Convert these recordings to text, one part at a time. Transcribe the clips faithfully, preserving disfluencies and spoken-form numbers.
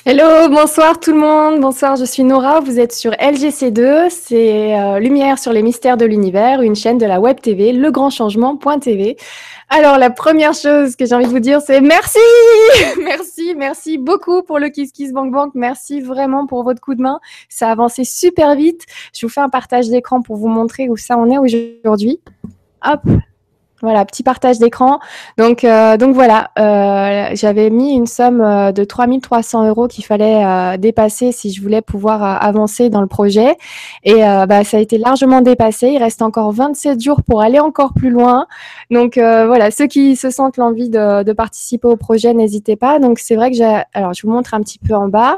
Hello, bonsoir tout le monde. Bonsoir, je suis Nora. Vous êtes sur L G C deux. C'est euh, Lumière sur les mystères de l'univers, une chaîne de la web T V, legrandchangement.tv. Alors, la première chose que j'ai envie de vous dire, c'est merci, merci, merci beaucoup pour le Kiss Kiss Bank Bank. Merci vraiment pour votre coup de main. Ça a avancé super vite. Je vous fais un partage d'écran pour vous montrer où ça en est aujourd'hui. Hop. Voilà, petit partage d'écran. Donc, euh, donc voilà, euh, j'avais mis une somme euh, de trois mille trois cents euros qu'il fallait euh, dépasser si je voulais pouvoir euh, avancer dans le projet. Et euh, bah, ça a été largement dépassé. Il reste encore vingt-sept jours pour aller encore plus loin. Donc euh, voilà, ceux qui se sentent l'envie de, de participer au projet, n'hésitez pas. Donc c'est vrai que j'ai... Alors, je vous montre un petit peu en bas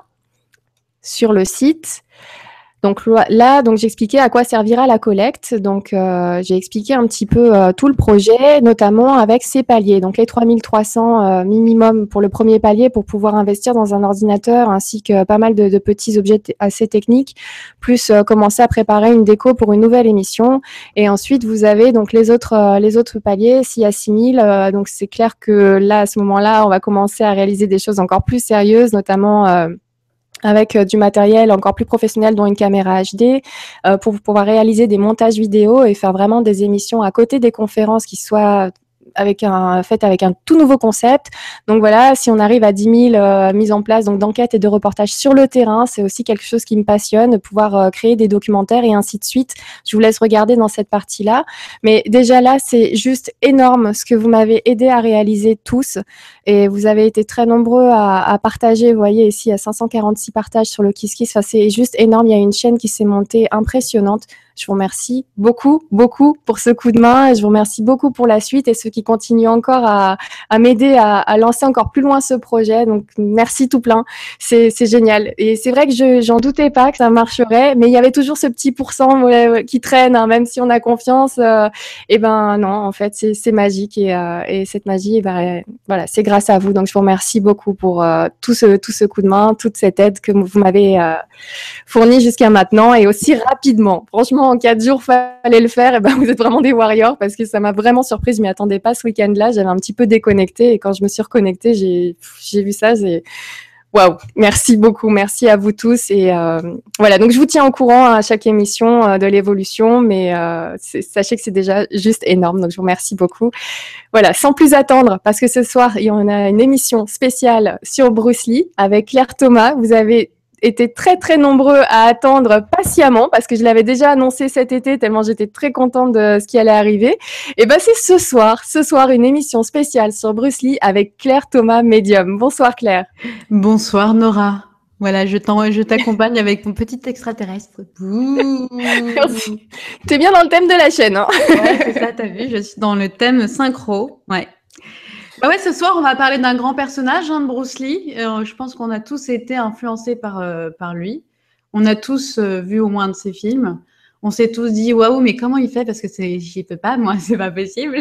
sur le site. Donc là, donc j'expliquais à quoi servira la collecte. Donc euh, j'ai expliqué un petit peu euh, tout le projet, notamment avec ces paliers. Donc les trois mille trois cents euh, minimum pour le premier palier pour pouvoir investir dans un ordinateur, ainsi que pas mal de, de petits objets assez techniques, plus euh, commencer à préparer une déco pour une nouvelle émission. Et ensuite vous avez donc les autres euh, les autres paliers s'il y a six mille. Euh, donc c'est clair que là à ce moment-là, on va commencer à réaliser des choses encore plus sérieuses, notamment euh, avec euh, du matériel encore plus professionnel, dont une caméra H D, euh, pour pouvoir réaliser des montages vidéo et faire vraiment des émissions à côté des conférences qui soient avec un, faites avec un tout nouveau concept. Donc voilà, si on arrive à dix mille euh, mises en place donc d'enquêtes et de reportages sur le terrain, c'est aussi quelque chose qui me passionne, de pouvoir euh, créer des documentaires et ainsi de suite. Je vous laisse regarder dans cette partie-là. Mais déjà là, c'est juste énorme ce que vous m'avez aidé à réaliser tous. Et vous avez été très nombreux à, à partager. Vous voyez ici, il y a cinq cent quarante-six partages sur le Kiss Kiss. Enfin, c'est juste énorme. Il y a une chaîne qui s'est montée impressionnante. Je vous remercie beaucoup, beaucoup pour ce coup de main. Et je vous remercie beaucoup pour la suite et ceux qui continuent encore à, à m'aider à, à lancer encore plus loin ce projet. Donc, merci tout plein. C'est, c'est génial. Et c'est vrai que je, j'en doutais pas que ça marcherait, mais il y avait toujours ce petit pourcent ouais, qui traîne, hein, même si on a confiance. Euh, et ben non, en fait, c'est, c'est magique et, euh, et cette magie, ben, voilà, c'est grâce à vous. Donc, je vous remercie beaucoup pour euh, tout ce tout ce coup de main, toute cette aide que vous m'avez euh, fournie jusqu'à maintenant et aussi rapidement. Franchement, en quatre jours, fallait le faire. Et ben, vous êtes vraiment des warriors parce que ça m'a vraiment surprise. Je m'y attendais pas ce week-end-là. J'avais un petit peu déconnecté et quand je me suis reconnectée, j'ai j'ai vu ça. C'est waouh, merci beaucoup, merci à vous tous et euh, voilà. Donc je vous tiens au courant à chaque émission euh, de l'évolution, mais euh, sachez que c'est déjà juste énorme. Donc je vous remercie beaucoup. Voilà, sans plus attendre, parce que ce soir il y en a une émission spéciale sur Bruce Lee avec Claire Thomas. Vous avez été très très nombreux à attendre patiemment parce que je l'avais déjà annoncé cet été tellement j'étais très contente de ce qui allait arriver. Et ben c'est ce soir, ce soir une émission spéciale sur Bruce Lee avec Claire Thomas Medium. Bonsoir Claire. Bonsoir Nora. Voilà, je t'en, je t'accompagne avec mon petit extraterrestre. Bouh. Merci. T'es bien dans le thème de la chaîne, hein. Ouais, c'est ça, t'as vu, je suis dans le thème synchro. Ouais. Bah ouais, ce soir, on va parler d'un grand personnage, hein, de Bruce Lee. Euh, je pense qu'on a tous été influencés par, euh, par lui. On a tous euh, vu au moins de ses films. On s'est tous dit, waouh, mais comment il fait? Parce que c'est, j'y peux pas, moi, c'est pas possible.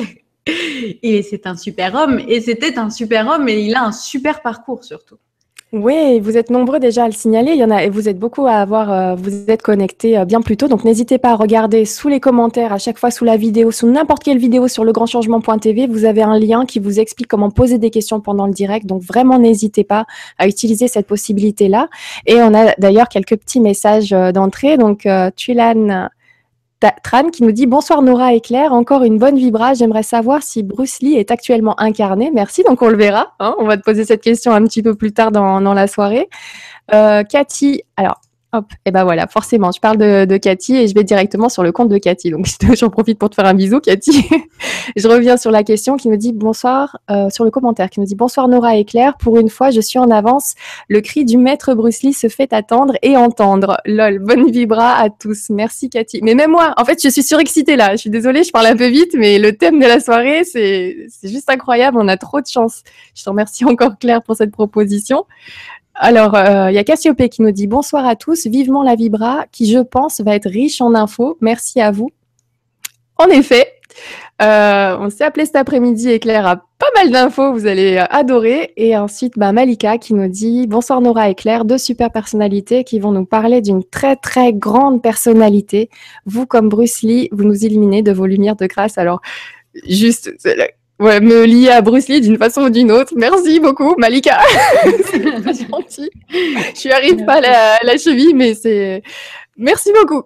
Et c'est un super homme. Et c'était un super homme et il a un super parcours surtout. Oui, vous êtes nombreux déjà à le signaler. Il y en a, et vous êtes beaucoup à avoir, euh, vous êtes connectés euh, bien plus tôt. Donc, n'hésitez pas à regarder sous les commentaires, à chaque fois sous la vidéo, sous n'importe quelle vidéo sur legrandchangement.tv. Vous avez un lien qui vous explique comment poser des questions pendant le direct. Donc, vraiment, n'hésitez pas à utiliser cette possibilité-là. Et on a d'ailleurs quelques petits messages euh, d'entrée. Donc, euh, Tulan Tran qui nous dit « Bonsoir Nora et Claire, encore une bonne vibra. J'aimerais savoir si Bruce Lee est actuellement incarné. » Merci, donc on le verra. Hein, on va te poser cette question un petit peu plus tard dans, dans la soirée. Euh, Cathy, alors, hop, et ben voilà, forcément, je parle de, de Cathy et je vais directement sur le compte de Cathy. Donc, j'en profite pour te faire un bisou, Cathy. Je reviens sur la question qui nous dit bonsoir, euh, sur le commentaire qui nous dit bonsoir Nora et Claire. Pour une fois, je suis en avance. Le cri du maître Bruce Lee se fait attendre et entendre. Lol, bonne vibra à tous. Merci, Cathy. Mais même moi, en fait, je suis surexcitée là. Je suis désolée, je parle un peu vite, mais le thème de la soirée, c'est, c'est juste incroyable. On a trop de chance. Je te remercie encore, Claire, pour cette proposition. Alors, il euh, y a Cassiopée qui nous dit « Bonsoir à tous, vivement la Vibra, qui, je pense, va être riche en infos. Merci à vous. » En effet, euh, on s'est appelé cet après-midi et Claire a pas mal d'infos, vous allez adorer. Et ensuite, bah, Malika qui nous dit « Bonsoir Nora et Claire, deux super personnalités qui vont nous parler d'une très très grande personnalité. Vous, comme Bruce Lee, vous nous illuminez de vos lumières de grâce. » Alors, juste... ouais, me lier à Bruce Lee d'une façon ou d'une autre. Merci beaucoup, Malika. C'est très gentil. Je n'y arrive pas à la, à la cheville, mais c'est... Merci beaucoup.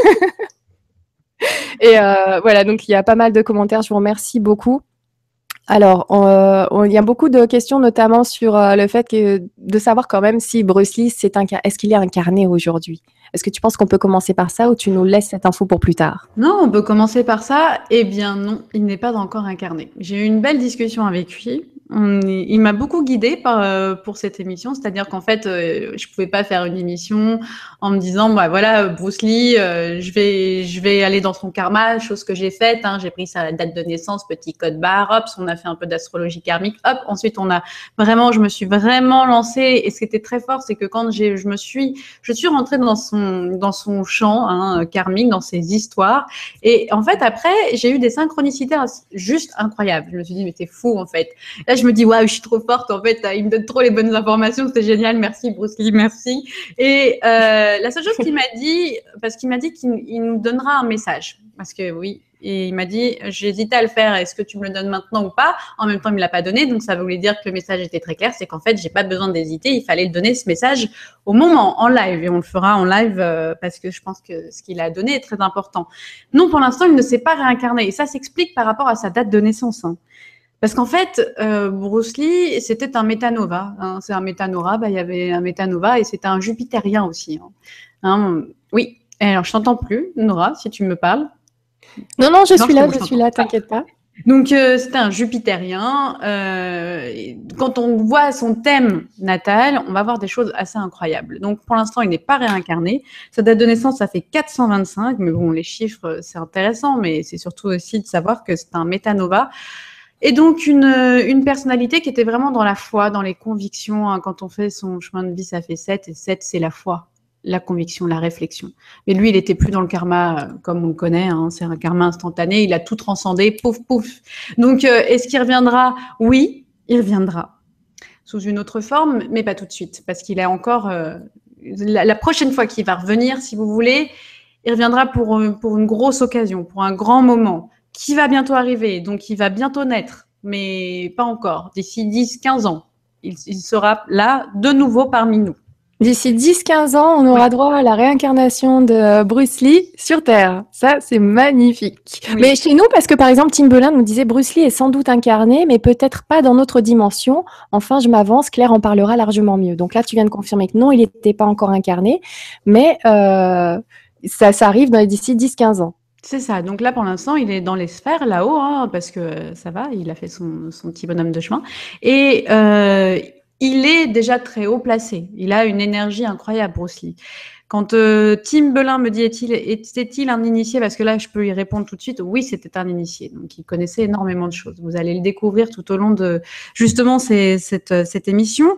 Et euh, voilà, donc il y a pas mal de commentaires. Je vous remercie beaucoup. Alors, on, euh, on, il y a beaucoup de questions, notamment sur euh, le fait que, de savoir quand même si Bruce Lee, c'est un, est-ce qu'il est incarné aujourd'hui? Est-ce que tu penses qu'on peut commencer par ça ou tu nous laisses cette info pour plus tard? Non, on peut commencer par ça. Eh bien non, il n'est pas encore incarné. J'ai eu une belle discussion avec lui. On est- il m'a beaucoup guidée par, euh, pour cette émission, c'est-à-dire qu'en fait, euh, je pouvais pas faire une émission en me disant, bah voilà, Bruce Lee, euh, je vais, je vais aller dans son karma, chose que j'ai faite. Hein, j'ai pris sa date de naissance, petit code barre, hop, on a fait un peu d'astrologie karmique, hop. Ensuite, on a vraiment, je me suis vraiment lancée. Et ce qui était très fort, c'est que quand j'ai, je me suis, je suis rentrée dans son, dans son champ hein, karmique, dans ses histoires. Et en fait, après, j'ai eu des synchronicités juste incroyables. Je me suis dit, mais c'est fou, en fait. Là, je me dis, waouh, je suis trop forte. En fait, il me donne trop les bonnes informations. C'était génial. Merci, Bruce Lee. Merci. Et euh, la seule chose qu'il m'a dit, parce qu'il m'a dit qu'il nous donnera un message. Parce que oui, et il m'a dit, j'hésitais à le faire. Est-ce que tu me le donnes maintenant ou pas? En même temps, il me l'a pas donné. Donc, ça voulait dire que le message était très clair. C'est qu'en fait, j'ai pas besoin d'hésiter. Il fallait le donner, ce message, au moment, en live. Et on le fera en live euh, parce que je pense que ce qu'il a donné est très important. Non, pour l'instant, il ne s'est pas réincarné. Et ça s'explique par rapport à sa date de naissance. Hein. Parce qu'en fait, euh, Bruce Lee, c'était un métanova. Hein. C'est un métanora, bah, il y avait un métanova et c'était un jupitérien aussi. Hein. Hein, oui. Et alors, je t'entends plus, Nora, si tu me parles. Non, non, je non, suis là, bon, je, je suis là, t'inquiète pas. Donc, euh, c'était un jupitérien. Euh, quand on voit son thème natal, on va voir des choses assez incroyables. Donc, pour l'instant, il n'est pas réincarné. Sa date de naissance, ça fait quatre cent vingt-cinq. Mais bon, les chiffres, c'est intéressant, mais c'est surtout aussi de savoir que c'est un métanova. Et donc, une, une personnalité qui était vraiment dans la foi, dans les convictions. Hein. Quand on fait son chemin de vie, ça fait sept. Et sept, c'est la foi, la conviction, la réflexion. Mais lui, il était plus dans le karma comme on le connaît. Hein. C'est un karma instantané. Il a tout transcendé. Pouf, pouf. Donc, euh, est-ce qu'il reviendra? Oui, il reviendra. Sous une autre forme, mais pas tout de suite. Parce qu'il a encore... Euh, la, la prochaine fois qu'il va revenir, si vous voulez, il reviendra pour, pour une grosse occasion, pour un grand moment. Qui va bientôt arriver, donc il va bientôt naître, mais pas encore. D'ici dix quinze ans, il, il sera là de nouveau parmi nous. D'ici dix quinze ans, on aura oui. droit à la réincarnation de Bruce Lee sur Terre. Ça, c'est magnifique. Oui. Mais chez nous, parce que par exemple, Tim Belin nous disait Bruce Lee est sans doute incarné, mais peut-être pas dans notre dimension. Enfin, je m'avance, Claire en parlera largement mieux. Donc là, tu viens de confirmer que non, il n'était pas encore incarné, mais euh, ça, ça arrive d'ici dix quinze ans. C'est ça. Donc là, pour l'instant, il est dans les sphères, là-haut, hein, parce que ça va, il a fait son, son petit bonhomme de chemin. Et euh, il est déjà très haut placé. Il a une énergie incroyable, Bruce Lee. Quand euh, Tim Belin me dit est-il, était-il un initié, parce que là, je peux y répondre tout de suite, oui, c'était un initié. Donc, il connaissait énormément de choses. Vous allez le découvrir tout au long de, justement, ces, cette, cette émission.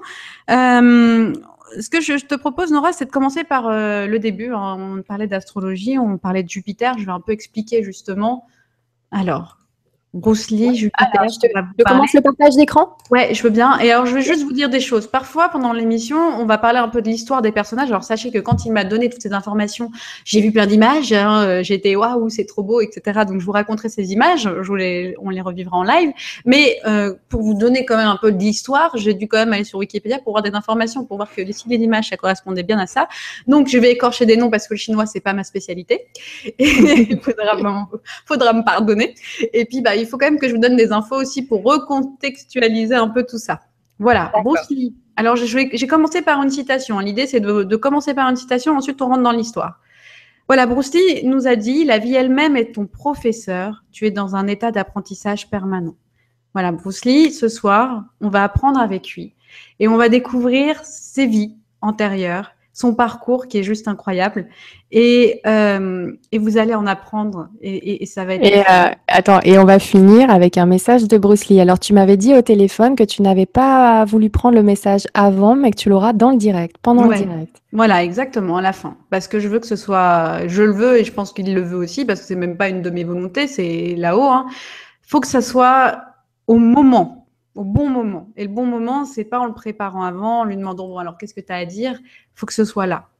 Euh, Ce que je te propose, Nora, c'est de commencer par euh, le début. On parlait d'astrologie, on parlait de Jupiter. Je vais un peu expliquer justement. Alors, Bruce Lee, Jupiter. Alors, je, te, je commence le partage d'écran? Ouais, je veux bien. Et alors, je vais juste vous dire des choses. Parfois, pendant l'émission, on va parler un peu de l'histoire des personnages. Alors, sachez que quand il m'a donné toutes ces informations, j'ai vu plein d'images. Hein, J'étais waouh, c'est trop beau, et cetera. Donc, je vous raconterai ces images. Je vous les, on les revivra en live. Mais euh, pour vous donner quand même un peu de l'histoire, j'ai dû quand même aller sur Wikipédia pour voir des informations, pour voir que si les images, ça correspondait bien à ça. Donc, je vais écorcher des noms parce que le chinois, c'est pas ma spécialité. Et il faudra, faudra me pardonner. Et puis, bah, il faut quand même que je vous donne des infos aussi pour recontextualiser un peu tout ça. Voilà, Bruce Lee. Alors, j'ai commencé par une citation. L'idée, c'est de, de commencer par une citation, ensuite on rentre dans l'histoire. Voilà, Bruce Lee nous a dit « La vie elle-même est ton professeur. Tu es dans un état d'apprentissage permanent. » Voilà, Bruce Lee, ce soir, on va apprendre avec lui et on va découvrir ses vies antérieures, son parcours qui est juste incroyable et, euh, et vous allez en apprendre et, et, et ça va être... Et euh, attends, et on va finir avec un message de Bruce Lee. Alors, tu m'avais dit au téléphone que tu n'avais pas voulu prendre le message avant, mais que tu l'auras dans le direct, pendant ouais. le direct. Voilà, exactement, à la fin. Parce que je veux que ce soit... Je le veux et je pense qu'il le veut aussi parce que c'est même pas une de mes volontés, c'est là-haut. Hein. Faut que ça soit au moment. Au bon moment. Et le bon moment, c'est pas en le préparant avant, en lui demandant, bon, alors qu'est-ce que tu as à dire? Il faut que ce soit là.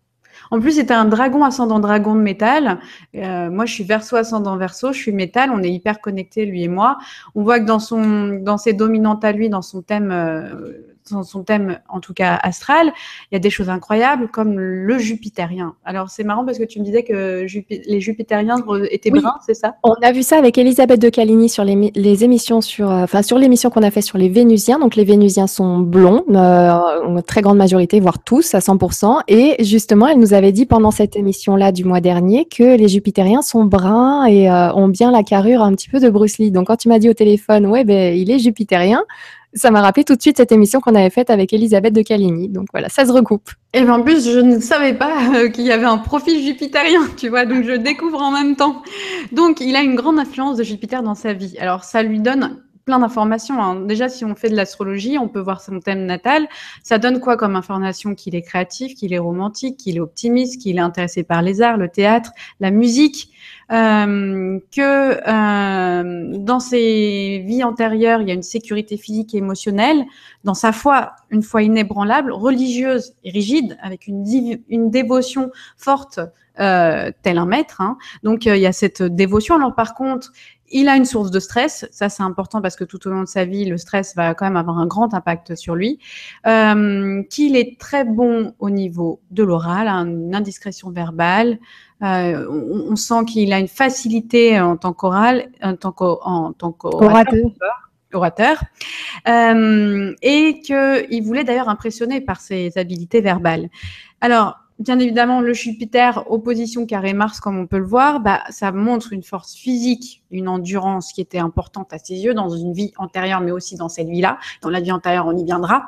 En plus, c'était un dragon ascendant dragon de métal. Euh, moi, je suis verso ascendant verso, je suis métal. On est hyper connectés, lui et moi. On voit que dans son, dans ses dominantes à lui, dans son thème, euh, dans son thème, en tout cas astral, il y a des choses incroyables comme le jupitérien. Alors, c'est marrant parce que tu me disais que Jupi- les jupitériens étaient Oui, bruns, c'est ça? on a vu ça avec Elisabeth de Caligny sur les, mi- les émissions sur, euh, enfin sur l'émission qu'on a fait sur les Vénusiens. Donc les Vénusiens sont blonds, euh, en très grande majorité, voire tous à cent pour cent. Et justement, elle nous avait dit pendant cette émission-là du mois dernier que les Jupitériens sont bruns et euh, ont bien la carrure un petit peu de Bruce Lee. Donc quand tu m'as dit au téléphone, ouais, ben il est Jupitérien, ça m'a rappelé tout de suite cette émission qu'on avait faite avec Elisabeth de Caligny. Donc voilà, ça se recoupe. Et ben en plus, je ne savais pas euh, qu'il y avait un profil jupitérien, tu vois, donc je découvre en même temps. Donc, il a une grande influence de Jupiter dans sa vie. Alors, ça lui donne plein d'informations, hein. Déjà, si on fait de l'astrologie, on peut voir son thème natal. Ça donne quoi comme information? Qu'il est créatif, qu'il est romantique, qu'il est optimiste, qu'il est intéressé par les arts, le théâtre, la musique. Euh, que euh, dans ses vies antérieures, il y a une sécurité physique et émotionnelle, dans sa foi, une foi inébranlable, religieuse et rigide, avec une, div- une dévotion forte, euh, tel un maître, hein. Donc, euh, il y a cette dévotion. Alors, par contre, il a une source de stress. Ça, c'est important parce que tout au long de sa vie, le stress va quand même avoir un grand impact sur lui. Euh, qu'il est très bon au niveau de l'oral, hein, une indiscrétion verbale. Euh, on, on sent qu'il a une facilité en tant qu'oral, en tant qu'o- en tant qu'orateur, Orateur. orateur, euh, et qu'il voulait d'ailleurs impressionner par ses habiletés verbales. Alors, bien évidemment, le Jupiter, opposition carré Mars, comme on peut le voir, bah, ça montre une force physique, une endurance qui était importante à ses yeux dans une vie antérieure, mais aussi dans cette vie-là. Dans la vie antérieure, on y viendra.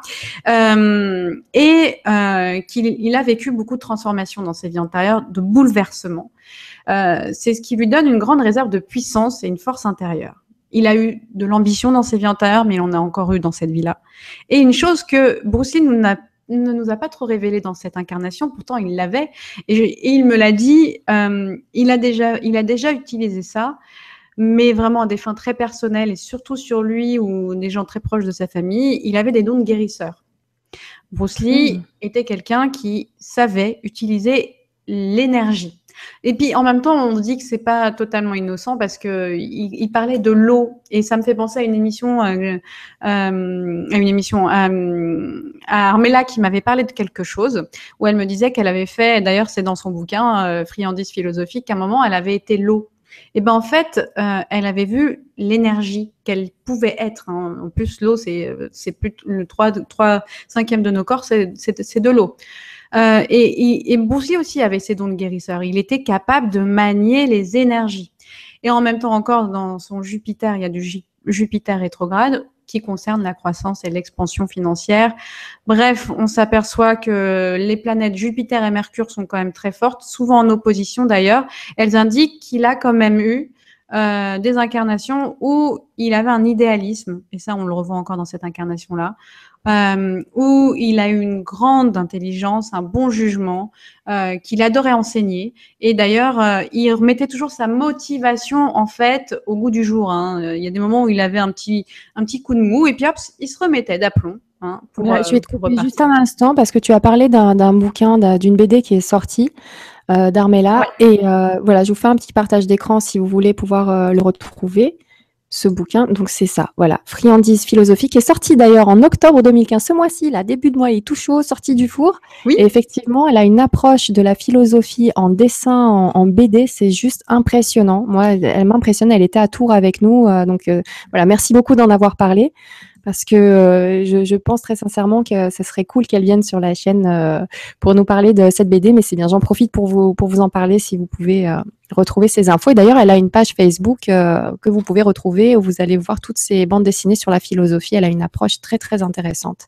Euh, et euh, qu'il il a vécu beaucoup de transformations dans ses vies antérieures, de bouleversements. Euh, c'est ce qui lui donne une grande réserve de puissance et une force intérieure. Il a eu de l'ambition dans ses vies antérieures, mais il en a encore eu dans cette vie-là. Et une chose que Bruce Lee nous n'a ne nous a pas trop révélé dans cette incarnation, pourtant il l'avait, et, je, et il me l'a dit, euh, il, a déjà, il a déjà utilisé ça, mais vraiment à des fins très personnelles, et surtout sur lui ou des gens très proches de sa famille, il avait des dons de guérisseur. Bruce Lee mmh. était quelqu'un qui savait utiliser l'énergie. Et puis en même temps, on dit que c'est pas totalement innocent parce que il, il parlait de l'eau et ça me fait penser à une émission, euh, euh, à une émission euh, à Armella qui m'avait parlé de quelque chose où elle me disait qu'elle avait fait, d'ailleurs c'est dans son bouquin euh, Friandise philosophique, qu'à un moment elle avait été l'eau. Et ben en fait, euh, elle avait vu l'énergie qu'elle pouvait être. Hein. En plus, l'eau c'est c'est plus le trois cinquième de nos corps, c'est c'est de l'eau. Euh, et, et, et Bruce Lee aussi avait ses dons de guérisseur. Il était capable de manier les énergies. Et en même temps encore, dans son Jupiter, il y a du Jupiter rétrograde qui concerne la croissance et l'expansion financière. Bref, on s'aperçoit que les planètes Jupiter et Mercure sont quand même très fortes, souvent en opposition d'ailleurs. Elles indiquent qu'il a quand même eu euh, des incarnations où il avait un idéalisme, et ça on le revoit encore dans cette incarnation-là, Euh, où il a eu une grande intelligence, un bon jugement, euh, qu'il adorait enseigner. Et d'ailleurs, euh, il remettait toujours sa motivation en fait au goût du jour. Hein. Il y a des moments où il avait un petit, un petit coup de mou et puis hop, il se remettait d'aplomb. Hein, pour, Là, je vais te pour couper juste un instant parce que tu as parlé d'un d'un bouquin, d'une B D qui est sortie euh, d'Armella. Ouais. Et euh, voilà, je vous fais un petit partage d'écran si vous voulez pouvoir euh, le retrouver. Ce bouquin, donc c'est ça, voilà, Friandise philosophique, est sorti d'ailleurs en octobre deux mille quinze, ce mois-ci, là, début de mois, il est tout chaud, sorti du four. Oui. Et effectivement, elle a une approche de la philosophie en dessin, en, en B D, c'est juste impressionnant. Moi, elle, elle m'impressionne, elle était à Tours avec nous, euh, donc euh, voilà, merci beaucoup d'en avoir parlé. Parce que euh, je, je pense très sincèrement que ce serait cool qu'elle vienne sur la chaîne euh, pour nous parler de cette B D, mais c'est bien, j'en profite pour vous, pour vous en parler si vous pouvez euh, retrouver ces infos. Et d'ailleurs, elle a une page Facebook euh, que vous pouvez retrouver où vous allez voir toutes ces bandes dessinées sur la philosophie. Elle a une approche très, très intéressante.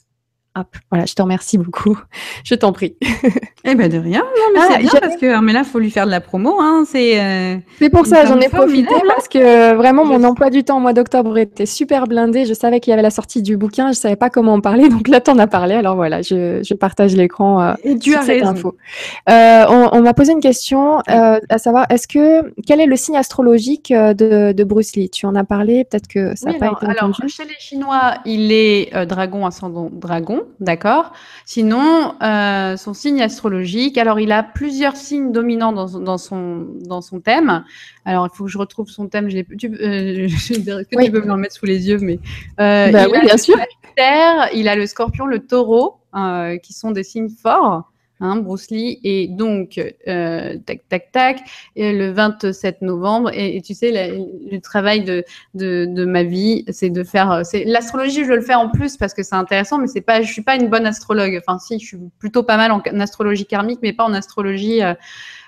Hop, voilà, je te remercie beaucoup. Je t'en prie. Eh ben de rien. Non, mais ah, c'est bien parce que mais là, faut lui faire de la promo. Hein. C'est euh, c'est pour ça, j'en ai profité parce que vraiment mon emploi du temps au mois d'octobre était super blindé. Je savais qu'il y avait la sortie du bouquin, je savais pas comment en parler, donc là t'en as parlé. Alors voilà, je, je partage l'écran. Euh, Et tu as cette raison. Info. Euh, on on m'a posé une question, euh, à savoir, est-ce que quel est le signe astrologique de, de Bruce Lee? Tu en as parlé, peut-être que ça n'a oui, pas alors, été entendu. Alors, chez les Chinois, il est euh, dragon ascendant dragon. d'accord? Sinon, euh, son signe astrologique, alors il a plusieurs signes dominants dans, dans, son, dans son thème. Alors, il faut que je retrouve son thème. Je l'ai, tu, euh, je dirais que Oui. tu peux me le remettre sous les yeux, mais euh, Bah il oui, a bien le sûr. Sagittaire, il a le Scorpion, le Taureau, euh, qui sont des signes forts. Hein, Bruce Lee, et donc, euh, tac, tac, tac, et le vingt-sept novembre, et, et tu sais, la, le travail de, de, de ma vie, c'est de faire, c'est, l'astrologie, je le fais en plus parce que c'est intéressant, mais c'est pas, je suis pas une bonne astrologue, enfin si, je suis plutôt pas mal en, en astrologie karmique, mais pas en astrologie, euh,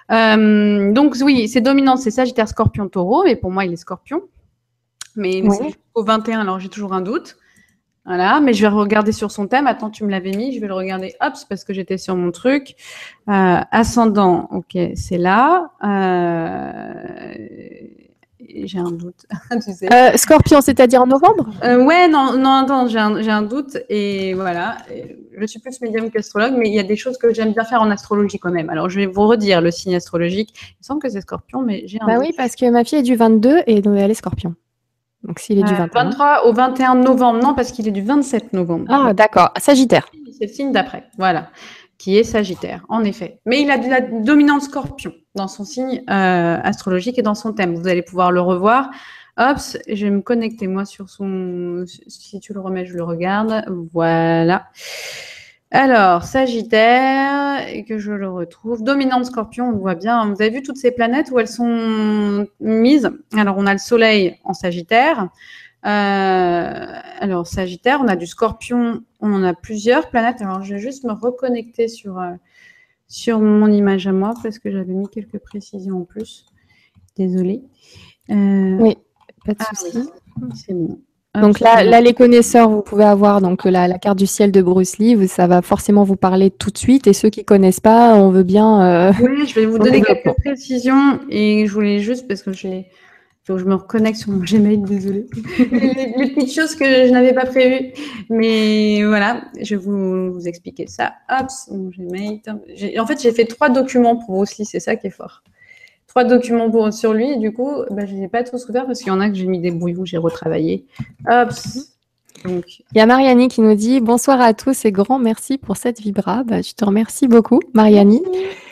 euh, donc oui, c'est dominant, c'est Sagittaire, Scorpion, Taureau, mais pour moi, il est Scorpion, mais, mais Oui. c'est jusqu'au vingt et un, alors j'ai toujours un doute. Voilà, mais je vais regarder sur son thème. Attends, tu me l'avais mis, je vais le regarder. Hop, c'est parce que j'étais sur mon truc. Euh, ascendant, ok, c'est là. Euh, j'ai un doute, tu sais. Euh, Scorpion, c'est-à-dire en novembre? Euh, ouais, non, non, attends, j'ai un, j'ai un doute et voilà. Je suis plus médium qu'astrologue, mais il y a des choses que j'aime bien faire en astrologie quand même. Alors, je vais vous redire le signe astrologique. Il me semble que c'est Scorpion, mais j'ai un Bah doute. oui, parce que ma fille est du vingt-deux et donc elle est Scorpion. Donc s'il est du Euh, vingt et un. vingt-trois au vingt et un novembre, non, parce qu'il est du vingt-sept novembre. Ah, d'accord. Sagittaire. C'est le signe d'après, voilà, qui est Sagittaire, en effet. Mais il a de la dominante Scorpion dans son signe euh, astrologique et dans son thème. Vous allez pouvoir le revoir. Hop, je vais me connecter moi sur son. Si tu le remets, je le regarde. Voilà. Alors, Sagittaire, et que je le retrouve. Dominante Scorpion, on le voit bien. Vous avez vu toutes ces planètes où elles sont mises? Alors, on a le Soleil en Sagittaire. Euh, alors, Sagittaire, on a du Scorpion, on en a plusieurs planètes. Alors, je vais juste me reconnecter sur, euh, sur mon image à moi parce que j'avais mis quelques précisions en plus. Désolée. Euh, Oui, pas de ah souci. oui, c'est bon. Hop, Donc c'est là, bon. là, les connaisseurs, vous pouvez avoir donc la, la carte du ciel de Bruce Lee. vous- Ça va forcément vous parler tout de suite. Et ceux qui connaissent pas, on veut bien. euh, Oui, je vais vous son donner développement. quelques précisions et je voulais juste parce que je l'ai. Faut que je me reconnecte sur mon Gmail, désolée. les, les petites choses que je n'avais pas prévues. Mais voilà, je vais vous, vous expliquer ça. Hop, mon Gmail. J'ai- En fait, j'ai fait trois documents pour Bruce Lee, c'est ça qui est fort. Trois documents pour, sur lui, et du coup, bah, je ne les ai pas tous ouverts parce qu'il y en a que j'ai mis des brouillons, j'ai retravaillé. Hop. Donc, Il y a Mariani qui nous dit bonsoir à tous et grand merci pour cette vibra. Bah, je te remercie beaucoup, Mariani.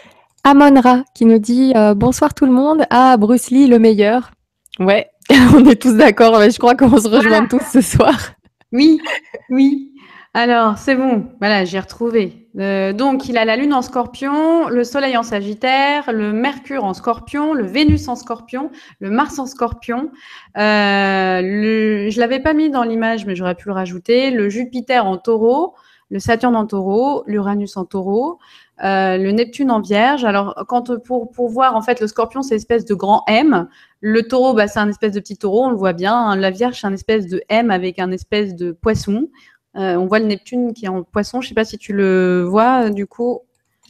Amonra qui nous dit euh, bonsoir tout le monde. Ah, Bruce Lee, le meilleur. Ouais, on est tous d'accord. Mais je crois qu'on se rejoint Voilà. tous ce soir. Oui, oui. Alors, c'est bon. Voilà, j'ai retrouvé. Euh, donc, il a la Lune en Scorpion, le Soleil en Sagittaire, le Mercure en Scorpion, le Vénus en Scorpion, le Mars en Scorpion. Euh, le, je l'avais pas mis dans l'image, mais j'aurais pu le rajouter. Le Jupiter en Taureau, le Saturne en Taureau, l'Uranus en Taureau, euh, le Neptune en Vierge. Alors, quand pour pour voir en fait le Scorpion, c'est une espèce de grand M. Le Taureau, bah, c'est un espèce de petit taureau, on le voit bien. La Vierge, c'est un espèce de M avec un espèce de poisson. Euh, on voit le Neptune qui est en poisson. Je sais pas si tu le vois, du coup.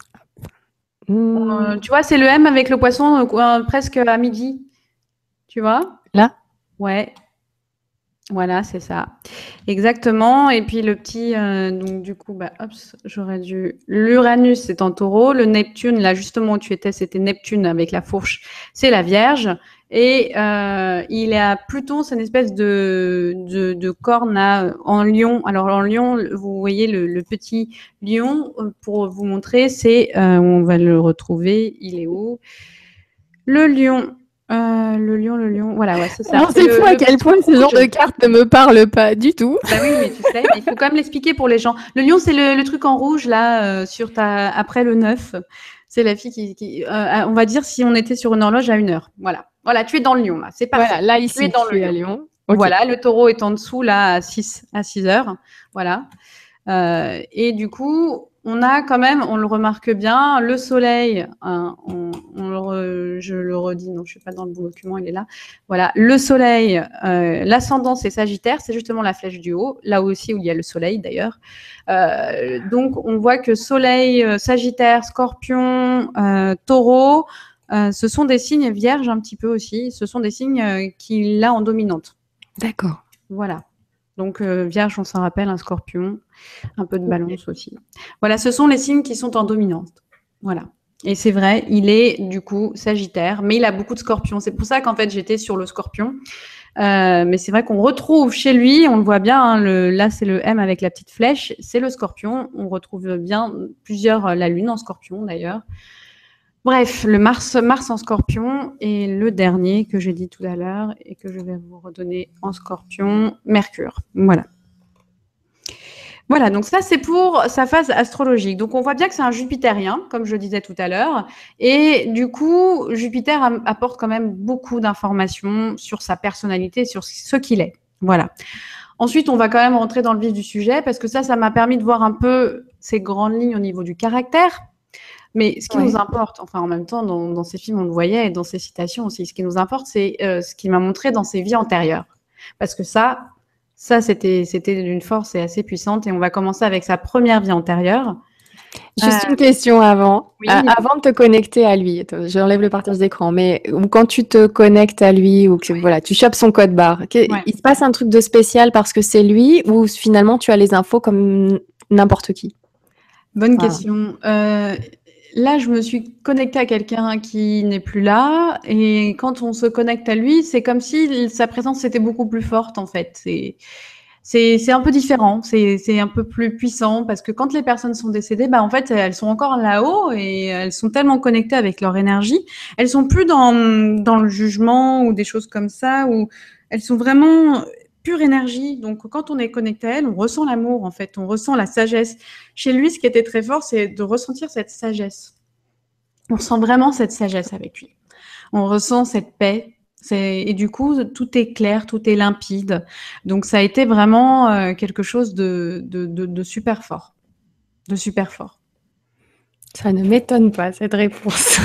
Hmm, Euh, tu vois, c'est le M avec le poisson euh, presque à midi. Tu vois? là, Ouais. Voilà, c'est ça. Exactement. Et puis le petit, euh, donc du coup, bah, hop, j'aurais dû. L'Uranus, c'est en taureau. Le Neptune, là, justement où tu étais, c'était Neptune avec la fourche, c'est la Vierge. Et euh, il est à Pluton, c'est une espèce de, de, de corne à, en lion. Alors en lion, vous voyez le, le petit lion, pour vous montrer, c'est, euh, on va le retrouver, il est où? Le lion. Euh, le lion, le lion. Voilà, ouais, c'est ça. alors, c'est fou à quel point ce genre de carte ne me parle pas du tout. Bah oui, mais tu sais, il faut quand même l'expliquer pour les gens. Le lion, c'est le, le truc en rouge, là, euh, sur ta, après le neuf. C'est la fille qui, qui euh, on va dire si on était sur une horloge à une heure. Voilà. Voilà, tu es dans le lion, là. C'est parfait. Voilà, là Tu es ici, dans je le suis à lion. Lyon. Ok. Voilà, le taureau est en dessous, là, à six, à six heures. Voilà. Euh, et du coup, on a quand même, on le remarque bien, le soleil, hein, on, on le re, je le redis, non, je suis pas dans le bon document, il est là. Voilà, le soleil, euh, l'ascendant c'est Sagittaire, c'est justement la flèche du haut, là aussi où il y a le soleil d'ailleurs. Euh, donc on voit que soleil, Sagittaire, Scorpion, euh, Taureau, euh, ce sont des signes vierges un petit peu aussi, ce sont des signes euh, qu'il a en dominante. D'accord. Voilà. Donc, euh, Vierge, on s'en rappelle, un Scorpion, un peu de Balance aussi. Voilà, ce sont les signes qui sont en dominante. Voilà. Et c'est vrai, il est du coup Sagittaire, mais il a beaucoup de Scorpions. C'est pour ça qu'en fait j'étais sur le Scorpion. Euh, mais c'est vrai qu'on retrouve chez lui, on le voit bien, hein, le, là c'est le M avec la petite flèche, c'est le Scorpion. On retrouve bien plusieurs, la Lune en Scorpion d'ailleurs. Bref, le Mars, Mars en Scorpion et le dernier que j'ai dit tout à l'heure et que je vais vous redonner en Scorpion, Mercure. Voilà. Voilà, donc ça c'est pour sa phase astrologique. Donc on voit bien que c'est un jupitérien, comme je disais tout à l'heure. Et du coup, Jupiter apporte quand même beaucoup d'informations sur sa personnalité, sur ce qu'il est. Voilà. Ensuite, on va quand même rentrer dans le vif du sujet parce que ça, ça m'a permis de voir un peu ces grandes lignes au niveau du caractère. Mais ce qui ouais. nous importe, enfin en même temps, dans, dans ces films, on le voyait et dans ces citations aussi, ce qui nous importe, c'est euh, ce qu'il m'a montré dans ses vies antérieures. Parce que ça... Ça, c'était c'était d'une force et assez puissante. Et on va commencer avec sa première vie antérieure. Juste euh, une question avant. Oui. Euh, avant de te connecter à lui, j'enlève le partage d'écran, mais quand tu te connectes à lui ou que oui. voilà, tu chopes son code barre, ouais. il se passe un truc de spécial parce que c'est lui ou finalement tu as les infos comme n'importe qui? Bonne voilà. question. Euh, Là, je me suis connectée à quelqu'un qui n'est plus là. Et quand on se connecte à lui, c'est comme si sa présence était beaucoup plus forte, en fait. C'est, c'est, c'est un peu différent. C'est, c'est un peu plus puissant parce que quand les personnes sont décédées, bah, en fait, elles sont encore là-haut et elles sont tellement connectées avec leur énergie. Elles sont plus dans, dans le jugement ou des choses comme ça, où elles sont vraiment pure énergie. Donc, quand on est connecté à elle, on ressent l'amour, en fait. On ressent la sagesse. Chez lui, ce qui était très fort, c'est de ressentir cette sagesse. On ressent vraiment cette sagesse avec lui. On ressent cette paix. C'est... Et du coup, tout est clair, tout est limpide. Donc, ça a été vraiment euh, quelque chose de, de, de, de super fort. De super fort. Ça ne m'étonne pas, cette réponse.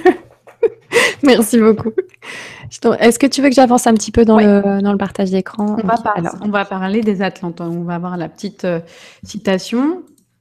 Merci beaucoup. Est-ce que tu veux que j'avance un petit peu dans, ouais. le, dans le partage d'écran? on, okay. Alors, on va parler des Atlantes. On va avoir la petite euh, citation.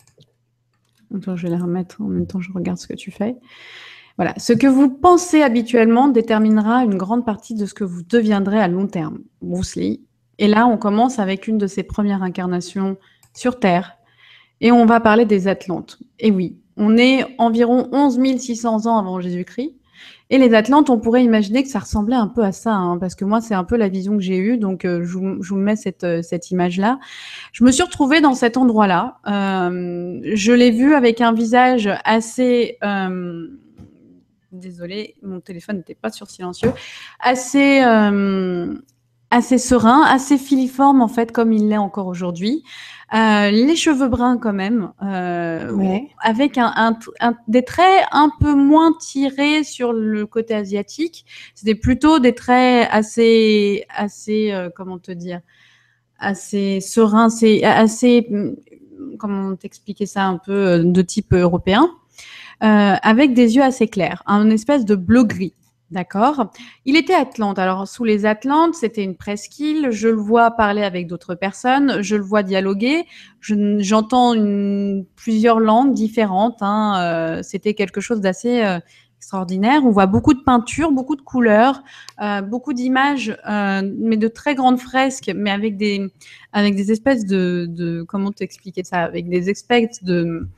Attends, je vais la remettre en même temps, je regarde ce que tu fais. Voilà. Ce que vous pensez habituellement déterminera une grande partie de ce que vous deviendrez à long terme. Bruce Lee. Et là, on commence avec une de ses premières incarnations sur Terre. Et on va parler des Atlantes. Et oui, on est environ onze mille six cents ans avant Jésus-Christ. Et les Atlantes, on pourrait imaginer que ça ressemblait un peu à ça, hein, parce que moi, c'est un peu la vision que j'ai eue, donc euh, je, vous, je vous mets cette, euh, cette image-là. Je me suis retrouvée dans cet endroit-là. Euh, je l'ai vu avec un visage assez... Euh, désolée, mon téléphone n'était pas sur silencieux. Assez... Euh, assez serein, assez filiforme, en fait, comme il l'est encore aujourd'hui. Euh, les cheveux bruns quand même, euh, ouais. avec un, un, un, des traits un peu moins tirés sur le côté asiatique. C'était plutôt des traits assez, assez, euh, comment te dire, assez sereins, c'est assez, comment t'expliquer ça, un peu de type européen, euh, avec des yeux assez clairs, un espèce de bleu-gris. D'accord. Il était Atlante. Alors, sous les Atlantes, c'était une presqu'île. Je le vois parler avec d'autres personnes. Je le vois dialoguer. Je, j'entends une, plusieurs langues différentes. Hein. Euh, c'était quelque chose d'assez euh, extraordinaire. On voit beaucoup de peintures, beaucoup de couleurs, euh, beaucoup d'images, euh, mais de très grandes fresques, mais avec des, avec des espèces de, de comment t'expliquer ça, avec des espèces de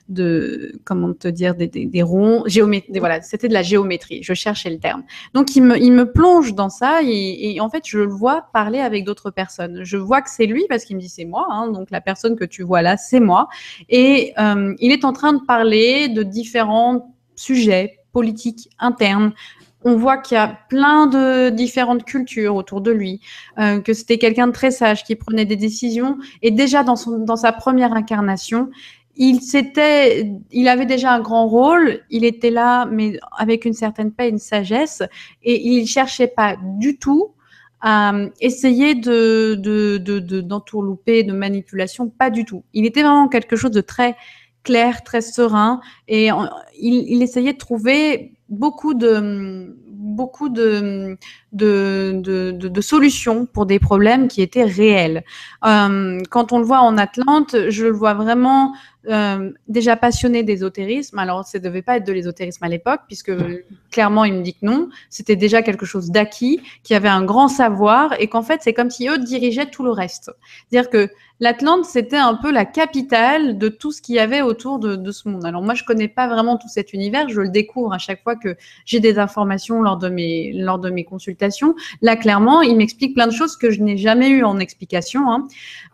de comment te dire des, des, des ronds géométrie, voilà, c'était de la géométrie, je cherchais le terme. Donc il me il me plonge dans ça et, et en fait je le vois parler avec d'autres personnes. Je vois que c'est lui parce qu'il me dit c'est moi, hein, donc la personne que tu vois là c'est moi et euh, il est en train de parler de différents sujets politiques internes. On voit qu'il y a plein de différentes cultures autour de lui, euh, que c'était quelqu'un de très sage qui prenait des décisions et déjà dans son dans sa première incarnation. Il s'était, il avait déjà un grand rôle, il était là, mais avec une certaine paix, une sagesse, et il cherchait pas du tout à essayer de, de, de, de, d'entourlouper, de manipulation, pas du tout. Il était vraiment quelque chose de très clair, très serein, et il, il essayait de trouver beaucoup de, beaucoup de, de, de, de, de solutions pour des problèmes qui étaient réels. Euh, quand on le voit en Atlante, je le vois vraiment euh, déjà passionné d'ésotérisme. Alors, ça ne devait pas être de l'ésotérisme à l'époque, puisque clairement, il me dit que non. C'était déjà quelque chose d'acquis, qui avait un grand savoir, et qu'en fait, c'est comme si eux dirigeaient tout le reste. C'est-à-dire que l'Atlante, c'était un peu la capitale de tout ce qu'il y avait autour de, de ce monde. Alors moi, je connais pas vraiment tout cet univers, je le découvre à chaque fois que j'ai des informations lors de mes, lors de mes consultations. Là, clairement, il m'explique plein de choses que je n'ai jamais eues en explication. Hein.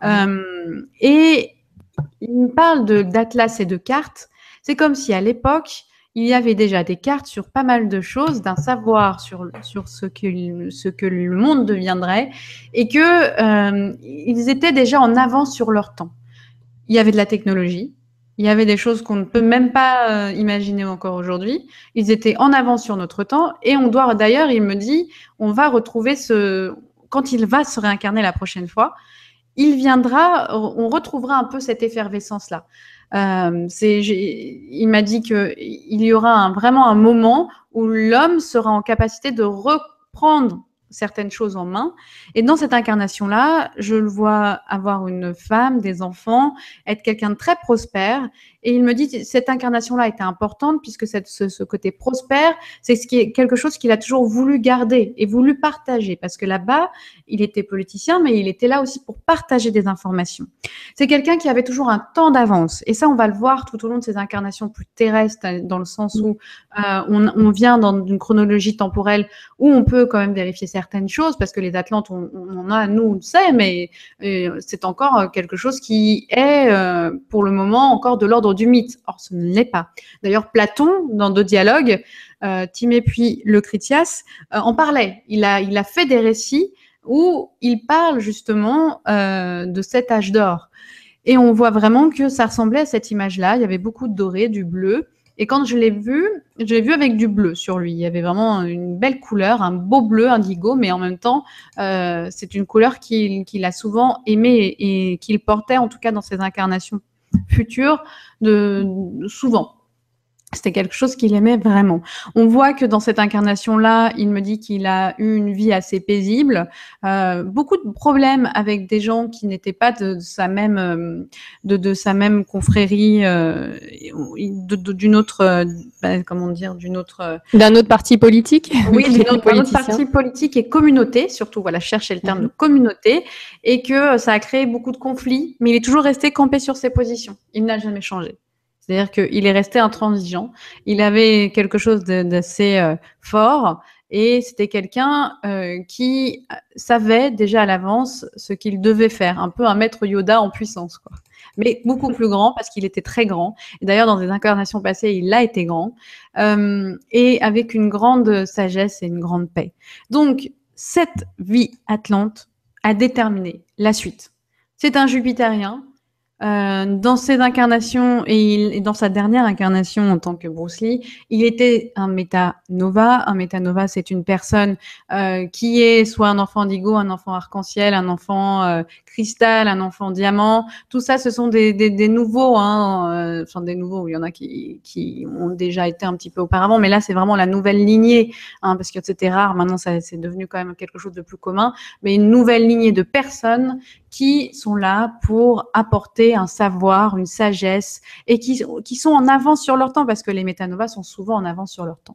Euh, et il me parle de, d'atlas et de cartes. C'est comme si à l'époque, il y avait déjà des cartes sur pas mal de choses, d'un savoir sur, sur ce, que, ce que le monde deviendrait, et que euh, ils étaient déjà en avance sur leur temps. Il y avait de la technologie, il y avait des choses qu'on ne peut même pas euh, imaginer encore aujourd'hui. Ils étaient en avance sur notre temps, et on doit d'ailleurs, il me dit, on va retrouver ce... Quand il va se réincarner la prochaine fois, il viendra, on retrouvera un peu cette effervescence-là. Euh, c'est, j'ai, il m'a dit qu'il y aura un, vraiment un moment où l'homme sera en capacité de reprendre certaines choses en main. Et dans cette incarnation-là, je le vois avoir une femme, des enfants, être quelqu'un de très prospère. Et il me dit que cette incarnation-là était importante puisque cette, ce, ce côté prospère, c'est ce qui est quelque chose qu'il a toujours voulu garder et voulu partager. Parce que là-bas, il était politicien, mais il était là aussi pour partager des informations. C'est quelqu'un qui avait toujours un temps d'avance. Et ça, on va le voir tout au long de ces incarnations plus terrestres, dans le sens où euh, on, on vient dans une chronologie temporelle où on peut quand même vérifier certaines choses, parce que les Atlantes, on, on en a, nous, on le sait, mais euh, c'est encore quelque chose qui est, euh, pour le moment, encore de l'ordre du mythe. Or, ce ne l'est pas. D'ailleurs, Platon, dans deux dialogues, euh, Timée puis le Critias, euh, en parlait. Il a, il a fait des récits où il parle justement euh, de cet âge d'or. Et on voit vraiment que ça ressemblait à cette image-là. Il y avait beaucoup de doré, du bleu. Et quand je l'ai vu, je l'ai vu avec du bleu sur lui. Il y avait vraiment une belle couleur, un beau bleu indigo, mais en même temps, euh, c'est une couleur qu'il, qu'il a souvent aimée et qu'il portait, en tout cas dans ses incarnations futures, de, de souvent. C'était quelque chose qu'il aimait vraiment. On voit que dans cette incarnation-là, il me dit qu'il a eu une vie assez paisible, euh, beaucoup de problèmes avec des gens qui n'étaient pas de, de sa même, de, de sa même confrérie, euh, de, de, d'une autre, euh, bah, comment dire, d'une autre. D'un autre parti politique. Oui, d'une autre, d'un autre parti politique et communauté, surtout. Voilà, chercher le terme mmh. de communauté, et que ça a créé beaucoup de conflits. Mais il est toujours resté campé sur ses positions. Il n'a jamais changé. C'est-à-dire qu'il est resté intransigeant. Il avait quelque chose de, d'assez euh, fort, et c'était quelqu'un euh, qui savait déjà à l'avance ce qu'il devait faire. Un peu un maître Yoda en puissance, quoi. Mais beaucoup plus grand, parce qu'il était très grand. Et d'ailleurs, dans des incarnations passées, il a été grand. Euh, et avec une grande sagesse et une grande paix. Donc, cette vie atlante a déterminé la suite. C'est un Jupitérien. Euh, dans ses incarnations et, il, et dans sa dernière incarnation en tant que Bruce Lee, il était un métanova. Un métanova, c'est une personne euh, qui est soit un enfant indigo, un enfant arc-en-ciel, un enfant euh, cristal, un enfant diamant. Tout ça, ce sont des, des, des nouveaux, hein, euh, enfin des nouveaux. Il y en a qui, qui ont déjà été un petit peu auparavant, mais là, c'est vraiment la nouvelle lignée, hein, parce que c'était rare. Maintenant, ça, c'est devenu quand même quelque chose de plus commun. Mais une nouvelle lignée de personnes qui sont là pour apporter un savoir, une sagesse, et qui, qui sont en avance sur leur temps, parce que les métanovas sont souvent en avance sur leur temps.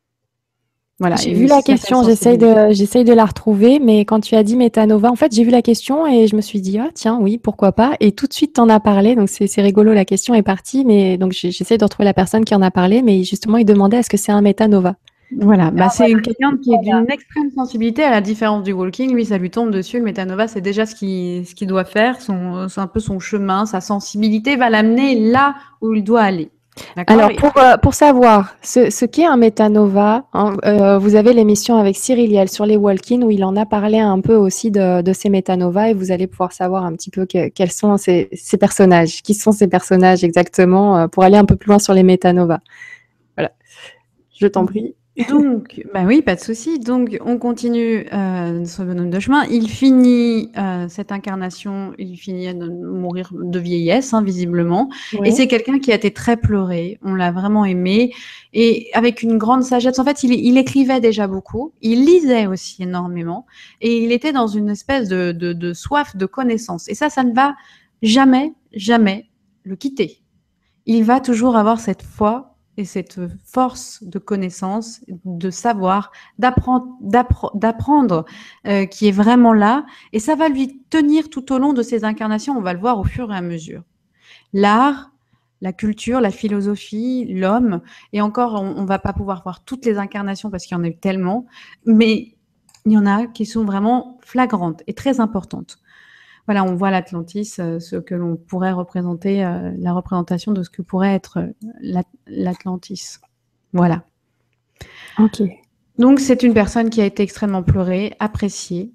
Voilà. J'ai vu la question, j'essaye de, j'essaye de la retrouver, mais quand tu as dit métanova, en fait, j'ai vu la question et je me suis dit, ah tiens, oui, pourquoi pas, et tout de suite, t'en as parlé, donc c'est, c'est rigolo, la question est partie, mais donc j'essaie de retrouver la personne qui en a parlé, mais justement, il demandait est-ce que c'est un métanova. Voilà, bah, c'est voilà. quelqu'un qui est d'une extrême sensibilité, à la différence du walking. Lui, ça lui tombe dessus. Le métanova, c'est déjà ce qu'il ce qu'il doit faire. Son, c'est un peu son chemin, sa sensibilité va l'amener là où il doit aller. D'accord. Alors, pour, euh, pour savoir ce, ce qu'est un métanova, hein, euh, vous avez l'émission avec Cyril Liel sur les walk-in où il en a parlé un peu aussi de, de ces métanovas, et vous allez pouvoir savoir un petit peu que, quels sont ces, ces personnages, qui sont ces personnages exactement, euh, pour aller un peu plus loin sur les métanovas. Voilà, je t'en prie. Donc, bah oui, pas de souci. Donc, on continue euh, ce bonhomme de chemin. Il finit euh, cette incarnation, il finit de mourir de vieillesse, hein, visiblement. Oui. Et c'est quelqu'un qui a été très pleuré. On l'a vraiment aimé, et avec une grande sagesse. En fait, il, il écrivait déjà beaucoup. Il lisait aussi énormément, et il était dans une espèce de, de, de soif de connaissance. Et ça, ça ne va jamais, jamais le quitter. il va toujours avoir cette foi et cette force de connaissance, de savoir, d'apprendre, d'appre- d'apprendre euh, qui est vraiment là. Et ça va lui tenir tout au long de ses incarnations. On va le voir au fur et à mesure. L'art, la culture, la philosophie, l'homme, et encore, on ne va pas pouvoir voir toutes les incarnations parce qu'il y en a eu tellement, mais il y en a qui sont vraiment flagrantes et très importantes. Voilà, on voit l'Atlantis, euh, ce que l'on pourrait représenter, euh, la représentation de ce que pourrait être euh, l'At- l'Atlantis. Voilà. Ok. Donc, c'est une personne qui a été extrêmement pleurée, appréciée.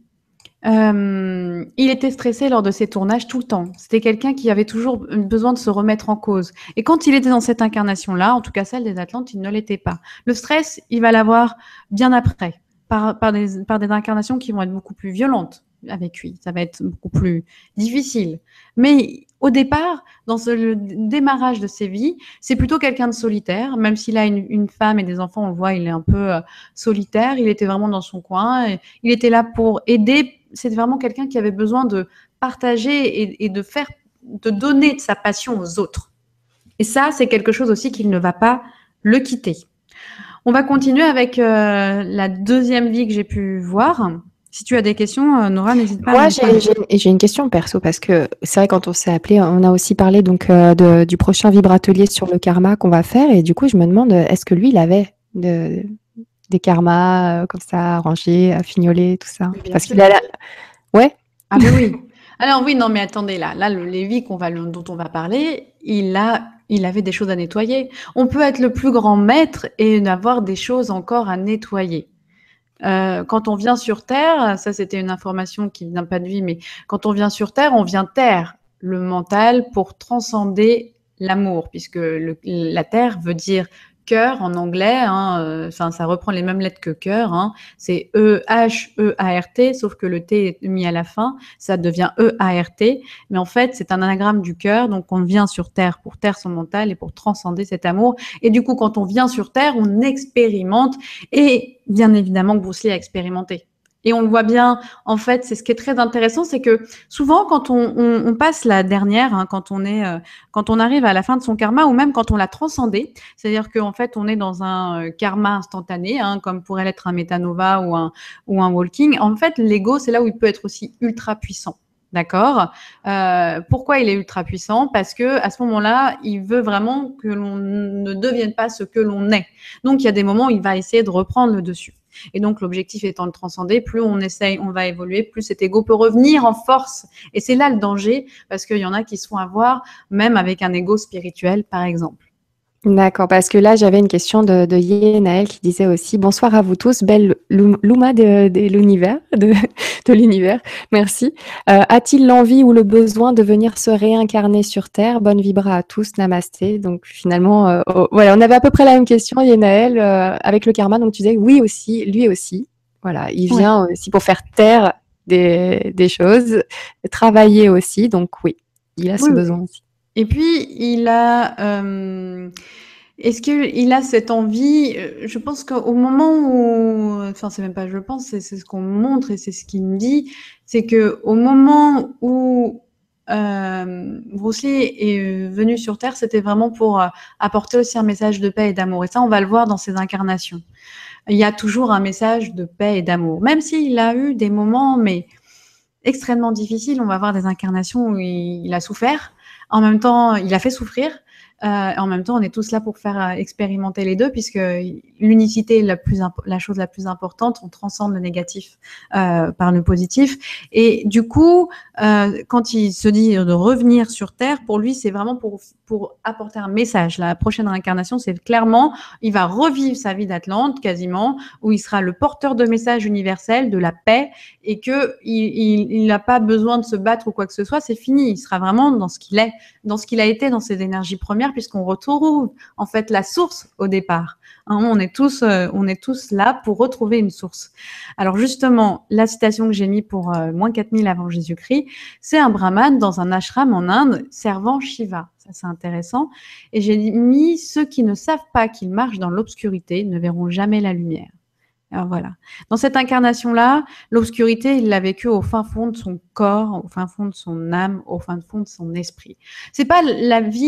Euh, il était stressé lors de ses tournages tout le temps. C'était quelqu'un qui avait toujours besoin de se remettre en cause. Et quand il était dans cette incarnation-là, en tout cas celle des Atlantes, il ne l'était pas. Le stress, il va l'avoir bien après, par, par, des, par des incarnations qui vont être beaucoup plus violentes avec lui. Ça va être beaucoup plus difficile. Mais au départ, dans ce, le démarrage de ses vies, c'est plutôt quelqu'un de solitaire. Même s'il a une, une femme et des enfants, on le voit, il est un peu euh, solitaire. Il était vraiment dans son coin. Et il était là pour aider. C'est vraiment quelqu'un qui avait besoin de partager et, et de faire, de donner de sa passion aux autres. Et ça, c'est quelque chose aussi qu'il ne va pas le quitter. On va continuer avec euh, la deuxième vie que j'ai pu voir. Si tu as des questions, euh, Nora, n'hésite pas à Moi, me j'ai j'ai- j'ai une question perso parce que c'est vrai, quand on s'est appelé, on a aussi parlé donc euh, de- du prochain vibratelier sur le karma qu'on va faire. Et du coup, je me demande, est-ce que lui, il avait de- des karmas euh, comme ça, arrangés, à fignoler, tout ça? Mais bien Parce sûr. qu'il a la... Ouais, Ah ben oui. Alors oui, non, mais attendez, là, là, le Lévi qu'on va, dont on va parler, il a, il avait des choses à nettoyer. On peut être le plus grand maître et avoir des choses encore à nettoyer. Euh, quand on vient sur Terre, ça c'était une information qui vient pas de lui, mais quand on vient sur Terre, on vient taire le mental pour transcender l'amour, puisque le, la Terre veut dire cœur en anglais, hein, euh, enfin ça reprend les mêmes lettres que cœur, hein, c'est E H E A R T, sauf que le T est mis à la fin, ça devient E A R T, mais en fait c'est un anagramme du cœur, donc on vient sur Terre pour taire son mental et pour transcender cet amour, et du coup quand on vient sur Terre, on expérimente. Et bien évidemment que Bruce Lee a expérimenté. Et on le voit bien, en fait, c'est ce qui est très intéressant, c'est que souvent quand on, on, on passe la dernière, hein, quand on est, euh, quand on arrive à la fin de son karma, ou même quand on l'a transcendé, c'est-à-dire qu'en fait on est dans un euh, karma instantané, hein, comme pourrait l'être un métanova ou un ou un walking. En fait, l'ego, c'est là où il peut être aussi ultra puissant. D'accord. Euh, pourquoi il est ultra puissant? Parce que à ce moment-là, il veut vraiment que l'on ne devienne pas ce que l'on est. Donc, il y a des moments où il va essayer de reprendre le dessus. Et donc, l'objectif étant de le transcender, plus on essaye, on va évoluer, plus cet ego peut revenir en force. Et c'est là le danger, parce qu'il y en a qui se font avoir, même avec un ego spirituel, par exemple. d'accord. Parce que là, j'avais une question de, de Yenaël qui disait aussi: bonsoir à vous tous, belle Lou- Louma de, de l'univers, de, de l'univers. Merci. Euh, a-t-il l'envie ou le besoin de venir se réincarner sur Terre? Bonne vibra à tous, namasté. Donc finalement, euh, oh, voilà, on avait à peu près la même question, Yenaël, euh, avec le karma. Donc tu disais oui aussi, lui aussi. Voilà, il Ouais. vient aussi pour faire taire des, des choses, travailler aussi. Donc oui, il a Oui, ce oui. besoin aussi. Et puis, il a. Euh, est-ce qu'il a cette envie? euh, Je pense qu'au moment où. Enfin, c'est même pas je pense, c'est c'est ce qu'on me montre et c'est ce qu'il me dit. C'est que au moment où euh, Bruce Lee est venu sur Terre, c'était vraiment pour euh, apporter aussi un message de paix et d'amour. Et ça, on va le voir dans ses incarnations. Il y a toujours un message de paix et d'amour. Même s'il a eu des moments, mais extrêmement difficiles, on va voir des incarnations où il, il a souffert. En même temps, il a fait souffrir. Euh, en même temps, on est tous là pour faire euh, expérimenter les deux, puisque l'unicité est la, plus la chose la plus importante. On transcende le négatif euh, par le positif. Et du coup, euh, quand il se dit de revenir sur Terre, pour lui, c'est vraiment pour, pour apporter un message. La prochaine réincarnation, c'est clairement, il va revivre sa vie d'Atlante, quasiment, où il sera le porteur de messages universels, de la paix, et que il n'a pas besoin de se battre ou quoi que ce soit. C'est fini. Il sera vraiment dans ce qu'il est, dans ce qu'il a été, dans ses énergies premières, puisqu'on retrouve en fait la source au départ. Hein, on est tous, euh, on est tous là pour retrouver une source. Alors justement, la citation que j'ai mis pour euh, moins quatre mille avant Jésus-Christ, c'est un brahman dans un ashram en Inde servant Shiva. Ça, c'est intéressant. Et j'ai mis: ceux qui ne savent pas qu'ils marchent dans l'obscurité ne verront jamais la lumière. Alors voilà. Dans cette incarnation-là, l'obscurité, il l'a vécue au fin fond de son corps, au fin fond de son âme, au fin fond de son esprit. C'est pas la vie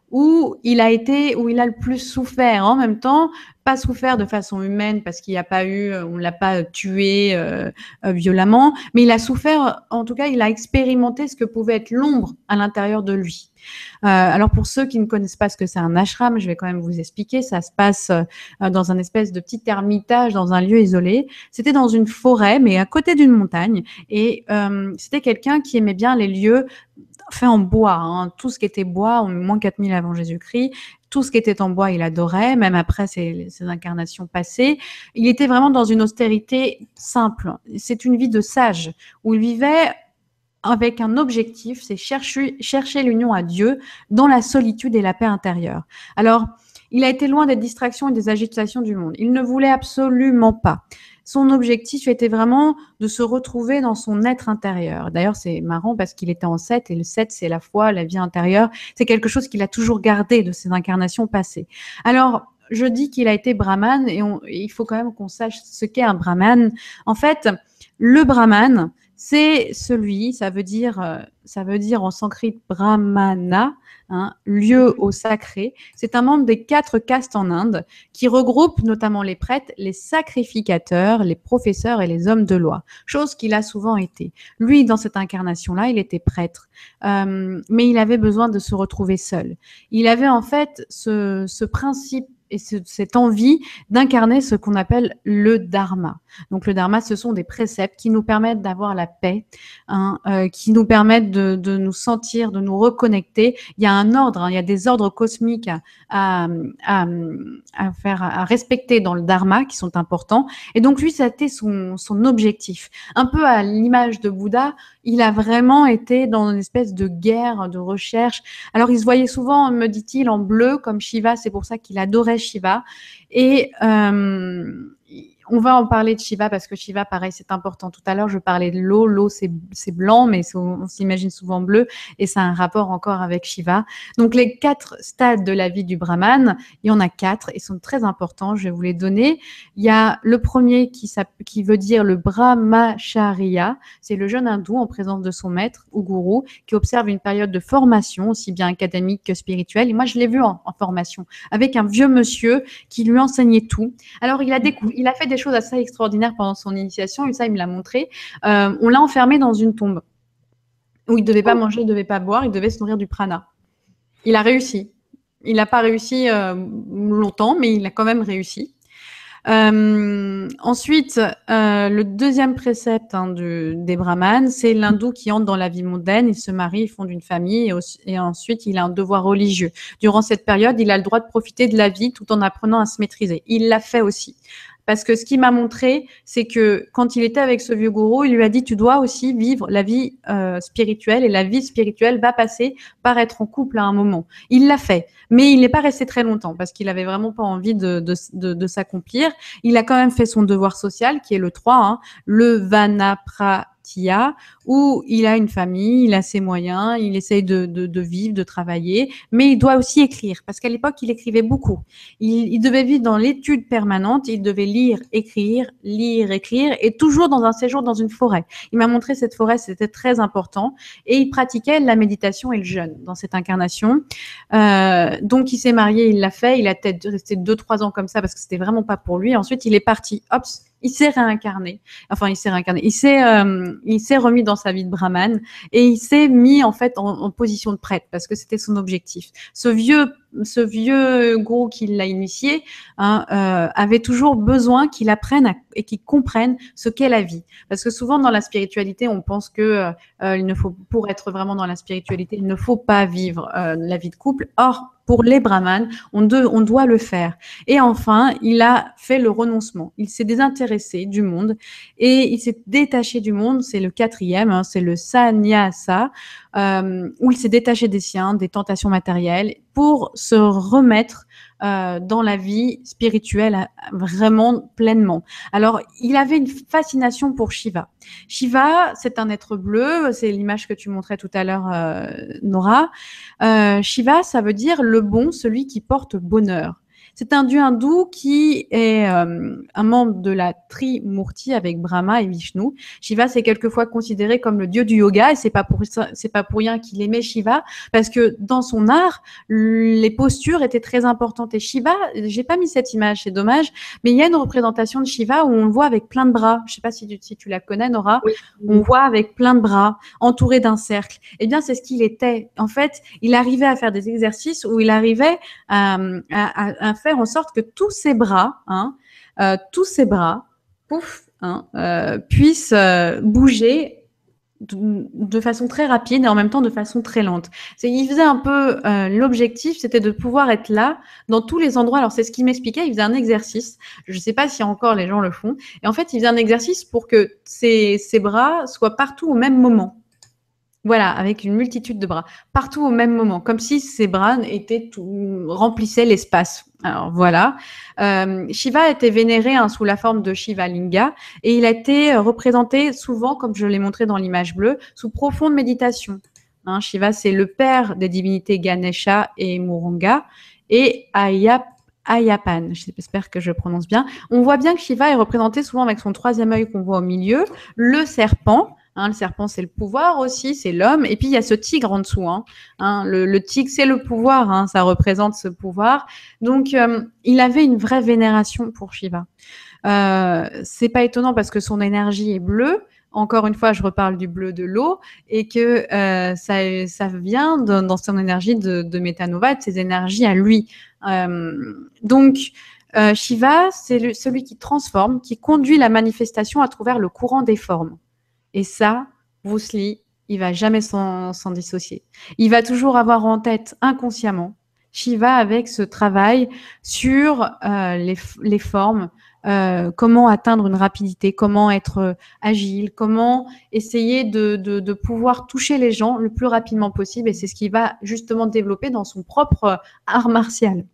où il a été, où il a le plus souffert. En même temps, pas souffert de façon humaine parce qu'il n'y a pas eu, on l'a pas tué euh, euh, violemment, mais il a souffert, en tout cas, il a expérimenté ce que pouvait être l'ombre à l'intérieur de lui. Euh, alors pour ceux qui ne connaissent pas ce que c'est un ashram, je vais quand même vous expliquer. Ça se passe euh, dans un espèce de petit ermitage, dans un lieu isolé. C'était dans une forêt, mais à côté d'une montagne. Et euh, c'était quelqu'un qui aimait bien les lieux faits en bois. Hein. Tout ce qui était bois, au moins quatre mille avant Jésus-Christ. Tout ce qui était en bois, il adorait, même après ses, ses incarnations passées. Il était vraiment dans une austérité simple. C'est une vie de sage, où il vivait avec un objectif, c'est chercher, chercher l'union à Dieu dans la solitude et la paix intérieure. Alors, il a été loin des distractions et des agitations du monde. Il ne voulait absolument pas. Son objectif était vraiment de se retrouver dans son être intérieur. D'ailleurs, c'est marrant parce qu'il était en sept, et le sept, c'est la foi, la vie intérieure. C'est quelque chose qu'il a toujours gardé de ses incarnations passées. Alors, je dis qu'il a été brahman, et, on, et il faut quand même qu'on sache ce qu'est un brahman. En fait, le brahman, c'est celui, ça veut dire, ça veut dire en sanskrit brahmana, hein, lieu au sacré. C'est un membre des quatre castes en Inde qui regroupe notamment les prêtres, les sacrificateurs, les professeurs et les hommes de loi, chose qu'il a souvent été. Lui, dans cette incarnation-là, il était prêtre, euh, mais il avait besoin de se retrouver seul. Il avait en fait ce, ce principe et ce, cette envie d'incarner ce qu'on appelle le dharma. Donc le dharma, ce sont des préceptes qui nous permettent d'avoir la paix, hein, euh, qui nous permettent de, de nous sentir, de nous reconnecter. Il y a un ordre, hein, il y a des ordres cosmiques à, à, à, à faire, à respecter dans le dharma qui sont importants. Et donc lui, c'était son, son objectif. Un peu à l'image de Bouddha, il a vraiment été dans une espèce de guerre, de recherche. Alors il se voyait souvent, me dit-il, en bleu comme Shiva, c'est pour ça qu'il adorait Shiva. Et euh, on va en parler de Shiva parce que Shiva, pareil, c'est important. Tout à l'heure, je parlais de l'eau. L'eau, c'est, c'est blanc, mais on s'imagine souvent bleu et ça a un rapport encore avec Shiva. Donc, les quatre stades de la vie du Brahman, il y en a quatre et sont très importants. Je vais vous les donner. Il y a le premier qui, qui veut dire le Brahmacharya. C'est le jeune hindou en présence de son maître ou gourou qui observe une période de formation, aussi bien académique que spirituelle. Et moi, je l'ai vu en, en formation avec un vieux monsieur qui lui enseignait tout. Alors, il a, décou- il a fait des choses assez extraordinaires pendant son initiation, et ça, il me l'a montré. Euh, on l'a enfermé dans une tombe où il ne devait pas manger, il ne devait pas boire, il devait se nourrir du prana. Il a réussi. Il n'a pas réussi euh, longtemps, mais il a quand même réussi. Euh, ensuite, euh, le deuxième précepte hein, du, des brahmanes, c'est l'hindou qui entre dans la vie mondaine, il se marie, il fonde une famille et, aussi, et ensuite il a un devoir religieux. Durant cette période, il a le droit de profiter de la vie tout en apprenant à se maîtriser. Il l'a fait aussi. Parce que ce qu'il m'a montré, c'est que quand il était avec ce vieux gourou, il lui a dit « tu dois aussi vivre la vie euh, spirituelle et la vie spirituelle va passer par être en couple à un moment ». Il l'a fait, mais il n'est pas resté très longtemps parce qu'il avait vraiment pas envie de, de, de, de s'accomplir. Il a quand même fait son devoir social qui est le trois, hein, le Vanaprastha, où il a une famille, il a ses moyens, il essaye de, de, de vivre, de travailler, mais il doit aussi écrire, parce qu'à l'époque, il écrivait beaucoup. Il, il devait vivre dans l'étude permanente, il devait lire, écrire, lire, écrire, et toujours dans un séjour dans une forêt. Il m'a montré cette forêt, c'était très important, et il pratiquait la méditation et le jeûne dans cette incarnation. Euh, donc, il s'est marié, il l'a fait, il a peut-être resté deux, trois ans comme ça, parce que c'était vraiment pas pour lui. Ensuite, il est parti, hop, il s'est réincarné. Enfin, il s'est réincarné. Il s'est, euh, il s'est remis dans sa vie de brahman et il s'est mis en fait en, en position de prêtre parce que c'était son objectif. Ce vieux, ce vieux gourou qui l'a initié hein, euh, avait toujours besoin qu'il apprenne à, et qu'il comprenne ce qu'est la vie. Parce que souvent dans la spiritualité, on pense que euh, il ne faut, pour être vraiment dans la spiritualité, il ne faut pas vivre euh, la vie de couple. Or, pour les brahmanes, on, de, on doit le faire. Et enfin, il a fait le renoncement. Il s'est désintéressé du monde et il s'est détaché du monde. C'est le quatrième, hein, c'est le sannyasa, euh, où il s'est détaché des siens, des tentations matérielles, pour se remettre euh, dans la vie spirituelle vraiment pleinement. Alors, il avait une fascination pour Shiva. Shiva, c'est un être bleu, c'est l'image que tu montrais tout à l'heure, euh, Nora. Euh, Shiva, ça veut dire le bon, celui qui porte bonheur. C'est un dieu hindou qui est euh, un membre de la Trimurti avec Brahma et Vishnu. Shiva, c'est quelquefois considéré comme le dieu du yoga, et c'est pas pour ça, c'est pas pour rien qu'il aimait Shiva, parce que dans son art, les postures étaient très importantes. Et Shiva, j'ai pas mis cette image, c'est dommage, mais il y a une représentation de Shiva où on le voit avec plein de bras. Je sais pas si tu, si tu la connais, Nora. Oui. On voit avec plein de bras, entouré d'un cercle. Eh bien, c'est ce qu'il était. En fait, il arrivait à faire des exercices où il arrivait à, à, à faire en sorte que tous ses bras, hein, euh, tous ses bras, pouf, hein, euh, puissent euh, bouger de, de façon très rapide et en même temps de façon très lente. C'est, il faisait un peu euh, l'objectif, c'était de pouvoir être là dans tous les endroits. Alors c'est ce qu'il m'expliquait. Il faisait un exercice. Je ne sais pas si encore les gens le font. Et en fait, il faisait un exercice pour que ses, ses bras soient partout au même moment. Voilà, avec une multitude de bras, partout au même moment, comme si ces bras étaient tout, remplissaient l'espace. Alors voilà, euh, Shiva était vénéré hein, sous la forme de Shiva Linga et il a été représenté souvent, comme je l'ai montré dans l'image bleue, sous profonde méditation. Hein, Shiva, c'est le père des divinités Ganesha et Murunga et Ayap Ayapan, j'espère que je prononce bien. On voit bien que Shiva est représenté souvent avec son troisième œil qu'on voit au milieu, le serpent. Hein, le serpent, c'est le pouvoir aussi, c'est l'homme. Et puis, il y a ce tigre en dessous. Hein. Hein, le, le tigre, c'est le pouvoir. Hein, ça représente ce pouvoir. Donc, euh, il avait une vraie vénération pour Shiva. Euh, c'est pas étonnant parce que son énergie est bleue. Encore une fois, je reparle du bleu de l'eau et que euh, ça, ça vient de, dans son énergie de, de Métanova, de ses énergies à lui. Euh, donc, euh, Shiva, c'est le, celui qui transforme, qui conduit la manifestation à travers le courant des formes. Et ça, Bruce Lee, il va jamais s'en, s'en dissocier. Il va toujours avoir en tête inconsciemment Shiva avec ce travail sur euh, les, les formes, euh, comment atteindre une rapidité, comment être euh, agile, comment essayer de, de, de pouvoir toucher les gens le plus rapidement possible. Et c'est ce qu'il va justement développer dans son propre art martial.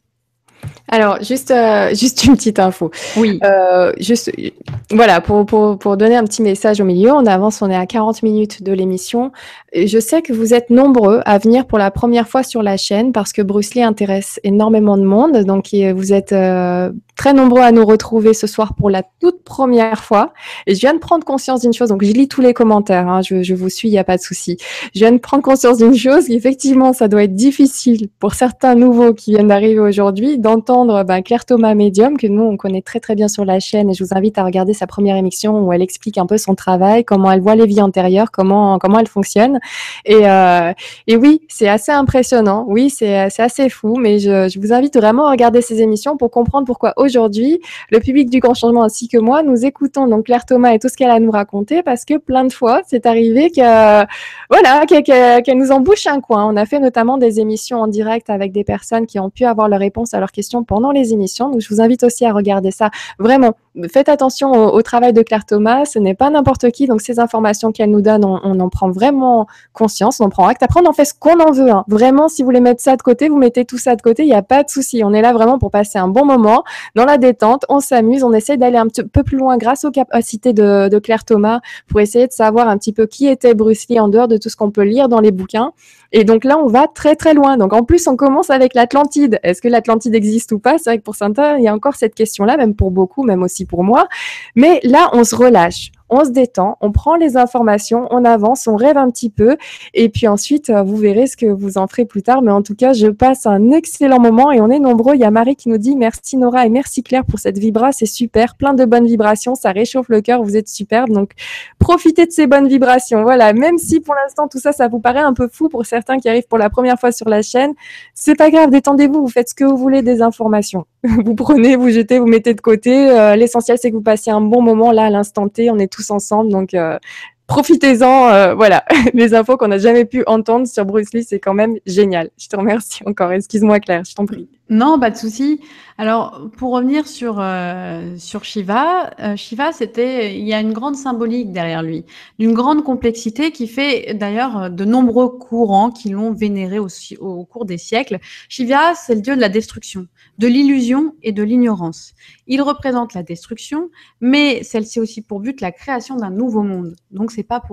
Alors, juste, euh, juste une petite info. Oui. Euh, juste, voilà, pour, pour, pour donner un petit message au milieu, on avance, on est à quarante minutes de l'émission. Je sais que vous êtes nombreux à venir pour la première fois sur la chaîne parce que Bruce Lee intéresse énormément de monde. Donc, vous êtes euh, très nombreux à nous retrouver ce soir pour la toute première fois. Et je viens de prendre conscience d'une chose, donc je lis tous les commentaires, hein, je, je vous suis, il n'y a pas de souci. Je viens de prendre conscience d'une chose, effectivement, ça doit être difficile pour certains nouveaux qui viennent d'arriver aujourd'hui d'entendre ben, Claire Thomas Medium, que nous, on connaît très très bien sur la chaîne, et je vous invite à regarder sa première émission où elle explique un peu son travail, comment elle voit les vies antérieures, comment, comment elle fonctionne. Et, euh, et oui, c'est assez impressionnant, oui, c'est, c'est assez fou, mais je, je vous invite vraiment à regarder ces émissions pour comprendre pourquoi aujourd'hui, le public du Grand Changement ainsi que moi, nous écoutons donc Claire Thomas et tout ce qu'elle a à nous raconter, parce que plein de fois, c'est arrivé que, voilà, qu'elle, qu'elle nous embouche un coin. On a fait notamment des émissions en direct avec des personnes qui ont pu avoir leur réponse à leurs questions pendant les émissions. Donc, je vous invite aussi à regarder ça. Vraiment, faites attention au, au travail de Claire Thomas. Ce n'est pas n'importe qui. Donc, ces informations qu'elle nous donne, on, on en prend vraiment conscience, on en prend acte. Après, on en fait ce qu'on en veut. Hein. Vraiment, si vous voulez mettre ça de côté, vous mettez tout ça de côté. Il n'y a pas de souci. On est là vraiment pour passer un bon moment dans la détente. On s'amuse. On essaie d'aller un petit peu plus loin grâce aux capacités de, de Claire Thomas pour essayer de savoir un petit peu qui était Bruce Lee en dehors de tout ce qu'on peut lire dans les bouquins. Et donc là, on va très très loin. Donc en plus, on commence avec l'Atlantide. Est-ce que l'Atlantide existe ou pas? C'est vrai que pour certains, il y a encore cette question-là, même pour beaucoup, même aussi pour moi. Mais là, on se relâche. On se détend, on prend les informations, on avance, on rêve un petit peu. Et puis ensuite, vous verrez ce que vous en ferez plus tard. Mais en tout cas, je passe un excellent moment et on est nombreux. Il y a Marie qui nous dit merci Nora et merci Claire pour cette vibra. C'est super. Plein de bonnes vibrations. Ça réchauffe le cœur. Vous êtes superbes. Donc, profitez de ces bonnes vibrations. Voilà. Même si pour l'instant, tout ça, ça vous paraît un peu fou pour certains qui arrivent pour la première fois sur la chaîne, c'est pas grave. Détendez-vous. Vous faites ce que vous voulez des informations. Vous prenez, vous jetez, vous mettez de côté. Euh, l'essentiel, c'est que vous passiez un bon moment là à l'instant T. On est tous ensemble, donc euh, profitez-en. Euh, voilà, les infos qu'on n'a jamais pu entendre sur Bruce Lee, c'est quand même génial. Je te remercie encore. Excuse-moi Claire, je t'en prie. Non, pas de souci. Alors, pour revenir sur euh, sur Shiva, euh, Shiva, c'était, il y a une grande symbolique derrière lui, d'une grande complexité qui fait d'ailleurs de nombreux courants qui l'ont vénéré au, au cours des siècles. Shiva, c'est le dieu de la destruction, de l'illusion et de l'ignorance. Il représente la destruction, mais celle-ci aussi pour but la création d'un nouveau monde. Donc, c'est pas pour rien.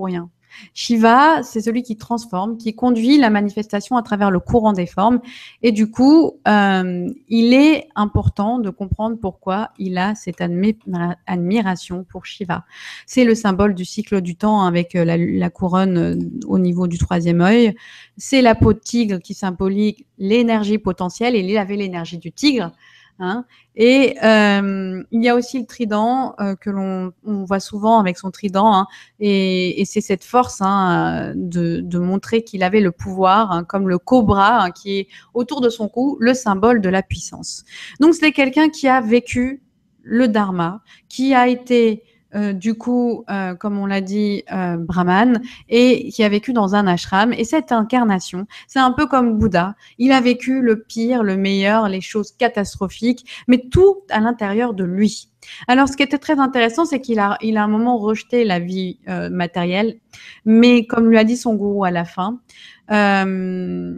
Shiva, c'est celui qui transforme, qui conduit la manifestation à travers le courant des formes. Et du coup, euh, il est important de comprendre pourquoi il a cette admi admiration pour Shiva. C'est le symbole du cycle du temps avec la, la couronne au niveau du troisième œil. C'est la peau de tigre qui symbolise l'énergie potentielle, et il avait l'énergie du tigre. Hein. Et euh, il y a aussi le trident euh, que l'on on voit souvent avec son trident, hein, et, et c'est cette force, hein, de, de montrer qu'il avait le pouvoir, hein, comme le cobra, hein, qui est autour de son cou, le symbole de la puissance. Donc c'est quelqu'un qui a vécu le dharma, qui a été Euh, du coup, euh, comme on l'a dit, euh, brahman, et qui a vécu dans un ashram. Et cette incarnation, c'est un peu comme Bouddha. Il a vécu le pire, le meilleur, les choses catastrophiques, mais tout à l'intérieur de lui. Alors, ce qui était très intéressant, c'est qu'il a, il a un moment rejeté la vie euh, matérielle, mais comme lui a dit son gourou à la fin, euh,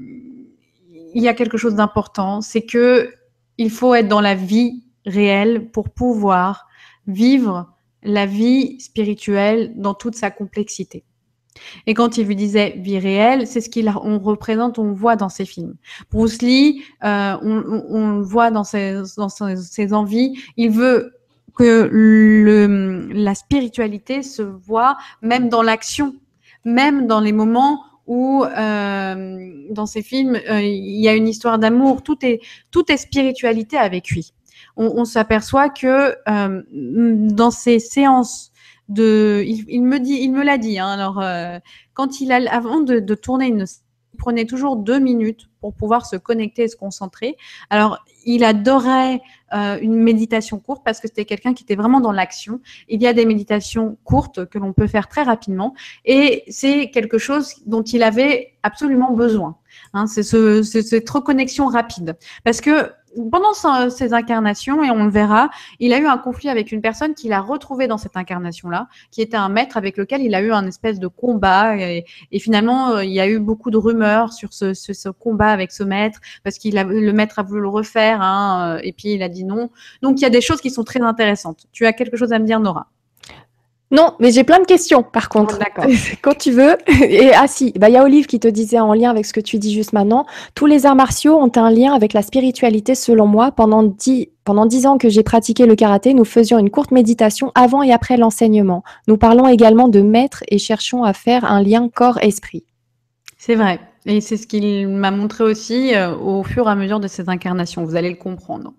il y a quelque chose d'important, c'est que il faut être dans la vie réelle pour pouvoir vivre la vie spirituelle dans toute sa complexité. Et quand il lui disait vie réelle, c'est ce qu'on représente, on voit dans ses films. Bruce Lee, euh, on, on, on le voit dans ses, dans ses, ses envies, il veut que le, la spiritualité se voit même dans l'action, même dans les moments où euh, dans ses films, euh, il y a une histoire d'amour, tout est, tout est spiritualité avec lui. On, on s'aperçoit que euh, dans ces séances de, il, il me dit, il me l'a dit. Hein, alors, euh, quand il a, avant de, de tourner une, il prenait toujours deux minutes pour pouvoir se connecter et se concentrer. Alors, il adorait euh, une méditation courte parce que c'était quelqu'un qui était vraiment dans l'action. Il y a des méditations courtes que l'on peut faire très rapidement, et c'est quelque chose dont il avait absolument besoin. Hein, c'est ce, cette reconnexion rapide, parce que pendant ses incarnations, et on le verra, il a eu un conflit avec une personne qu'il a retrouvée dans cette incarnation-là, qui était un maître avec lequel il a eu un espèce de combat. Et, et finalement, il y a eu beaucoup de rumeurs sur ce, ce, ce combat avec ce maître, parce qu'il a, le maître a voulu le refaire, hein, et puis il a dit non. Donc, il y a des choses qui sont très intéressantes. Tu as quelque chose à me dire, Nora? Non, mais j'ai plein de questions, par contre. Oh, d'accord. Quand tu veux. Et ah si, bah il y a Olive qui te disait en lien avec ce que tu dis juste maintenant, tous les arts martiaux ont un lien avec la spiritualité selon moi. Pendant dix, pendant dix ans que j'ai pratiqué le karaté, nous faisions une courte méditation avant et après l'enseignement. Nous parlons également de maître et cherchons à faire un lien corps-esprit. C'est vrai. Et c'est ce qu'il m'a montré aussi euh, au fur et à mesure de ses incarnations. Vous allez le comprendre.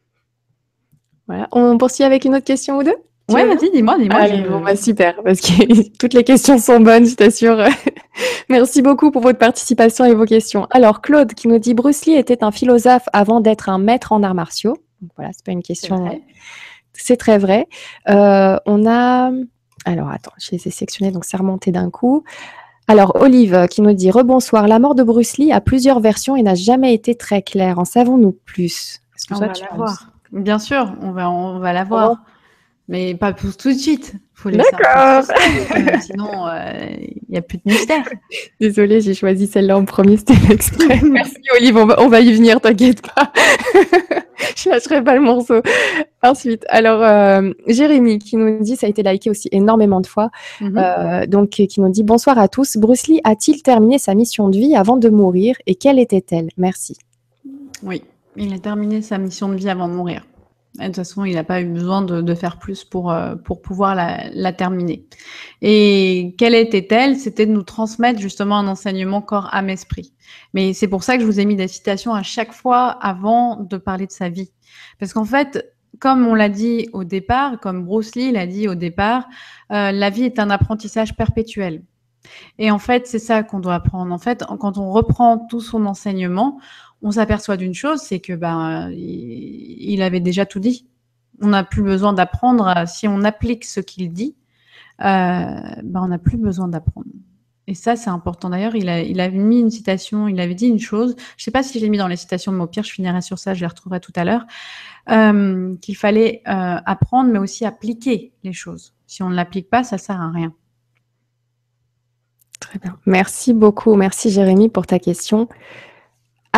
Voilà. On poursuit avec une autre question ou deux? Ouais, vas-y, dis-moi, dis-moi. Allez, je... bon, bah, super, parce que toutes les questions sont bonnes, je t'assure. Merci beaucoup pour votre participation et vos questions. Alors, Claude qui nous dit « Bruce Lee était un philosophe avant d'être un maître en arts martiaux ». Donc voilà, c'est pas une question... C'est très vrai. Euh, on a... Alors, attends, je les ai sectionnés, donc c'est remonté d'un coup. Alors, Olive qui nous dit « Rebonsoir, la mort de Bruce Lee a plusieurs versions et n'a jamais été très claire. En savons-nous plus ?» Est-ce que on toi, va tu la penses? voir. Bien sûr, on va, on va la voir. Oh. Mais pas tout, tout de suite. Faut D'accord. Euh, sinon, il euh, n'y a plus de mystère. Désolée, j'ai choisi celle-là en premier, c'était extrait. Merci Olive, on va, on va y venir, t'inquiète pas. Je lâcherai pas le morceau. Ensuite, alors euh, Jérémy qui nous dit, ça a été liké aussi énormément de fois, mm-hmm. euh, donc qui nous dit « Bonsoir à tous, Bruce Lee a-t-il terminé sa mission de vie avant de mourir et quelle était-elle? Merci. » Oui, il a terminé sa mission de vie avant de mourir. Et de toute façon, il n'a pas eu besoin de, de faire plus pour, euh, pour pouvoir la, la terminer. Et quelle était-elle? C'était de nous transmettre justement un enseignement corps, âme, esprit. Mais c'est pour ça que je vous ai mis des citations à chaque fois avant de parler de sa vie. Parce qu'en fait, comme on l'a dit au départ, comme Bruce Lee l'a dit au départ, euh, la vie est un apprentissage perpétuel. Et en fait, c'est ça qu'on doit apprendre. En fait, quand on reprend tout son enseignement, on s'aperçoit d'une chose, c'est que ben il avait déjà tout dit. On n'a plus besoin d'apprendre. Si on applique ce qu'il dit, euh, ben on n'a plus besoin d'apprendre. Et ça, c'est important. D'ailleurs, il a, il a mis une citation, il avait dit une chose. Je ne sais pas si je l'ai mis dans les citations, mais au pire, je finirai sur ça, je les retrouverai tout à l'heure. Euh, qu'il fallait euh, apprendre, mais aussi appliquer les choses. Si on ne l'applique pas, ça ne sert à rien. Très bien. Merci beaucoup. Merci Jérémy pour ta question.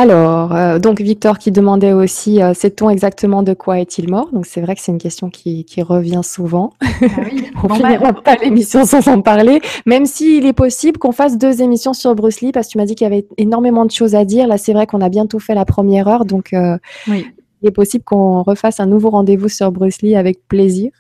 Alors, euh, donc Victor qui demandait aussi, euh, sait-on exactement de quoi est-il mort? Donc c'est vrai que c'est une question qui, qui revient souvent. Ah oui. On Bon, finira bah, pas l'émission sans en parler, même s'il est possible qu'on fasse deux émissions sur Bruce Lee, parce que tu m'as dit qu'il y avait énormément de choses à dire. Là, c'est vrai qu'on a bientôt fait la première heure, donc euh, oui. il est possible qu'on refasse un nouveau rendez-vous sur Bruce Lee avec plaisir.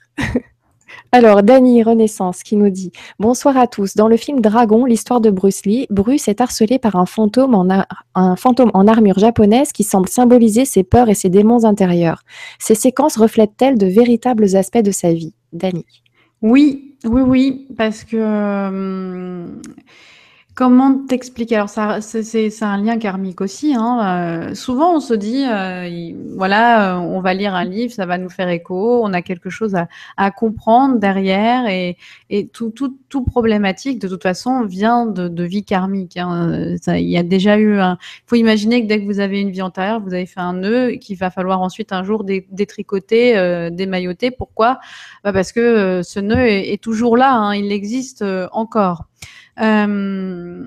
Alors, Dany Renaissance qui nous dit bonsoir à tous. Dans le film Dragon, l'histoire de Bruce Lee, Bruce est harcelé par un fantôme en, ar- un fantôme en armure japonaise qui semble symboliser ses peurs et ses démons intérieurs. Ces séquences reflètent-elles de véritables aspects de sa vie? Dany. Oui, oui, oui, parce que euh, comment t'expliquer? Alors ça, c'est c'est- c'est un lien karmique aussi, hein. Euh, souvent, on se dit, euh, il- voilà, euh, on va lire un livre, ça va nous faire écho, on a quelque chose à, à comprendre derrière, et, et tout, tout, tout problématique, de toute façon, vient de, de vie karmique, hein. Euh, ça, il y a déjà eu un. Il faut imaginer que dès que vous avez une vie antérieure, vous avez fait un nœud qu'il va falloir ensuite un jour dé- détricoter, euh, démailloter. Pourquoi? Bah parce que euh, ce nœud est, est toujours là, hein, il existe euh, encore. Euh,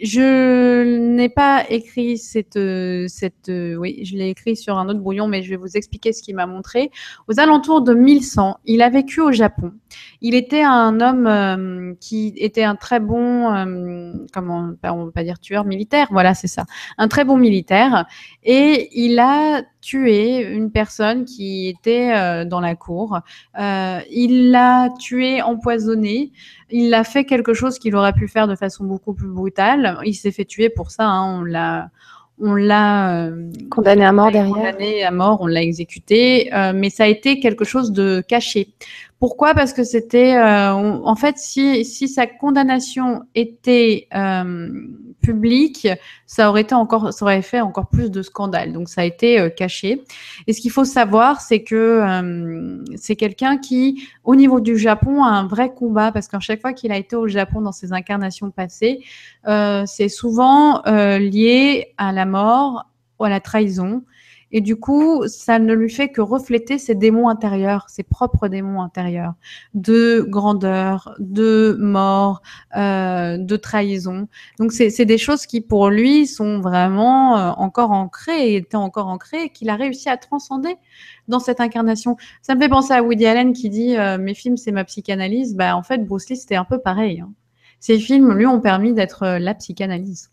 je n'ai pas écrit cette, cette, oui, je l'ai écrit sur un autre brouillon, mais je vais vous expliquer ce qu'il m'a montré. Aux alentours de mille cent, il a vécu au Japon. Il était un homme euh, qui était un très bon, euh, comment, on ne peut pas dire tueur, militaire, voilà, c'est ça, un très bon militaire. Et il a tué une personne qui était euh, dans la cour. Euh, il l'a tué empoisonné. Il a fait quelque chose qu'il aurait pu faire de façon beaucoup plus brutale. Il s'est fait tuer pour ça, hein. On l'a, on l'a euh, Condamné à mort derrière? condamné à mort, on l'a exécuté, euh, mais ça a été quelque chose de caché. Pourquoi? Parce que c'était, euh, on- en fait, si, si sa condamnation était euh, publique, ça aurait été encore, ça aurait fait encore plus de scandale. Donc ça a été euh, caché. Et ce qu'il faut savoir, c'est que euh, c'est quelqu'un qui, au niveau du Japon, a un vrai combat, parce qu'à chaque fois qu'il a été au Japon dans ses incarnations passées, euh, c'est souvent euh, lié à la mort ou à la trahison. Et du coup, ça ne lui fait que refléter ses démons intérieurs, ses propres démons intérieurs, de grandeur, de mort, euh, de trahison. Donc, c'est c'est des choses qui, pour lui, sont vraiment euh, encore ancrées, et étaient encore ancrées, et qu'il a réussi à transcender dans cette incarnation. Ça me fait penser à Woody Allen qui dit euh, mes films, c'est ma psychanalyse. Bah, en fait, Bruce Lee, c'était un peu pareil, hein. Ces films, lui, ont permis d'être euh, la psychanalyse.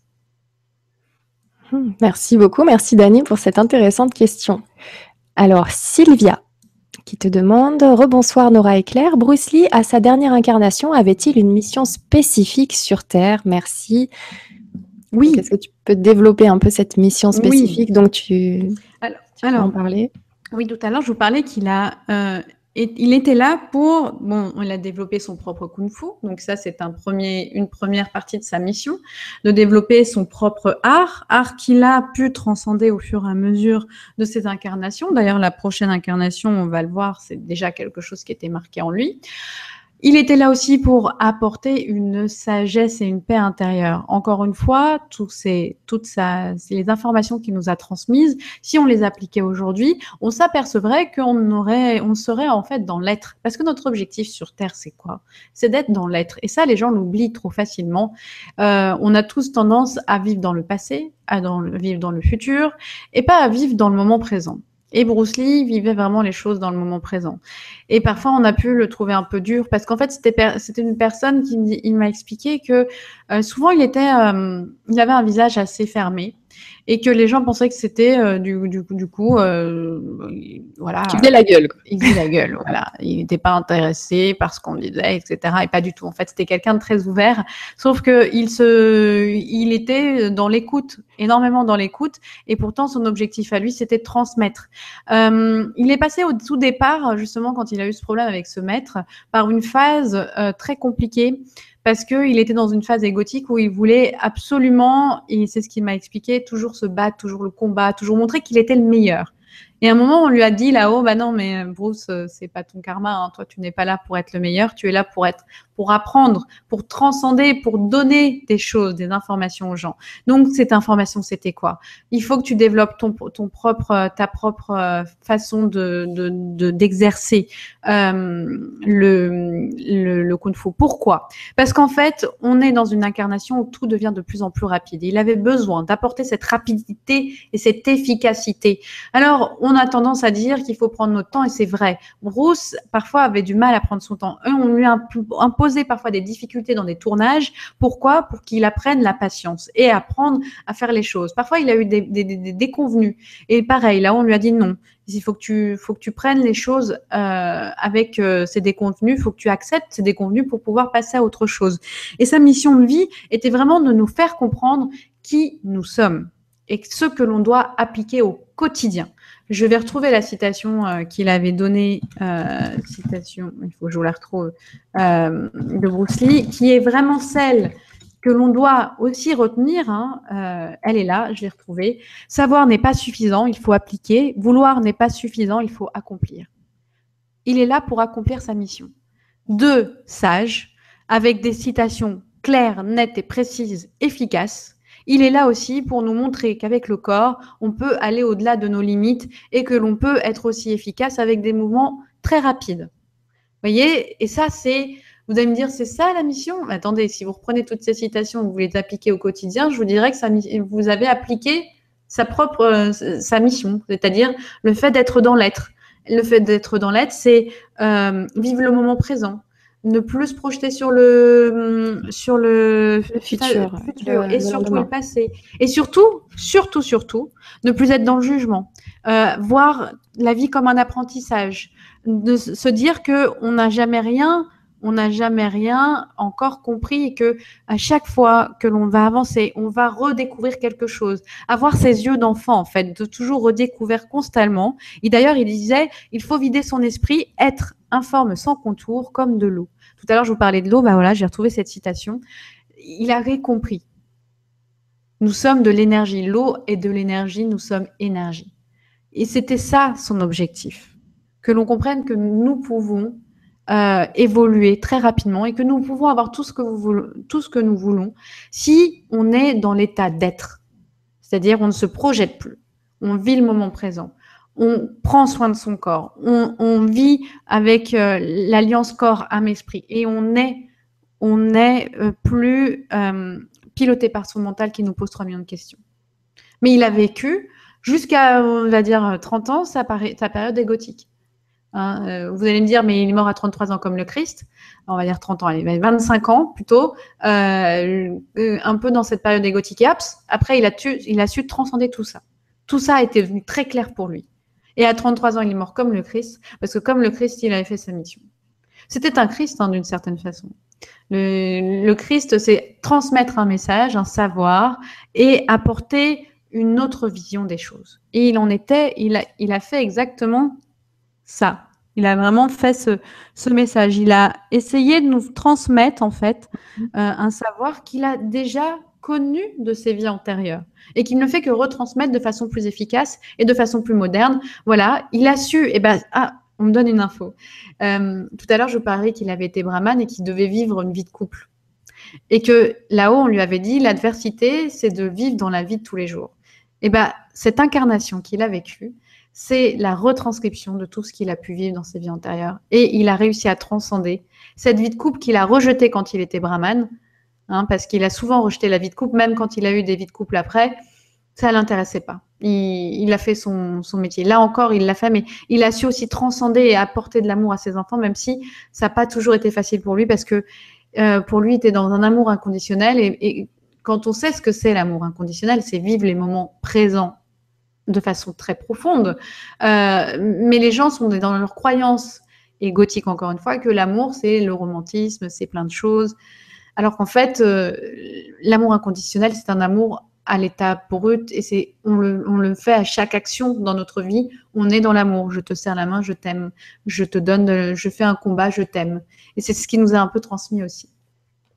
Hmm, merci beaucoup, merci Dany pour cette intéressante question. Alors, Sylvia qui te demande rebonsoir Nora et Claire. Bruce Lee, à sa dernière incarnation, avait-il une mission spécifique sur Terre? Merci. Oui. Est-ce que tu peux développer un peu cette mission spécifique? Oui. Donc, tu, Alors, tu peux alors, en parler. oui, tout à l'heure, je vous parlais qu'il a, euh, et, il était là pour, bon, il a développé son propre kung-fu, donc ça, c'est un premier, une première partie de sa mission, de développer son propre art, art qu'il a pu transcender au fur et à mesure de ses incarnations. D'ailleurs, la prochaine incarnation, on va le voir, c'est déjà quelque chose qui était marqué en lui. Il était là aussi pour apporter une sagesse et une paix intérieure. Encore une fois, tous ces, toutes sa, les informations qu'il nous a transmises, si on les appliquait aujourd'hui, on s'apercevrait qu'on aurait, on serait en fait dans l'être. Parce que notre objectif sur Terre, c'est quoi? C'est d'être dans l'être. Et ça, les gens l'oublient trop facilement. Euh, on a tous tendance à vivre dans le passé, à dans le, vivre dans le futur, et pas à vivre dans le moment présent. Et Bruce Lee vivait vraiment les choses dans le moment présent. Et parfois, on a pu le trouver un peu dur parce qu'en fait, c'était c'était une personne qui il m'a expliqué que euh, souvent il était, euh, il avait un visage assez fermé et que les gens pensaient que c'était euh, du, du, du coup, euh, voilà, Qui faisait la gueule. Quoi. il faisait la gueule, voilà, il n'était pas intéressé par ce qu'on disait, et cetera. Et pas du tout. En fait, c'était quelqu'un de très ouvert, sauf que il se, il était dans l'écoute, énormément dans l'écoute, et pourtant son objectif à lui, c'était de transmettre. Euh, il est passé au tout départ, justement, quand il a eu ce problème avec ce maître, par une phase euh, très compliquée parce qu'il était dans une phase égotique où il voulait absolument, et c'est ce qu'il m'a expliqué, toujours se battre, toujours le combat, toujours montrer qu'il était le meilleur. Et à un moment, on lui a dit là-haut, bah non, mais Bruce, c'est pas ton karma, hein. Toi, tu n'es pas là pour être le meilleur, tu es là pour être, pour apprendre, pour transcender, pour donner des choses, des informations aux gens. Donc, cette information, c'était quoi? Il faut que tu développes ton, ton propre, ta propre façon de, de, de, d'exercer euh, le, le, le Kung Fu. Pourquoi? Parce qu'en fait, on est dans une incarnation où tout devient de plus en plus rapide. Il avait besoin d'apporter cette rapidité et cette efficacité. Alors, on a tendance à dire qu'il faut prendre notre temps et c'est vrai. Bruce, parfois, avait du mal à prendre son temps. Eux, on lui a imposé parfois des difficultés dans des tournages. Pourquoi? Pour qu'il apprenne la patience et apprendre à faire les choses. Parfois, il a eu des, des, des, des déconvenus. Et pareil, là, on lui a dit non. Il faut que tu, faut que tu prennes les choses euh, avec euh, ces déconvenus. Il faut que tu acceptes ces déconvenus pour pouvoir passer à autre chose. Et sa mission de vie était vraiment de nous faire comprendre qui nous sommes et ce que l'on doit appliquer au quotidien. Je vais retrouver la citation euh, qu'il avait donnée, euh, citation, il faut que je vous la retrouve, euh, de Bruce Lee, qui est vraiment celle que l'on doit aussi retenir. Hein, euh, elle est là, je l'ai retrouvée. Savoir n'est pas suffisant, il faut appliquer. Vouloir n'est pas suffisant, il faut accomplir. Il est là pour accomplir sa mission. Deux sages, avec des citations claires, nettes et précises, efficaces. Il est là aussi pour nous montrer qu'avec le corps, on peut aller au-delà de nos limites et que l'on peut être aussi efficace avec des mouvements très rapides. Vous voyez? Et ça, c'est, vous allez me dire, c'est ça la mission? Mais attendez, si vous reprenez toutes ces citations et que vous les appliquez au quotidien, je vous dirais que ça, vous avez appliqué sa propre, euh, sa mission, c'est-à-dire le fait d'être dans l'être. Le fait d'être dans l'être, c'est euh, vivre le moment présent, ne plus se projeter sur le sur le, le futur, futur le, et le surtout lendemain. le passé. Et surtout, surtout, surtout, ne plus être dans le jugement, euh, voir la vie comme un apprentissage, de se dire que on n'a jamais rien, on n'a jamais rien encore compris et que à chaque fois que l'on va avancer, on va redécouvrir quelque chose. Avoir ses yeux d'enfant, en fait, de toujours redécouvrir constamment. Et d'ailleurs, il disait, il faut vider son esprit, être informe sans contour comme de l'eau. Tout à l'heure, je vous parlais de l'eau, bah voilà, j'ai retrouvé cette citation. Il avait compris. Nous sommes de l'énergie. L'eau est de l'énergie, nous sommes énergie. Et c'était ça son objectif. Que l'on comprenne que nous pouvons euh, évoluer très rapidement et que nous pouvons avoir tout ce que, vous voulons, tout ce que nous voulons si on est dans l'état d'être. C'est-à-dire, on ne se projette plus. On vit le moment présent. On prend soin de son corps. On, on vit avec euh, l'alliance corps, âme, esprit. Et on est, on est euh, plus euh, piloté par son mental qui nous pose trois millions de questions. Mais il a vécu jusqu'à, on va dire, trente ans, sa, sa période égotique. Hein, euh, vous allez me dire, mais il est mort à trente-trois ans comme le Christ. On va dire trente ans, allez, vingt-cinq ans plutôt, euh, un peu dans cette période égotique. Et haps, après, il a, tu, il a su transcender tout ça. Tout ça a été devenu très clair pour lui. Et à trente-trois ans, il est mort comme le Christ, parce que comme le Christ, il avait fait sa mission. C'était un Christ, hein, d'une certaine façon. Le, le Christ, c'est transmettre un message, un savoir, et apporter une autre vision des choses. Et il en était, il a, il a fait exactement ça. Il a vraiment fait ce, ce message. Il a essayé de nous transmettre, en fait, euh, un savoir qu'il a déjà connu de ses vies antérieures et qu'il ne fait que retransmettre de façon plus efficace et de façon plus moderne. Voilà, il a su, et ben, ah, on me donne une info. Euh, tout à l'heure, je parlais qu'il avait été brahman et qu'il devait vivre une vie de couple. Et que là-haut, on lui avait dit, l'adversité, c'est de vivre dans la vie de tous les jours. Et ben, cette incarnation qu'il a vécue, c'est la retranscription de tout ce qu'il a pu vivre dans ses vies antérieures. Et il a réussi à transcender cette vie de couple qu'il a rejetée quand il était brahman, hein, parce qu'il a souvent rejeté la vie de couple, même quand il a eu des vies de couple après, ça ne l'intéressait pas. Il, il a fait son, son métier. Là encore, il l'a fait, mais il a su aussi transcender et apporter de l'amour à ses enfants, même si ça n'a pas toujours été facile pour lui, parce que euh, pour lui, il était dans un amour inconditionnel. Et, et quand on sait ce que c'est l'amour inconditionnel, c'est vivre les moments présents de façon très profonde. Euh, mais les gens sont dans leur croyance égotique, encore une fois, que l'amour, c'est le romantisme, c'est plein de choses. Alors qu'en fait, euh, l'amour inconditionnel, c'est un amour à l'état brut et c'est, on le, on le fait à chaque action dans notre vie. On est dans l'amour. Je te serre la main, je t'aime. Je te donne, de, je fais un combat, je t'aime. Et c'est ce qui nous a un peu transmis aussi.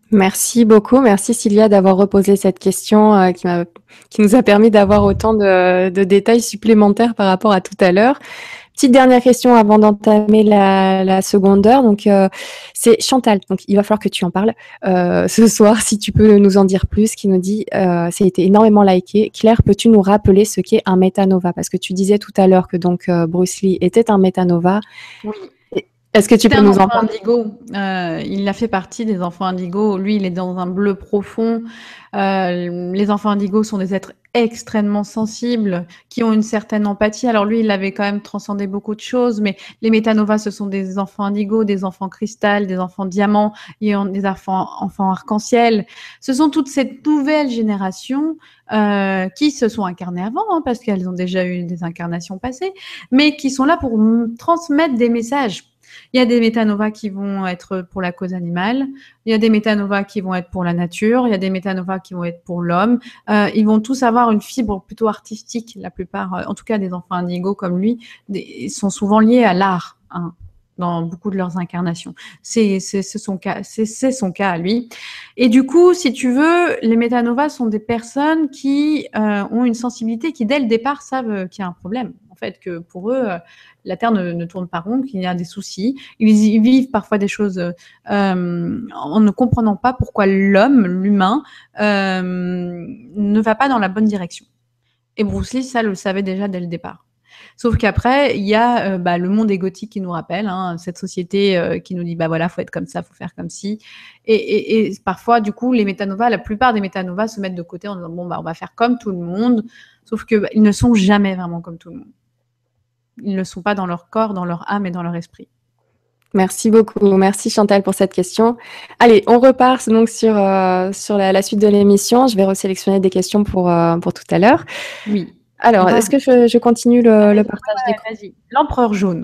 Merci beaucoup. Merci Cilia d'avoir reposé cette question euh, qui, m'a, qui nous a permis d'avoir autant de, de détails supplémentaires par rapport à tout à l'heure. Petite dernière question avant d'entamer la, la seconde heure. Donc, euh, c'est Chantal. Donc, il va falloir que tu en parles euh, ce soir, si tu peux nous en dire plus, qui nous dit, euh, ça a été énormément liké. Claire, peux-tu nous rappeler ce qu'est un métanova? Parce que tu disais tout à l'heure que donc euh, Bruce Lee était un métanova. Oui. Est-ce que tu C'était peux un nous en enfant parler? indigo. Euh, il a fait partie des enfants indigos. Lui, il est dans un bleu profond. Euh, les enfants indigos sont des êtres extrêmement sensibles, qui ont une certaine empathie. Alors lui, il avait quand même transcendé beaucoup de choses, mais les métanovas, ce sont des enfants indigos, des enfants cristal, des enfants diamants, et des enfants, enfants arc-en-ciel. Ce sont toute cette nouvelle génération euh, qui se sont incarnées avant, hein, parce qu'elles ont déjà eu des incarnations passées, mais qui sont là pour m- transmettre des messages. Il y a des métanovas qui vont être pour la cause animale, il y a des métanovas qui vont être pour la nature, il y a des métanovas qui vont être pour l'homme. Euh, ils vont tous avoir une fibre plutôt artistique, la plupart, euh, en tout cas des enfants indigos comme lui, des, ils sont souvent liés à l'art, hein, dans beaucoup de leurs incarnations. C'est, c'est, c'est, son cas, c'est, c'est son cas à lui. Et du coup, si tu veux, les métanovas sont des personnes qui euh, ont une sensibilité, qui dès le départ savent qu'il y a un problème. En fait, que pour eux, la Terre ne, ne tourne pas rond, qu'il y a des soucis. Ils, ils vivent parfois des choses euh, en ne comprenant pas pourquoi l'homme, l'humain, euh, ne va pas dans la bonne direction. Et Bruce Lee, ça, le savait déjà dès le départ. Sauf qu'après, il y a euh, bah, le monde égotique qui nous rappelle, hein, cette société euh, qui nous dit, bah voilà, faut être comme ça, faut faire comme ci. Et, et, et parfois, du coup, les métanovas, la plupart des métanovas se mettent de côté en disant, bon, bah on va faire comme tout le monde. Sauf qu'ils bah, ne sont jamais vraiment comme tout le monde. Ils ne sont pas dans leur corps, dans leur âme et dans leur esprit. Merci beaucoup. Merci Chantal pour cette question. Allez, on repart donc sur, euh, sur la, la suite de l'émission. Je vais resélectionner des questions pour, euh, pour tout à l'heure. Oui. Alors, va... est-ce que je, je continue le, ah, le partage ouais, d'écran? Vas-y. L'empereur jaune.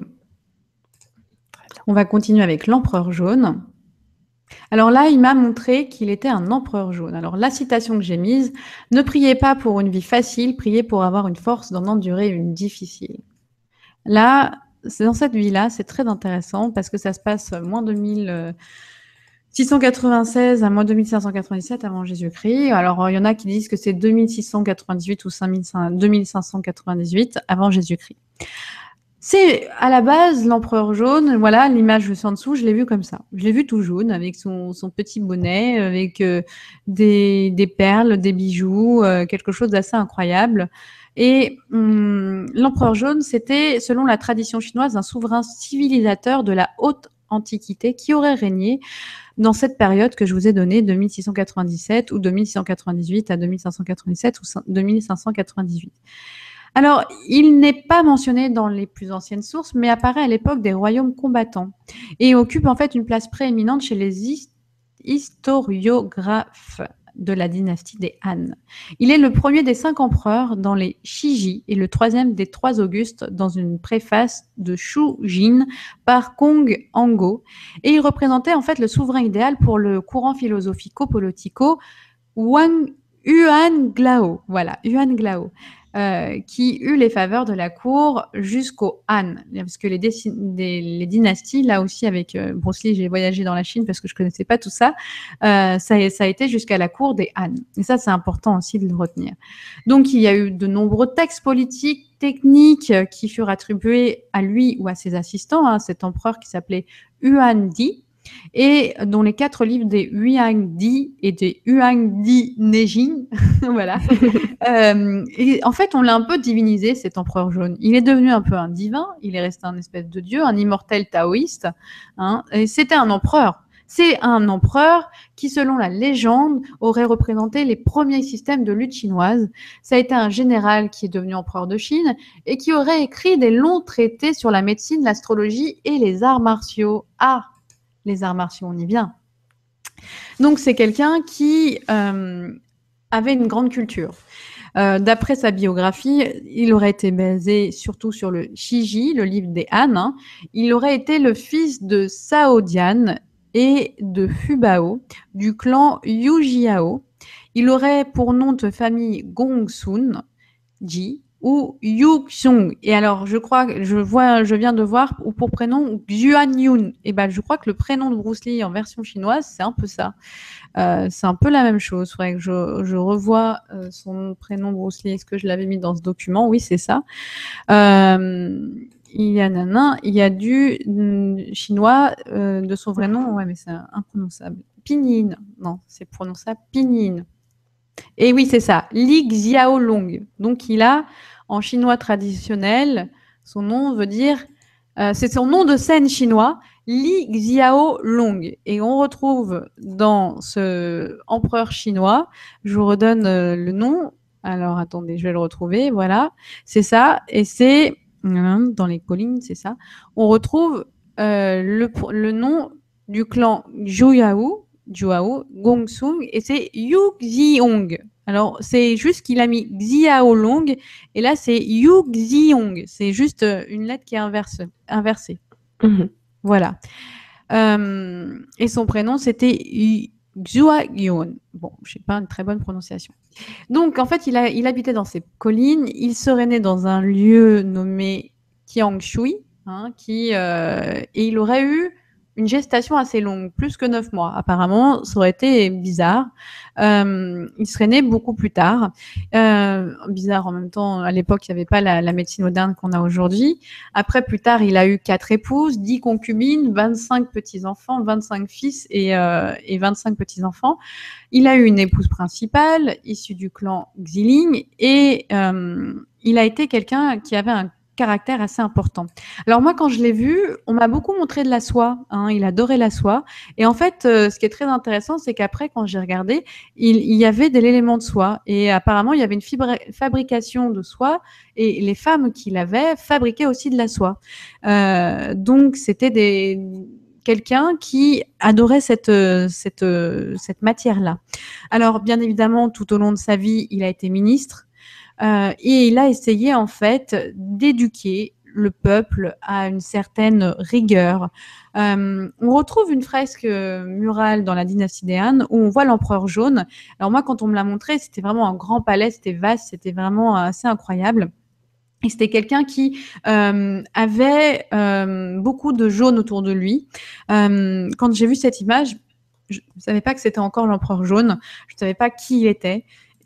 On va continuer avec l'empereur jaune. Alors là, il m'a montré qu'il était un empereur jaune. Alors la citation que j'ai mise, ne priez pas pour une vie facile, priez pour avoir une force d'en endurer une difficile. Là, c'est dans cette vie-là, c'est très intéressant parce que ça se passe moins deux mille six cent quatre-vingt-seize à moins deux mille cinq cent quatre-vingt-dix-sept avant Jésus-Christ. Alors il y en a qui disent que c'est deux mille six cent quatre-vingt-dix-huit ou deux mille cinq cent quatre-vingt-dix-huit avant Jésus-Christ. C'est à la base l'empereur jaune. Voilà, l'image juste en dessous, je l'ai vu comme ça. Je l'ai vu tout jaune avec son, son petit bonnet, avec euh, des, des perles, des bijoux, euh, quelque chose d'assez incroyable. Et hum, l'empereur jaune, c'était, selon la tradition chinoise, un souverain civilisateur de la haute antiquité qui aurait régné dans cette période que je vous ai donnée, deux mille six cent quatre-vingt-dix-sept ou deux mille six cent quatre-vingt-dix-huit à deux mille cinq cent quatre-vingt-dix-sept ou deux mille cinq cent quatre-vingt-dix-huit. Alors, il n'est pas mentionné dans les plus anciennes sources, mais apparaît à l'époque des royaumes combattants et occupe en fait une place prééminente chez les historiographes de la dynastie des Han. Il est le premier des cinq empereurs dans les Shiji et le troisième des trois Augustes dans une préface de Shu Jin par Kong Ango. Et il représentait en fait le souverain idéal pour le courant philosophico-politico Wang Yuan Glao. Voilà, Yuan Glao. Euh, qui eut les faveurs de la cour jusqu'au Han. Parce que les, des, les dynasties, là aussi avec euh, Bruce Lee, j'ai voyagé dans la Chine parce que je ne connaissais pas tout ça, euh, ça, ça a été jusqu'à la cour des Han. Et ça, c'est important aussi de le retenir. Donc, il y a eu de nombreux textes politiques, techniques euh, qui furent attribués à lui ou à ses assistants, hein, cet empereur qui s'appelait Yuan Di, et dont les quatre livres des Huangdi et des Huangdi Neijing, voilà. euh, et en fait, on l'a un peu divinisé, cet empereur jaune. Il est devenu un peu un divin, il est resté un espèce de dieu, un immortel taoïste, hein, et c'était un empereur. C'est un empereur qui, selon la légende, aurait représenté les premiers systèmes de lutte chinoise. Ça a été un général qui est devenu empereur de Chine et qui aurait écrit des longs traités sur la médecine, l'astrologie et les arts martiaux. Ah, les arts martiaux, on y vient. Donc, c'est quelqu'un qui euh, avait une grande culture. Euh, d'après sa biographie, il aurait été basé surtout sur le Shiji, le livre des Han. Hein. Il aurait été le fils de Sao Dian et de Fubao, du clan Yujiao. Il aurait pour nom de famille Gongsun Ji ou Yu Xiong. Et alors, je crois, je vois, je viens de voir, ou pour prénom, Xuan Yun. Et ben, je crois que le prénom de Bruce Lee en version chinoise, c'est un peu ça. Euh, c'est un peu la même chose. Il faudrait que je, je revoie euh, son prénom Bruce Lee. Est-ce que je l'avais mis dans ce document? Oui, c'est ça. Euh, il y a nana, il y a du mm, chinois euh, de son vrai nom. Ouais, mais c'est imprononçable. Pinyin. Non, c'est prononçable Pinyin. Et oui, c'est ça, Li Xiaolong. Donc, il a, en chinois traditionnel, son nom veut dire, euh, c'est son nom de scène chinois, Li Xiaolong. Et on retrouve dans ce empereur chinois, je vous redonne euh, le nom. Alors, attendez, je vais le retrouver. Voilà, c'est ça. Et c'est, euh, dans les collines, c'est ça. On retrouve euh, le, le nom du clan Zhuoyao, Zhuao, Gongsung, et c'est Yu Xiong. Alors, c'est juste qu'il a mis Xiaolong, et là, c'est Yu Xiong. C'est juste une lettre qui est inverse, inversée. Mmh. Voilà. Euh, et son prénom, c'était Xuayon. Bon, je n'ai pas une très bonne prononciation. Donc, en fait, il, a, il habitait dans ces collines. Il serait né dans un lieu nommé Qiangshui, hein, qui, euh, et il aurait eu une gestation assez longue, plus que neuf mois. Apparemment, ça aurait été bizarre. Euh, il serait né beaucoup plus tard. Euh, bizarre en même temps, à l'époque, il n'y avait pas la, la médecine moderne qu'on a aujourd'hui. Après, plus tard, il a eu quatre épouses, dix concubines, vingt-cinq petits-enfants, vingt-cinq fils et, euh, et vingt-cinq petits-enfants. Il a eu une épouse principale, issue du clan Xiling, et euh, il a été quelqu'un qui avait un caractère assez important. Alors moi, quand je l'ai vu, on m'a beaucoup montré de la soie. Hein, il adorait la soie. Et en fait, euh, ce qui est très intéressant, c'est qu'après, quand j'ai regardé, il, il y avait de l'élément de soie. Et apparemment, il y avait une fibre, fabrication de soie. Et les femmes qui l'avaient fabriquaient aussi de la soie. Euh, donc, c'était des quelqu'un qui adorait cette, cette, cette matière-là. Alors, bien évidemment, tout au long de sa vie, il a été ministre. Euh, et il a essayé en fait d'éduquer le peuple à une certaine rigueur. Euh, on retrouve une fresque murale dans la dynastie des Han où on voit l'empereur jaune. Alors moi, quand on me l'a montré, c'était vraiment un grand palais, c'était vaste, c'était vraiment assez incroyable. Et c'était quelqu'un qui euh, avait euh, beaucoup de jaune autour de lui. Euh, quand j'ai vu cette image, je ne savais pas que c'était encore l'empereur jaune, je ne savais pas qui il était.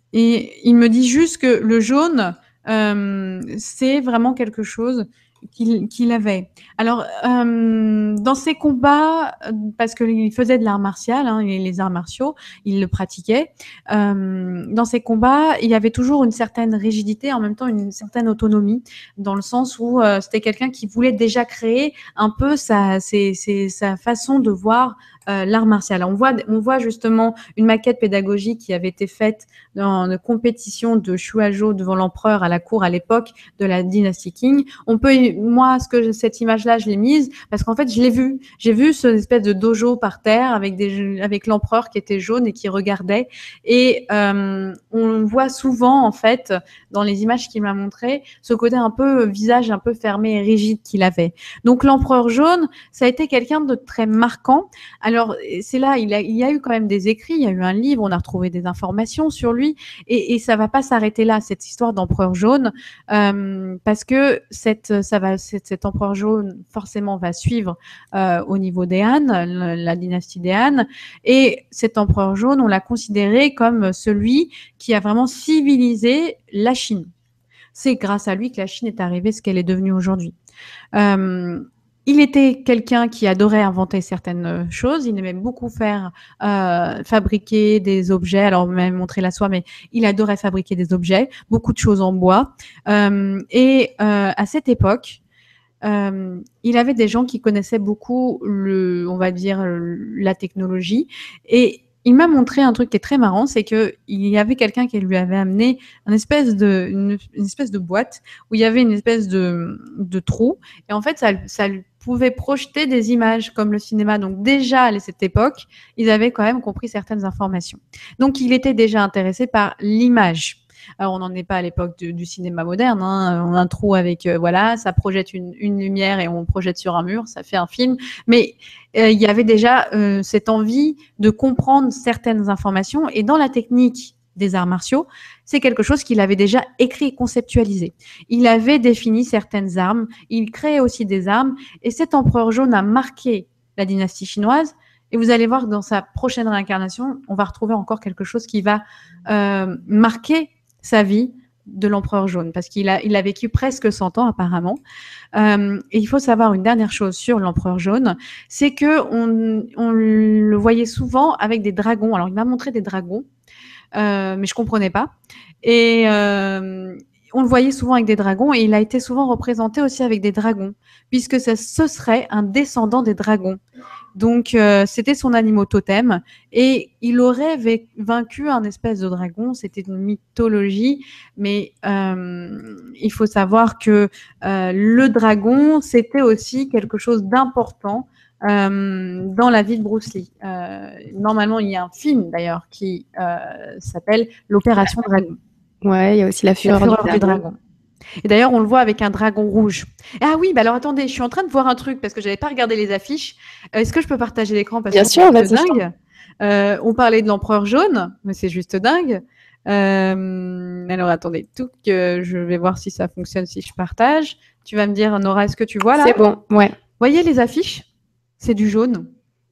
Et il me dit juste que le jaune, euh, c'est vraiment quelque chose qu'il qu'il avait. Alors, euh, dans ses combats, parce qu'il faisait de l'art martial, hein, les arts martiaux, il le pratiquait, euh, dans ses combats, il y avait toujours une certaine rigidité, en même temps une certaine autonomie, dans le sens où euh, c'était quelqu'un qui voulait déjà créer un peu sa, ses, ses, sa façon de voir Euh, l'art martial. On voit, on voit justement une maquette pédagogique qui avait été faite dans une compétition de Shuaizhou devant l'empereur à la cour à l'époque de la dynastie Qing. On peut, moi, ce que cette image-là, je l'ai mise parce qu'en fait, je l'ai vue. J'ai vu cette espèce de dojo par terre avec des, avec l'empereur qui était jaune et qui regardait. Et euh, on voit souvent, en fait, dans les images qu'il m'a montrées, ce côté un peu visage un peu fermé et rigide qu'il avait. Donc, l'empereur jaune, ça a été quelqu'un de très marquant. Alors, c'est là, il, a, il y a eu quand même des écrits, il y a eu un livre, on a retrouvé des informations sur lui, et, et ça va pas s'arrêter là, cette histoire d'empereur jaune, euh, parce que cette, ça va, cette, cet empereur jaune, forcément, va suivre euh, au niveau des Han, la, la dynastie des Han, et cet empereur jaune, on l'a considéré comme celui qui a vraiment civilisé la Chine. C'est grâce à lui que la Chine est arrivée ce qu'elle est devenue aujourd'hui. Euh, Il était quelqu'un qui adorait inventer certaines choses. Il aimait beaucoup faire euh, fabriquer des objets. Alors, même montrer la soie, mais il adorait fabriquer des objets, beaucoup de choses en bois. Euh, et euh, à cette époque, euh, il avait des gens qui connaissaient beaucoup, le, on va dire, la technologie. Et il m'a montré un truc qui est très marrant, c'est que il y avait quelqu'un qui lui avait amené une espèce de, une, une espèce de boîte où il y avait une espèce de, de trou. Et en fait, ça, ça pouvait projeter des images comme le cinéma. Donc déjà, à cette époque, ils avaient quand même compris certaines informations. Donc, il était déjà intéressé par l'image. Alors, on n'en est pas à l'époque du, du cinéma moderne. Hein. On a un trou avec, euh, voilà, ça projette une, une lumière et on projette sur un mur, ça fait un film. Mais euh, il y avait déjà euh, cette envie de comprendre certaines informations. Et dans la technique des arts martiaux, c'est quelque chose qu'il avait déjà écrit et conceptualisé. Il avait défini certaines armes, il créait aussi des armes, et cet empereur jaune a marqué la dynastie chinoise. Et vous allez voir que dans sa prochaine réincarnation, on va retrouver encore quelque chose qui va euh, marquer sa vie de l'empereur jaune, parce qu'il a, il a vécu presque cent ans apparemment. Euh, et il faut savoir une dernière chose sur l'empereur jaune, c'est que on, on le voyait souvent avec des dragons. Alors il m'a montré des dragons, euh, mais je comprenais pas. Et euh, on le voyait souvent avec des dragons, et il a été souvent représenté aussi avec des dragons, puisque ça, ce serait un descendant des dragons. Donc, euh, c'était son animal totem, et il aurait vaincu un espèce de dragon. C'était une mythologie, mais euh, il faut savoir que euh, le dragon, c'était aussi quelque chose d'important euh, dans la vie de Bruce Lee. Euh, normalement, il y a un film d'ailleurs qui euh, s'appelle l'Opération Dragon. Ouais, il y a aussi la fureur, la fureur du, du dragon. dragon. Et d'ailleurs, on le voit avec un dragon rouge. Ah oui, bah alors attendez, je suis en train de voir un truc parce que je n'avais pas regardé les affiches. Euh, Est-ce que je peux partager l'écran parce Bien que sûr, c'est vas-y. dingue. Euh, on parlait de l'empereur jaune, mais c'est juste dingue. Euh, alors attendez, tout que je vais voir si ça fonctionne si je partage. Tu vas me dire, Nora, est-ce que tu vois là? C'est bon, ouais. Voyez les affiches? C'est du jaune.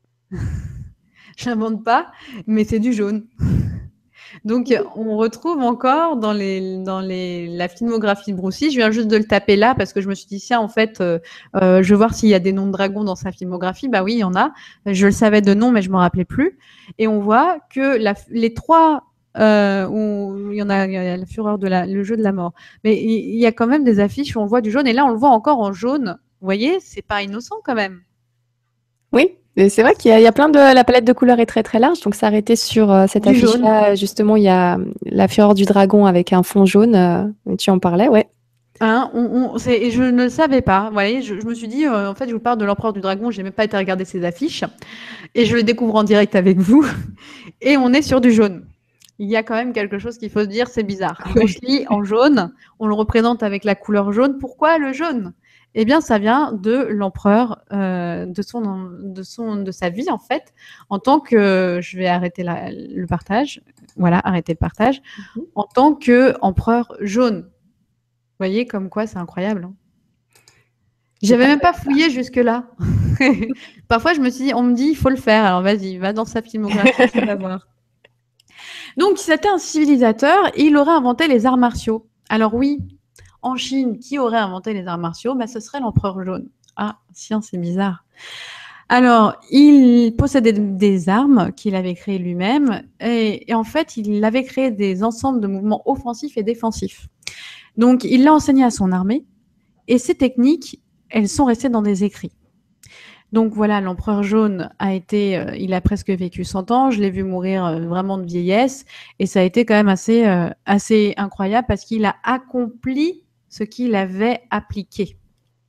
Je n'invente pas, mais c'est du jaune. Donc, on retrouve encore dans, les, dans les, la filmographie de Bruce Lee. Je viens juste de le taper là parce que je me suis dit, tiens, en fait, euh, euh, je vais voir s'il y a des noms de dragons dans sa filmographie. Bah oui, il y en a. Je le savais de nom, mais je ne me rappelais plus. Et on voit que la, les trois, euh, où il y en a, il y a la fureur de la, le jeu de la mort. Mais il, il y a quand même des affiches où on voit du jaune. Et là, on le voit encore en jaune. Vous voyez, c'est pas innocent quand même. Oui, c'est vrai qu'il y, y a plein de... La palette de couleurs est très très large, donc s'arrêter sur euh, cette affiche-là, justement, il y a la fureur du dragon avec un fond jaune, euh, tu en parlais, ouais. Hein, on, on, c'est, je ne le savais pas. Vous voyez, je, je me suis dit, euh, en fait, je vous parle de l'empereur du dragon, je n'ai même pas été regarder ses affiches, et je le découvre en direct avec vous, et on est sur du jaune. Il y a quand même quelque chose qu'il faut se dire, c'est bizarre. Bruce Lee en jaune, on le représente avec la couleur jaune. Pourquoi le jaune? Eh bien, ça vient de l'empereur, euh, de son, de son, de sa vie en fait, en tant que, je vais arrêter la, le partage, voilà, arrêter le partage, mm-hmm. en tant que empereur jaune. Vous voyez, comme quoi, c'est incroyable. Hein. J'avais même pas fouillé jusque-là. Parfois, je me suis dit, on me dit, il faut le faire. Alors, vas-y, va dans sa filmographie, tu vas voir. Donc, c'était un civilisateur et il aurait inventé les arts martiaux. Alors oui, en Chine, qui aurait inventé les arts martiaux? Bah, ce serait l'empereur jaune. Ah, tiens, c'est bizarre. Alors, il possédait des armes qu'il avait créées lui-même et, et en fait, il avait créé des ensembles de mouvements offensifs et défensifs. Donc, il l'a enseigné à son armée et ces techniques, elles sont restées dans des écrits. Donc voilà, l'empereur jaune a été, euh, il a presque vécu cent ans, je l'ai vu mourir euh, vraiment de vieillesse et ça a été quand même assez, euh, assez incroyable parce qu'il a accompli ce qu'il avait appliqué.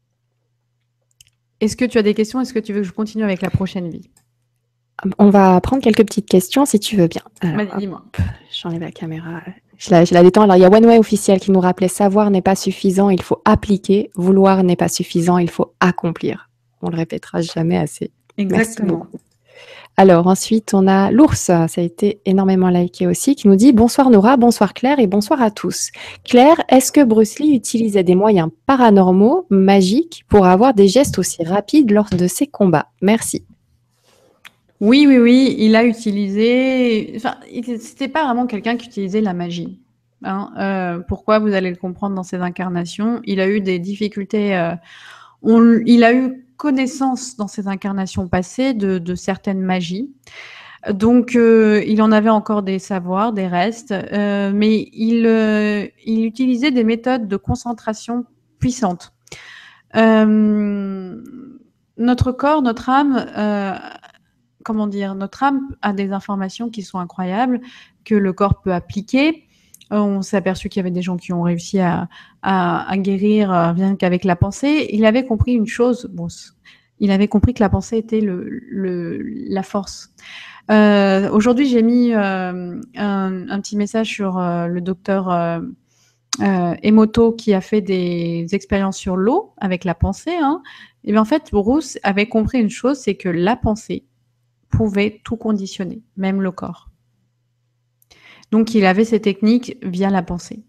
Est-ce que tu as des questions? Est-ce que tu veux que je continue avec la prochaine vie? On va prendre quelques petites questions si tu veux bien. Vas-y, dis-moi. J'enlève la caméra. Je la, je la détends. Alors, il y a One Way officiel qui nous rappelait « Savoir n'est pas suffisant, il faut appliquer. Vouloir n'est pas suffisant, il faut accomplir. » On le répétera jamais assez. Exactement. Alors, ensuite, on a l'ours. Ça a été énormément liké aussi, qui nous dit « Bonsoir Nora, bonsoir Claire et bonsoir à tous. Claire, est-ce que Bruce Lee utilisait des moyens paranormaux, magiques, pour avoir des gestes aussi rapides lors de ses combats? Merci. » Oui, oui, oui, il a utilisé... Enfin, c'était pas vraiment quelqu'un qui utilisait la magie. Hein. Euh, pourquoi? Vous allez le comprendre dans ses incarnations. Il a eu des difficultés... Euh, on, il a eu connaissance dans ses incarnations passées de, de certaines magies. Donc, euh, il en avait encore des savoirs, des restes, euh, mais il, euh, il utilisait des méthodes de concentration puissantes. Euh, notre corps, notre âme... Euh, comment dire, notre âme a des informations qui sont incroyables, que le corps peut appliquer. On s'est aperçu qu'il y avait des gens qui ont réussi à, à, à guérir rien qu'avec la pensée. Il avait compris une chose, bon, il avait compris que la pensée était le, le, la force. Euh, aujourd'hui, j'ai mis euh, un, un petit message sur euh, le docteur euh, euh, Emoto qui a fait des expériences sur l'eau avec la pensée. Hein. Et bien en fait, Bruce avait compris une chose, c'est que la pensée pouvait tout conditionner, même le corps. Donc, il avait ces techniques via la pensée.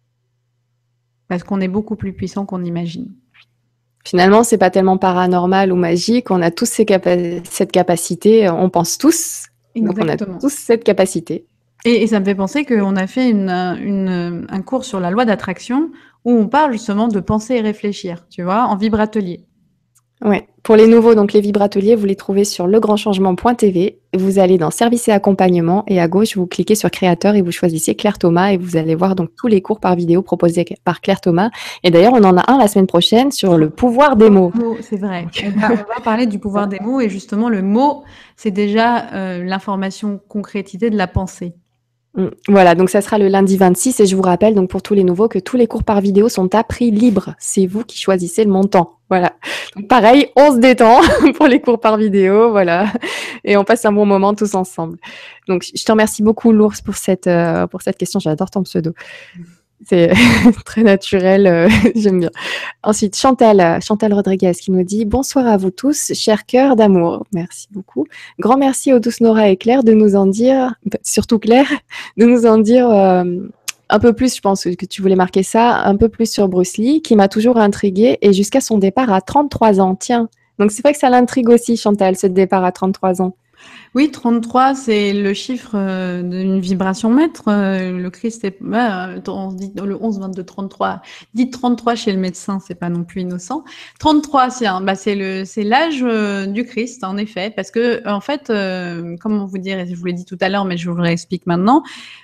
Parce qu'on est beaucoup plus puissant qu'on imagine. Finalement, c'est pas tellement paranormal ou magique. On a tous ces capa- cette capacité. On pense tous. Donc, on a Exactement. tous cette capacité. Et, et ça me fait penser qu'on a fait une, une, un cours sur la loi d'attraction où on parle justement de penser et réfléchir, tu vois, en vibratelier. Ouais. Pour les nouveaux, donc les vibrateliers, vous les trouvez sur legrandchangement point t v. Vous allez dans services et accompagnement et à gauche, vous cliquez sur créateur et vous choisissez Claire Thomas et vous allez voir donc tous les cours par vidéo proposés par Claire Thomas. Et d'ailleurs, on en a un la semaine prochaine sur le pouvoir des mots. C'est vrai. On va, on va parler du pouvoir des mots et justement, le mot, c'est déjà euh, l'information concrétisée de la pensée. Voilà, donc ça sera le lundi vingt-six et je vous rappelle donc pour tous les nouveaux que tous les cours par vidéo sont à prix libre. C'est vous qui choisissez le montant. Voilà. Donc pareil, on se détend pour les cours par vidéo, voilà, et on passe un bon moment tous ensemble. Donc je te remercie beaucoup l'ours pour cette euh, pour cette question. J'adore ton pseudo. C'est très naturel, euh, j'aime bien. Ensuite, Chantal, Chantal Rodriguez qui nous dit « Bonsoir à vous tous, chers cœurs d'amour ». Merci beaucoup. Grand merci aux douces Nora et Claire de nous en dire, surtout Claire, de nous en dire euh, un peu plus, je pense que tu voulais marquer ça, un peu plus sur Bruce Lee, qui m'a toujours intriguée et jusqu'à son départ à trente-trois ans. Tiens, donc c'est vrai que ça l'intrigue aussi, Chantal, ce départ à trente-trois ans. Oui, trente-trois, c'est le chiffre euh, d'une vibration maître. Euh, le Christ est, bah, on se dit le onze, vingt-deux, trente-trois. Dites trente-trois chez le médecin, c'est pas non plus innocent. trente-trois, c'est un, bah, c'est le, c'est l'âge euh, du Christ, en effet, parce que en fait, euh, comment vous dire, et je vous l'ai dit tout à l'heure, mais je vous le réexplique maintenant.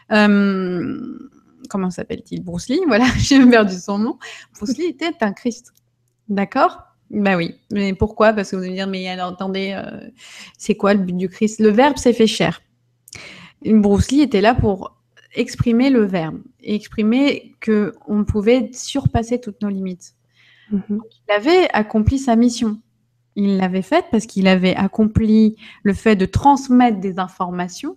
Euh, comment s'appelle-t-il? Bruce Lee, voilà, j'ai perdu son nom. Bruce Lee était un Christ, d'accord? Bah oui, mais pourquoi? Parce que vous allez me dire, mais alors attendez, euh, c'est quoi le but du Christ? Le Verbe s'est fait chair. Bruce Lee était là pour exprimer le Verbe, et exprimer qu'on pouvait surpasser toutes nos limites. Mm-hmm. Il avait accompli sa mission. Il l'avait faite parce qu'il avait accompli le fait de transmettre des informations,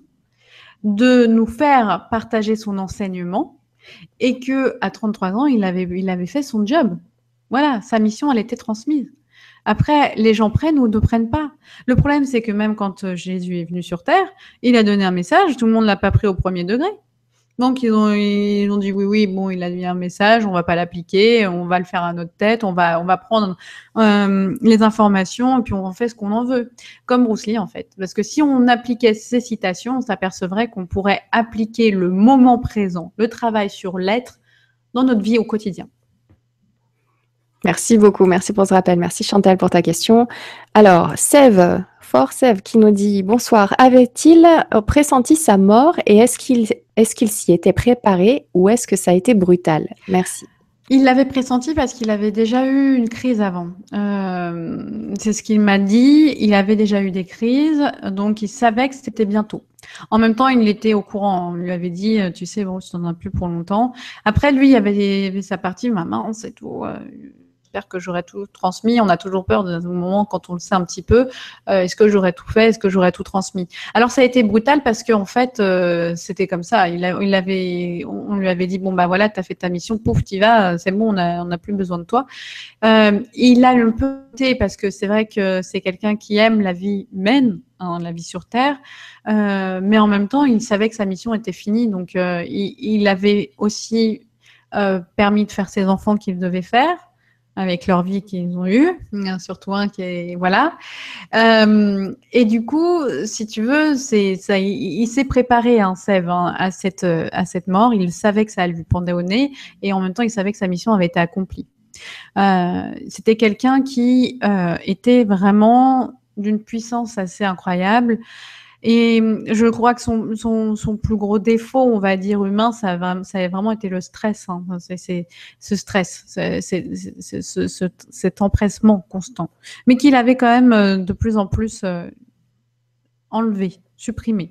de nous faire partager son enseignement, et que à trente-trois ans, il avait, il avait fait son job. Voilà, sa mission, elle était transmise. Après, les gens prennent ou ne prennent pas. Le problème, c'est que même quand Jésus est venu sur Terre, il a donné un message, tout le monde ne l'a pas pris au premier degré. Donc, ils ont, ils ont dit oui, oui, bon, il a dit un message, on ne va pas l'appliquer, on va le faire à notre tête, on va, on va prendre euh, les informations et puis on en fait ce qu'on en veut. Comme Bruce Lee, en fait. Parce que si on appliquait ces citations, on s'apercevrait qu'on pourrait appliquer le moment présent, le travail sur l'être dans notre vie au quotidien. Merci beaucoup, merci pour ce rappel. Merci Chantal pour ta question. Alors, Sève, fort Sève qui nous dit « Bonsoir, avait-il pressenti sa mort et est-ce qu'il est-ce qu'il s'y était préparé ou est-ce que ça a été brutal ?» Merci. Il l'avait pressenti parce qu'il avait déjà eu une crise avant. Euh, c'est ce qu'il m'a dit. Il avait déjà eu des crises, donc il savait que c'était bientôt. En même temps, il était au courant. On lui avait dit, tu sais, bon, tu n'en as plus pour longtemps. Après, lui, il y avait, il y avait sa partie, maman, c'est tout. Euh, J'espère que j'aurais tout transmis. On a toujours peur de ce moment quand on le sait un petit peu. Euh, est-ce que j'aurais tout fait? Est-ce que j'aurais tout transmis? Alors ça a été brutal parce qu'en fait, euh, c'était comme ça. Il, a, il avait, on lui avait dit bon bah voilà, t'as fait ta mission, pouf, t'y vas, c'est bon, on a, on a plus besoin de toi. Euh, il a un peu été parce que c'est vrai que c'est quelqu'un qui aime la vie humaine, hein, la vie sur Terre, euh, mais en même temps, il savait que sa mission était finie, donc euh, il, il avait aussi euh, permis de faire ses enfants qu'il devait faire, avec leur vie qu'ils ont eue, surtout un qui est voilà. Euh, et du coup, si tu veux, c'est ça, il, il s'est préparé, hein, Sève, hein, à cette à cette mort. Il savait que ça lui pendait au nez, et en même temps, il savait que sa mission avait été accomplie. Euh, c'était quelqu'un qui euh, était vraiment d'une puissance assez incroyable. Et je crois que son, son, son plus gros défaut, on va dire humain, ça a, ça a vraiment été le stress. Hein. C'est, c'est ce stress, c'est, c'est, c'est, ce, ce, cet empressement constant. Mais qu'il avait quand même de plus en plus euh, enlevé, supprimé.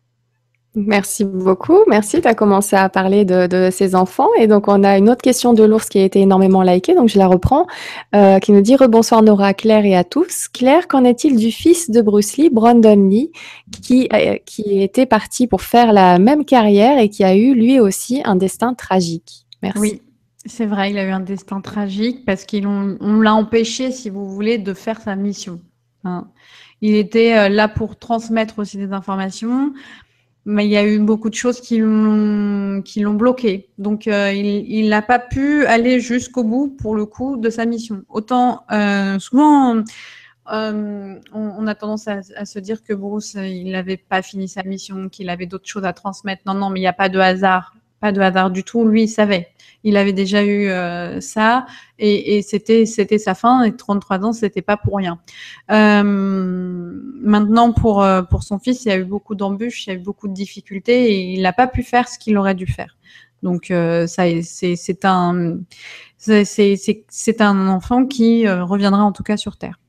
Merci beaucoup. Merci. Tu as commencé à parler de, de ses enfants. Et donc, on a une autre question de l'ours qui a été énormément likée. Donc, je la reprends, euh, qui nous dit « Rebonsoir Nora, Claire et à tous. Claire, qu'en est-il du fils de Bruce Lee, Brandon Lee, qui, euh, qui était parti pour faire la même carrière et qui a eu lui aussi un destin tragique ?» Merci. Oui, c'est vrai, il a eu un destin tragique parce qu'on on l'a empêché, si vous voulez, de faire sa mission. Hein. Il était là pour transmettre aussi des informations. mais il y a eu beaucoup de choses qui l'ont qui l'ont bloqué. Donc, euh, il il n'a pas pu aller jusqu'au bout, pour le coup, de sa mission. Autant, euh, souvent, euh, on, on a tendance à, à se dire que Bruce, euh, il n'avait pas fini sa mission, qu'il avait d'autres choses à transmettre. Non, non, mais il n'y a pas de hasard. Pas de hasard du tout. Lui, il savait. Il avait déjà eu euh, ça et, et c'était c'était sa fin. Et trente-trois ans, c'était pas pour rien. Euh, maintenant, pour euh, pour son fils, il y a eu beaucoup d'embûches, il y a eu beaucoup de difficultés et il n'a pas pu faire ce qu'il aurait dû faire. Donc euh, ça, c'est c'est un c'est c'est c'est un enfant qui euh, reviendra en tout cas sur Terre.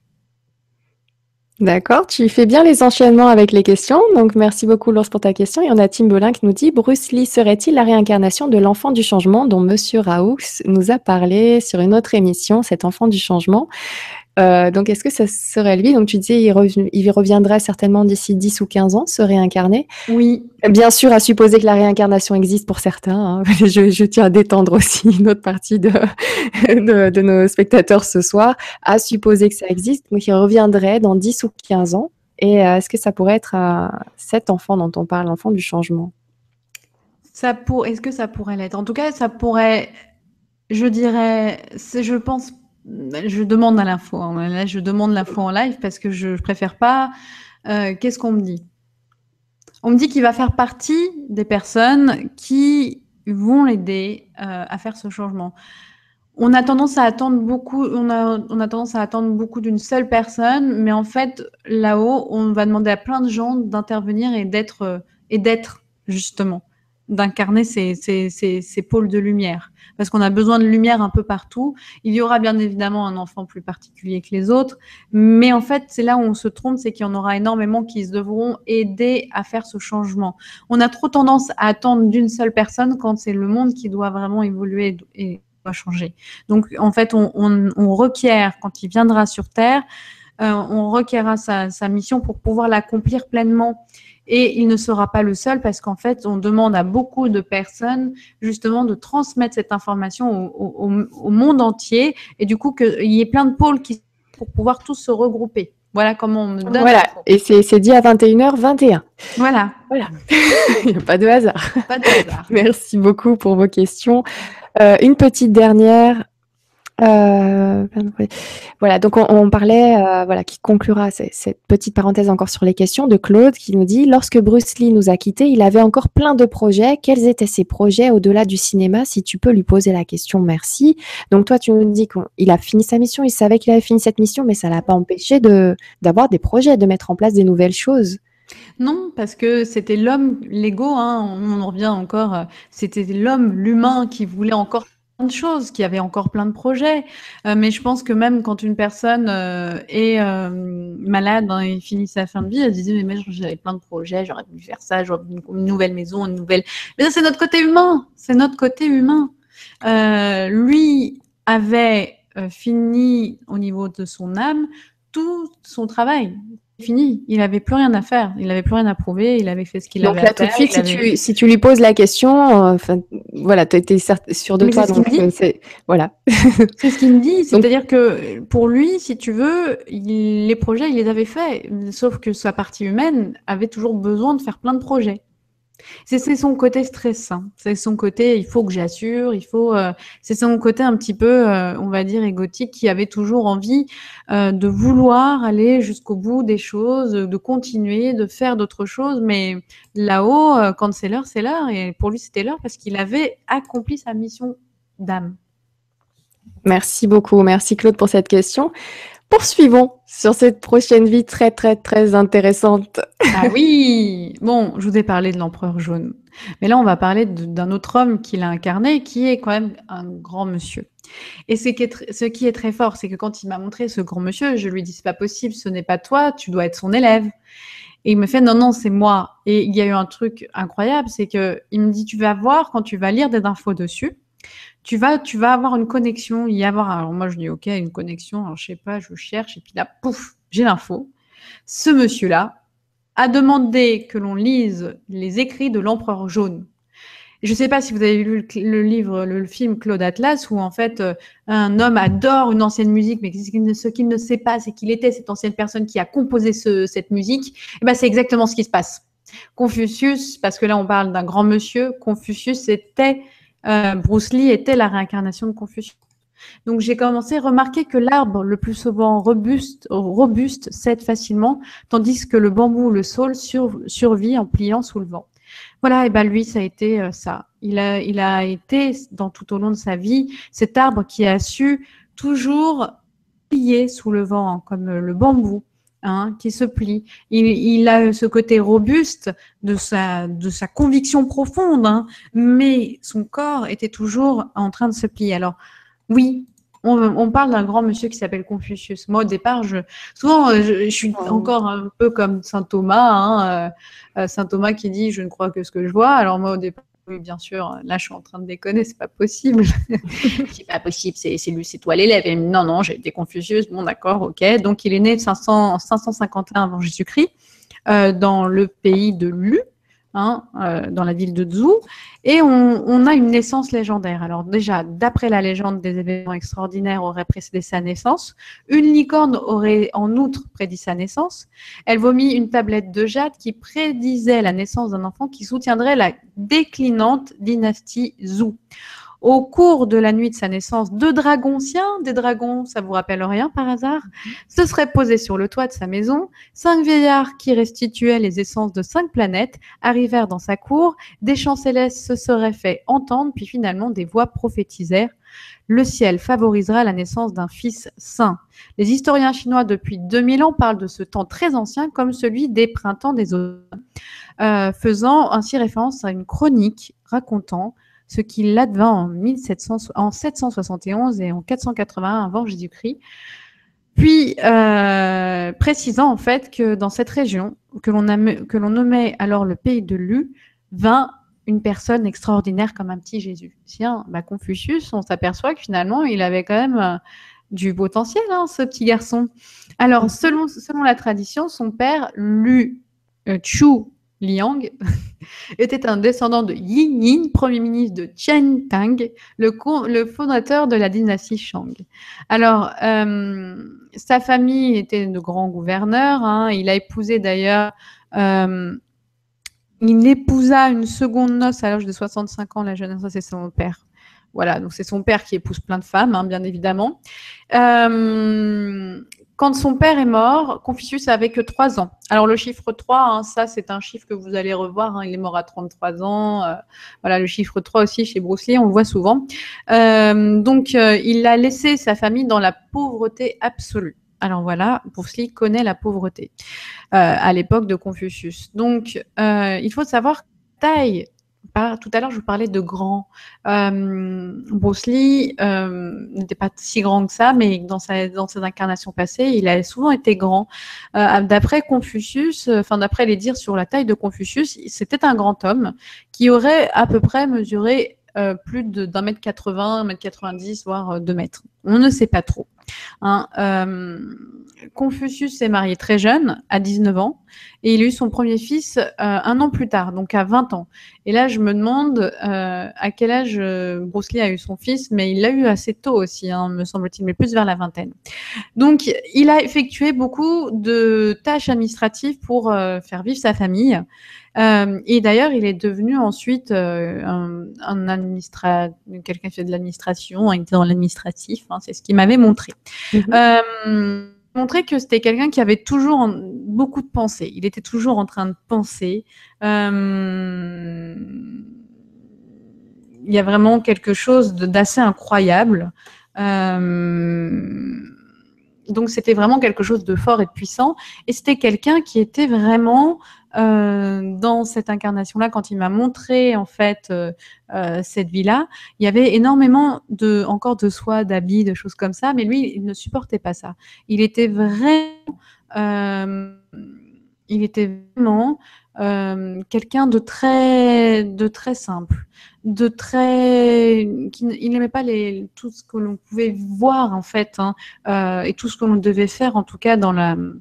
D'accord, tu fais bien les enchaînements avec les questions. Donc, merci beaucoup, Laure, pour ta question. Et on a Tim Bolin qui nous dit, Bruce Lee serait-il la réincarnation de l'enfant du changement dont Monsieur Raoux nous a parlé sur une autre émission, cet enfant du changement? Euh, donc, est-ce que ça serait lui? Donc, tu disais, il, rev- il reviendrait certainement d'ici dix ou quinze ans, se réincarner. Oui. Bien sûr, à supposer que la réincarnation existe pour certains. Hein. Je, je tiens à détendre aussi une autre partie de, de, de nos spectateurs ce soir, à supposer que ça existe. Donc, il reviendrait dans dix ou quinze ans. Et euh, est-ce que ça pourrait être euh, cet enfant dont on parle, l'enfant du changement? Ça pour... Est-ce que ça pourrait l'être? En tout cas, ça pourrait, je dirais, c'est, je pense, je demande à l'info. Hein. Là, je demande l'info en live parce que je, je préfère pas. Euh, qu'est-ce qu'on me dit? On me dit qu'il va faire partie des personnes qui vont l'aider euh, à faire ce changement. On a tendance à attendre beaucoup, on a, on a tendance à attendre beaucoup d'une seule personne, mais en fait, là-haut, on va demander à plein de gens d'intervenir et d'être, euh, et d'être, justement, d'incarner ces, ces, ces, ces pôles de lumière. Parce qu'on a besoin de lumière un peu partout. Il y aura bien évidemment un enfant plus particulier que les autres, mais en fait, c'est là où on se trompe, c'est qu'il y en aura énormément qui devront aider à faire ce changement. On a trop tendance à attendre d'une seule personne quand c'est le monde qui doit vraiment évoluer et doit changer. Donc, en fait, on, on, on requiert, quand il viendra sur Terre, euh, on requiera sa, sa mission pour pouvoir l'accomplir pleinement. Et il ne sera pas le seul parce qu'en fait, on demande à beaucoup de personnes justement de transmettre cette information au, au, au monde entier et du coup qu'il y ait plein de pôles qui, pour pouvoir tous se regrouper. Voilà comment on me donne. Voilà, et c'est, c'est dit à vingt et une heures vingt et un. Voilà. Voilà. Il n'y a pas de hasard. Pas de hasard. Merci beaucoup pour vos questions. Euh, une petite dernière. Euh, voilà, donc on, on parlait, euh, voilà, qui conclura cette, cette petite parenthèse encore sur les questions de Claude qui nous dit, lorsque Bruce Lee nous a quittés, il avait encore plein de projets. Quels étaient ses projets au-delà du cinéma? Si tu peux lui poser la question, merci. Donc toi, tu nous dis qu'il a fini sa mission, il savait qu'il avait fini cette mission, mais ça l'a pas empêché de, d'avoir des projets, de mettre en place des nouvelles choses. Non, parce que c'était l'homme, l'ego, hein, on en revient encore, c'était l'homme, l'humain qui voulait encore plein de choses, qui avait encore plein de projets. Euh, mais je pense que même quand une personne euh, est euh, malade hein, et finit sa fin de vie, elle disait, mais j'avais plein de projets, j'aurais pu faire ça, j'aurais une, une nouvelle maison, une nouvelle... Mais ça, c'est notre côté humain, c'est notre côté humain. Euh, lui avait euh, fini au niveau de son âme tout son travail. Fini, il n'avait plus rien à faire, il n'avait plus rien à prouver, il avait fait ce qu'il donc avait là, à faire. Donc là, tout de suite, si, avait... tu, si tu lui poses la question, euh, voilà, tu étais sûr de Mais toi. C'est donc, ce c'est, voilà. C'est ce qu'il me dit, c'est-à-dire que pour lui, si tu veux, il, les projets, il les avait faits, sauf que sa partie humaine avait toujours besoin de faire plein de projets. C'est, c'est son côté stressant, c'est son côté il faut que j'assure, il faut, euh, c'est son côté un petit peu, euh, on va dire, égotique qui avait toujours envie euh, de vouloir aller jusqu'au bout des choses, de continuer, de faire d'autres choses, mais là-haut, euh, quand c'est l'heure, c'est l'heure, et pour lui c'était l'heure parce qu'il avait accompli sa mission d'âme. Merci beaucoup, merci Claude pour cette question. Poursuivons sur cette prochaine vie très, très, très intéressante. Ah oui! Bon, je vous ai parlé de l'empereur jaune. Mais là, on va parler de, d'un autre homme qui l'a incarné, qui est quand même un grand monsieur. Et ce qui est, tr- ce qui est très fort, c'est que quand il m'a montré ce grand monsieur, je lui dis, c'est pas possible, ce n'est pas toi, tu dois être son élève. Et il me fait, non, non, c'est moi. Et il y a eu un truc incroyable, c'est que il me dit, tu vas voir, quand tu vas lire des infos dessus, tu vas, tu vas avoir une connexion, y avoir, alors moi je dis, ok, une connexion, alors je sais pas, je cherche, et puis là, pouf, j'ai l'info. Ce monsieur-là a demandé que l'on lise les écrits de l'empereur jaune. Je ne sais pas si vous avez lu le, le livre, le, le film Claude Atlas, où en fait, euh, un homme adore une ancienne musique, mais ce qu'il ne, ce qu'il ne sait pas, c'est qu'il était cette ancienne personne qui a composé ce, cette musique. Et ben, c'est exactement ce qui se passe. Confucius, parce que là on parle d'un grand monsieur, Confucius était, euh, Bruce Lee était la réincarnation de Confucius. Donc j'ai commencé à remarquer que l'arbre, le plus souvent robuste, robuste cède facilement, tandis que le bambou, le saule, sur, survit en pliant sous le vent. Voilà, et ben lui, ça a été euh, ça. Il a, il a été, dans, tout au long de sa vie, cet arbre qui a su toujours plier sous le vent, hein, comme le bambou, hein, qui se plie. Il, il a ce côté robuste de sa, de sa conviction profonde, hein, mais son corps était toujours en train de se plier. Alors, oui, on, on parle d'un grand monsieur qui s'appelle Confucius. Moi, au départ, je, souvent, je, je suis Oh. encore un peu comme saint Thomas, hein, euh, saint Thomas qui dit « je ne crois que ce que je vois ». Alors moi, au départ, oui, bien sûr, là, je suis en train de déconner, c'est pas possible. C'est pas possible, c'est lui, c'est toi l'élève. Et non, non, j'ai été Confucius. Bon, d'accord, ok. Donc, il est né cinq cents, cinq cent cinquante et un avant Jésus-Christ, euh, dans le pays de Lu. Hein, euh, dans la ville de Zhou, et on, on a une naissance légendaire. Alors déjà, d'après la légende, des événements extraordinaires auraient précédé sa naissance. Une licorne aurait en outre prédit sa naissance. Elle vomit une tablette de jade qui prédisait la naissance d'un enfant qui soutiendrait la déclinante dynastie Zhou. Au cours de la nuit de sa naissance, deux dragonciens, des dragons, ça vous rappelle rien par hasard, se seraient posés sur le toit de sa maison. Cinq vieillards qui restituaient les essences de cinq planètes arrivèrent dans sa cour. Des chants célestes se seraient fait entendre, puis finalement des voix prophétisèrent. Le ciel favorisera la naissance d'un fils saint. Les historiens chinois depuis deux mille ans parlent de ce temps très ancien comme celui des printemps des automnes, euh, faisant ainsi référence à une chronique racontant ce qu'il advint en, mille sept cents, en sept cent soixante et onze et en quatre cent quatre-vingt-un avant Jésus-Christ, puis euh, précisant en fait que dans cette région, que l'on nommait alors le pays de Lu, vint une personne extraordinaire comme un petit Jésus. Tiens, bah Confucius, on s'aperçoit que finalement, il avait quand même euh, du potentiel, hein, ce petit garçon. Alors, selon, selon la tradition, son père, Lu euh, Chu Liang, était un descendant de Yi Yin, premier ministre de Qian Tang, le, le fondateur de la dynastie Shang. Alors, euh, sa famille était de grands gouverneurs. Hein, il a épousé d'ailleurs, euh, il épousa une seconde noce à l'âge de soixante-cinq ans, la jeune, ça c'est son père. Voilà, donc c'est son père qui épouse plein de femmes, hein, bien évidemment. Euh, Quand son père est mort, Confucius avait que trois ans. Alors le chiffre trois, hein, ça c'est un chiffre que vous allez revoir, hein, il est mort à trente-trois ans. Euh, voilà, le chiffre trois aussi chez Bruce Lee, on le voit souvent. Euh, donc euh, il a laissé sa famille dans la pauvreté absolue. Alors voilà, Bruce Lee connaît la pauvreté euh, à l'époque de Confucius. Donc euh, il faut savoir taille. Pas, tout à l'heure, je vous parlais de grand. Euh, Bruce Lee euh, n'était pas si grand que ça, mais dans, sa, dans ses incarnations passées, il a souvent été grand. Euh, d'après Confucius, enfin d'après les dires sur la taille de Confucius, c'était un grand homme qui aurait à peu près mesuré euh, plus d'un mètre quatre-vingts, un mètre quatre-vingt-dix, voire deux mètres. On ne sait pas trop. Hein, euh, Confucius s'est marié très jeune, à dix-neuf ans, et il a eu son premier fils euh, un an plus tard, donc à vingt ans. Et là, je me demande euh, à quel âge euh, Bruce Lee a eu son fils, mais il l'a eu assez tôt aussi, hein, me semble-t-il, mais plus vers la vingtaine. Donc, il a effectué beaucoup de tâches administratives pour euh, faire vivre sa famille. Euh, et d'ailleurs, il est devenu ensuite euh, un, un administra... quelqu'un qui fait de l'administration, il était dans l'administratif, hein, c'est ce qu'il m'avait montré. Mm-hmm. euh, montrer que c'était quelqu'un qui avait toujours en, beaucoup de pensées. Il était toujours en train de penser. Euh, il y a vraiment quelque chose d'assez incroyable. Euh, donc, c'était vraiment quelque chose de fort et de puissant. Et c'était quelqu'un qui était vraiment euh, dans cette incarnation-là, quand il m'a montré en fait euh, euh, cette vie-là, il y avait énormément de, encore de soie, d'habits, de choses comme ça, mais lui, il ne supportait pas ça. Il était vraiment, euh, il était vraiment euh, quelqu'un de très, de très simple, de très, qui, il n'aimait pas les, tout ce que l'on pouvait voir en fait, hein, euh, et tout ce que l'on devait faire en tout cas dans la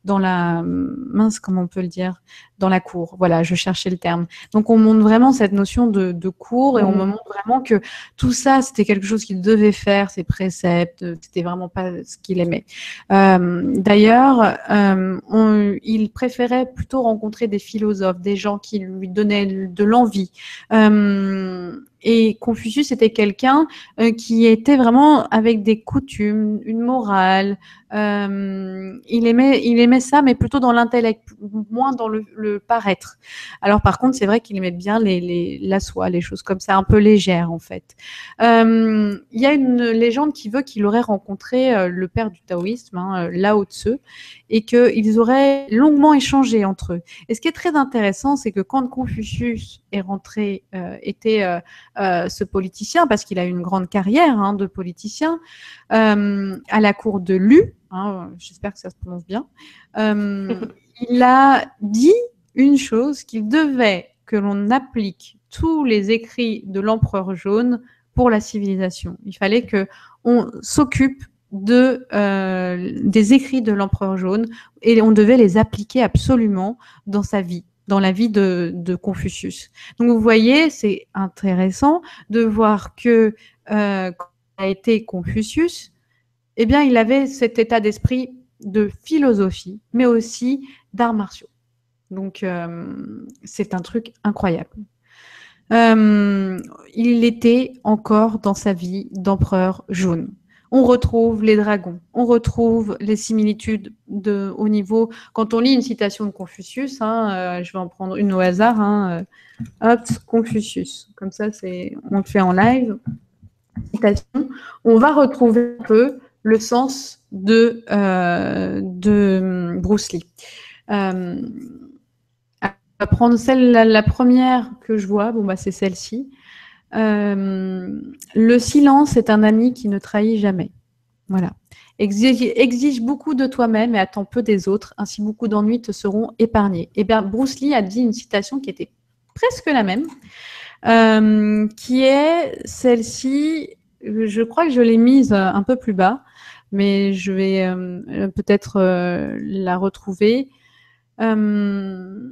dans la mince, comment on peut le dire, dans la cour. Voilà, je cherchais le terme. Donc, on montre vraiment cette notion de, de cour et on me montre vraiment que tout ça, c'était quelque chose qu'il devait faire, ses préceptes, c'était vraiment pas ce qu'il aimait. Euh, d'ailleurs, euh, on, il préférait plutôt rencontrer des philosophes, des gens qui lui donnaient de l'envie. Euh, et Confucius était quelqu'un euh, qui était vraiment avec des coutumes, une morale. Euh, il aimait, il aimait ça, mais plutôt dans l'intellect, moins dans le, le paraître. Alors par contre, c'est vrai qu'il aimait bien les, les, la soie, les choses comme ça, un peu légères en fait. Euh, il y a une légende qui veut qu'il aurait rencontré euh, le père du taoïsme, hein, Lao Tzu, et qu'ils auraient longuement échangé entre eux. Et ce qui est très intéressant, c'est que quand Confucius est rentré, euh, était euh, euh, ce politicien, parce qu'il a eu une grande carrière hein, de politicien, euh, à la cour de Lu, hein, j'espère que ça se prononce bien, euh, il a dit une chose, qu'il devait que l'on applique tous les écrits de l'empereur jaune pour la civilisation. Il fallait qu'on s'occupe de, euh, des écrits de l'empereur jaune et on devait les appliquer absolument dans sa vie, dans la vie de, de Confucius. Donc vous voyez, c'est intéressant de voir que euh, quand il a été Confucius, eh bien, il avait cet état d'esprit de philosophie, mais aussi d'arts martiaux. Donc, euh, c'est un truc incroyable. Euh, il était encore dans sa vie d'empereur jaune. On retrouve les dragons, on retrouve les similitudes de, au niveau. Quand on lit une citation de Confucius, hein, euh, je vais en prendre une au hasard. Hein, euh, hop, Confucius. Comme ça, c'est, on le fait en live. Citation. On va retrouver un peu le sens de, euh, de Bruce Lee. Euh, on va prendre celle, la, la première que je vois. Bon, bah, c'est celle-ci. Euh, le silence est un ami qui ne trahit jamais. Voilà. Exige, exige beaucoup de toi-même et attends peu des autres. Ainsi, beaucoup d'ennuis te seront épargnés. Et bien, Bruce Lee a dit une citation qui était presque la même, euh, qui est celle-ci. Je crois que je l'ai mise un peu plus bas, mais je vais euh, peut-être euh, la retrouver. Euh,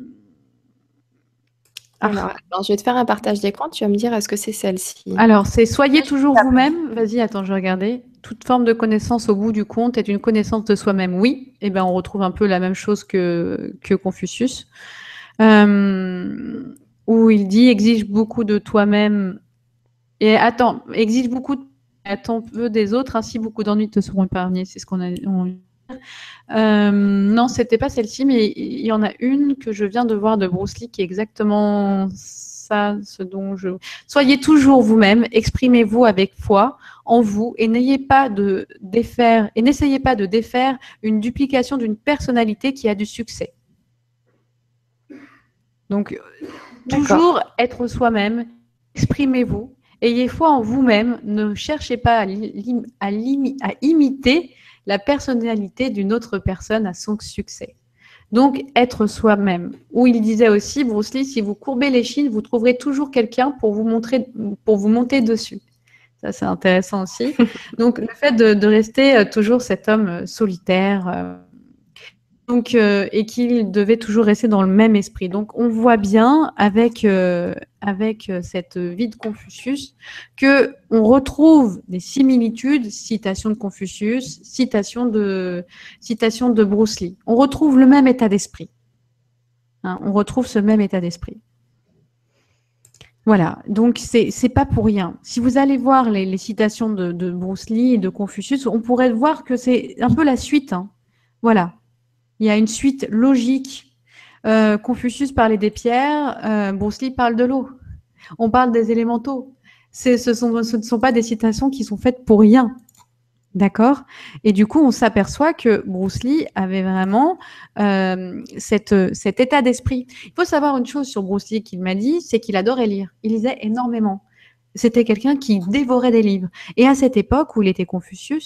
Alors, attends, je vais te faire un partage d'écran. Tu vas me dire, est-ce que c'est celle-ci? Alors, c'est soyez toujours vous-même. Vas-y, attends, je vais regarder. Toute forme de connaissance au bout du compte est une connaissance de soi-même. Oui, eh ben, on retrouve un peu la même chose que, que Confucius, euh, où il dit exige beaucoup de toi-même et attends, exige beaucoup, de... attends peu des autres, ainsi beaucoup d'ennuis te seront épargnés. C'est ce qu'on a. On... Euh, non, c'était pas celle-ci, mais il y en a une que je viens de voir de Bruce Lee qui est exactement ça, ce dont je. Soyez toujours vous-même, exprimez-vous avec foi en vous et n'ayez pas de défaire et n'essayez pas de défaire une duplication d'une personnalité qui a du succès. Donc, toujours être soi-même, exprimez-vous, ayez foi en vous-même, ne cherchez pas à, li à, li à imiter la personnalité d'une autre personne à son succès. Donc, être soi-même. Où il disait aussi, Bruce Lee, si vous courbez l'échine, vous trouverez toujours quelqu'un pour vous montrer, pour vous monter dessus. Ça, c'est intéressant aussi. Donc, le fait de, de rester toujours cet homme solitaire, euh, donc, euh, et qu'il devait toujours rester dans le même esprit. Donc, on voit bien avec, euh, avec cette vie de Confucius que on retrouve des similitudes, citation de Confucius, citation de, citation de Bruce Lee. On retrouve le même état d'esprit. Hein, on retrouve ce même état d'esprit. Voilà, donc c'est c'est pas pour rien. Si vous allez voir les, les citations de, de Bruce Lee et de Confucius, on pourrait voir que c'est un peu la suite. Hein. Voilà. Il y a une suite logique. Euh, Confucius parlait des pierres, euh, Bruce Lee parle de l'eau. On parle des élémentaux. Ce, sont, ce ne sont pas des citations qui sont faites pour rien. D'accord? Et du coup, on s'aperçoit que Bruce Lee avait vraiment euh, cette, cet état d'esprit. Il faut savoir une chose sur Bruce Lee qu'il m'a dit, c'est qu'il adorait lire. Il lisait énormément. C'était quelqu'un qui dévorait des livres. Et à cette époque où il était Confucius,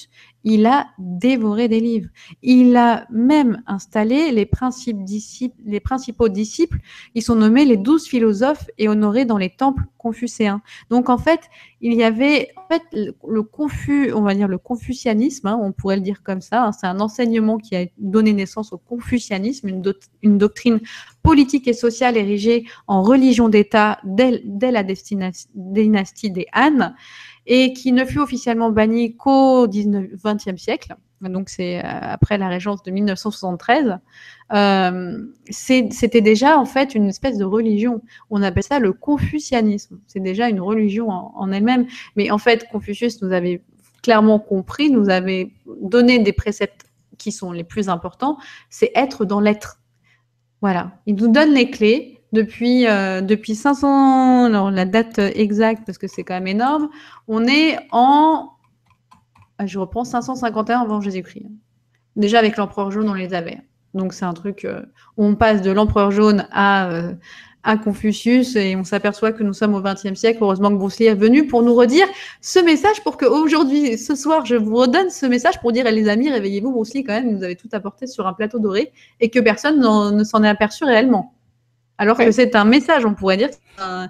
il a dévoré des livres. Il a même installé les, principes disciples, les principaux disciples. Ils sont nommés les douze philosophes et honorés dans les temples confucéens. Donc, en fait, il y avait en fait, le, le confu, on va dire le confucianisme, hein, on pourrait le dire comme ça. Hein, c'est un enseignement qui a donné naissance au confucianisme, une, do une doctrine politique et sociale érigée en religion d'État dès, dès la dynastie des Han, et qui ne fut officiellement banni qu'au vingtième siècle. Donc, c'est après la régence de mille neuf cent soixante-treize. Euh, C'était déjà, en fait, une espèce de religion. On appelle ça le confucianisme. C'est déjà une religion en, en elle-même. Mais en fait, Confucius nous avait clairement compris, nous avait donné des préceptes qui sont les plus importants, c'est être dans l'être. Voilà. Il nous donne les clés. Depuis, euh, depuis cinq cents, alors la date exacte, parce que c'est quand même énorme, on est en, je reprends, cinq cent cinquante et un avant Jésus-Christ. Déjà avec l'empereur jaune, on les avait. Donc c'est un truc euh, où on passe de l'empereur jaune à, euh, à Confucius et on s'aperçoit que nous sommes au vingtième siècle. Heureusement que Bruce Lee est venu pour nous redire ce message, pour qu'aujourd'hui, ce soir, je vous redonne ce message pour dire, eh, les amis, réveillez-vous, Bruce Lee quand même, nous avait tout apporté sur un plateau doré et que personne ne s'en est aperçu réellement. Alors que c'est un message, on pourrait dire,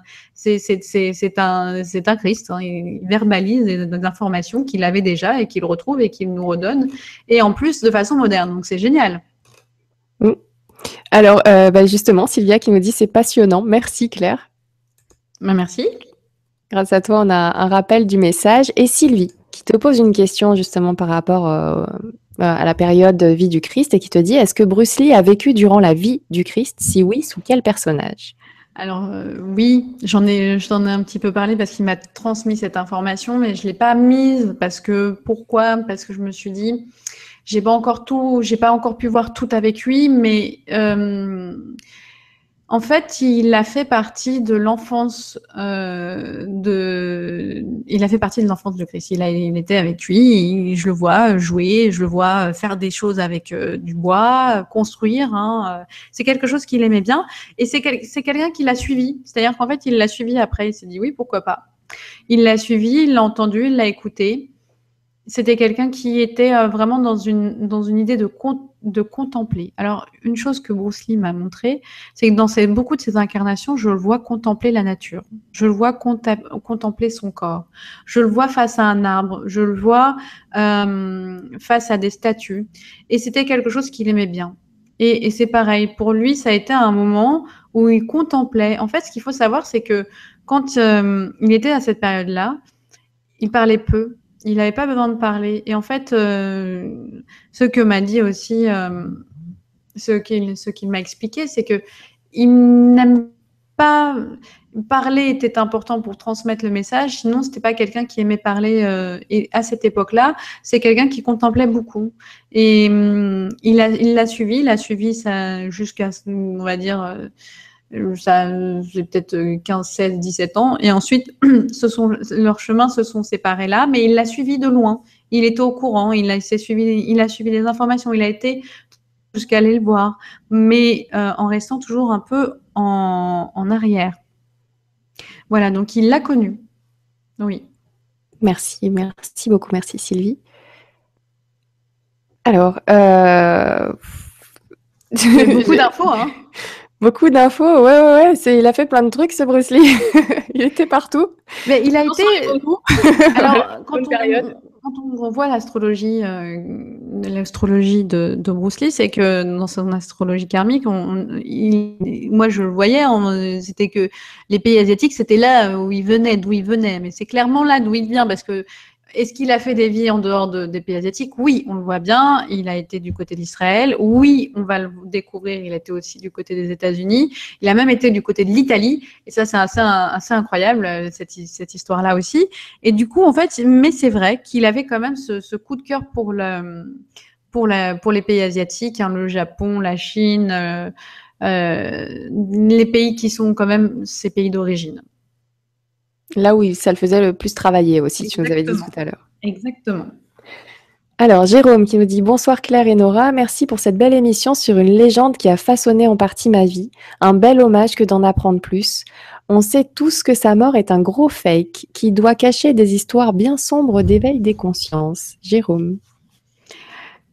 c'est un, un Christ. Hein. Il verbalise des, des informations qu'il avait déjà et qu'il retrouve et qu'il nous redonne. Et en plus, de façon moderne. Donc, c'est génial. Mmh. Alors, euh, bah justement, Sylvia qui nous dit « c'est passionnant ». Merci Claire. Bah, merci. Grâce à toi, on a un rappel du message. Et Sylvie qui te pose une question justement par rapport euh, à la période de vie du Christ et qui te dit « est-ce que Bruce Lee a vécu durant la vie du Christ? Si oui, sous quel personnage ?» Alors euh, oui, j'en ai, j'en ai un petit peu parlé parce qu'il m'a transmis cette information, mais je l'ai pas mise parce que pourquoi? Parce que je me suis dit, j'ai pas encore tout, j'ai pas encore pu voir tout avec lui, mais euh, en fait, il a fait partie de l'enfance euh, de, il a fait partie de l'enfance de Christ. Il, a, il était avec lui, et je le vois jouer, je le vois faire des choses avec euh, du bois, construire. Hein. C'est quelque chose qu'il aimait bien, et c'est quel, c'est quelqu'un qui l'a suivi. C'est-à-dire qu'en fait, il l'a suivi après. Il s'est dit oui, pourquoi pas. Il l'a suivi, il l'a entendu, il l'a écouté. C'était quelqu'un qui était euh, vraiment dans une, dans une idée de, con, de contempler. Alors, une chose que Bruce Lee m'a montré, c'est que dans ces, beaucoup de ses incarnations, je le vois contempler la nature. Je le vois contempler son corps. Je le vois face à un arbre. Je le vois euh, face à des statues. Et c'était quelque chose qu'il aimait bien. Et, et c'est pareil. Pour lui, ça a été un moment où il contemplait. En fait, ce qu'il faut savoir, c'est que quand euh, il était à cette période-là, il parlait peu. Il n'avait pas besoin de parler. Et en fait, euh, ce que m'a dit aussi, euh, ce qu'il ce qu'il m'a expliqué, c'est que il n'aime pas parler était important pour transmettre le message. Sinon, c'était pas quelqu'un qui aimait parler. Euh, et à cette époque-là, c'est quelqu'un qui contemplait beaucoup. Et hum, il a il l'a suivi, il a suivi ça jusqu'à, on va dire. Euh, ça, j'ai peut-être quinze, seize, dix-sept ans. Et ensuite, ce sont, leurs chemins se sont séparés là, mais il l'a suivi de loin. Il était au courant, il a, suivi, il a suivi les informations, il a été jusqu'à aller le voir, mais euh, en restant toujours un peu en, en arrière. Voilà, donc il l'a connu. Oui. Merci, merci beaucoup, merci Sylvie. Alors, euh... beaucoup d'infos, hein. Beaucoup d'infos, ouais, ouais, ouais. C'est, il a fait plein de trucs, ce Bruce Lee. Il était partout. Mais il a été. Alors, quand on, quand on revoit l'astrologie, euh, l'astrologie de, de Bruce Lee, c'est que dans son astrologie karmique, on, il, moi je le voyais, c'était que les pays asiatiques, c'était là où il venait, d'où il venait. Mais c'est clairement là d'où il vient, parce que est-ce qu'il a fait des vies en dehors de, des pays asiatiques? Oui, on le voit bien. Il a été du côté d'Israël. Oui, on va le découvrir. Il a été aussi du côté des États-Unis. Il a même été du côté de l'Italie. Et ça, c'est assez, assez incroyable, cette, cette histoire-là aussi. Et du coup, en fait, mais c'est vrai qu'il avait quand même ce, ce coup de cœur pour, le, pour, la, pour les pays asiatiques, hein, le Japon, la Chine, euh, euh, les pays qui sont quand même ses pays d'origine. Là où ça le faisait le plus travailler aussi, Exactement. Tu nous avais dit tout à l'heure. Exactement. Alors, Jérôme qui nous dit « Bonsoir Claire et Nora, merci pour cette belle émission sur une légende qui a façonné en partie ma vie. Un bel hommage que d'en apprendre plus. On sait tous que sa mort est un gros fake qui doit cacher des histoires bien sombres d'éveil des consciences. » Jérôme.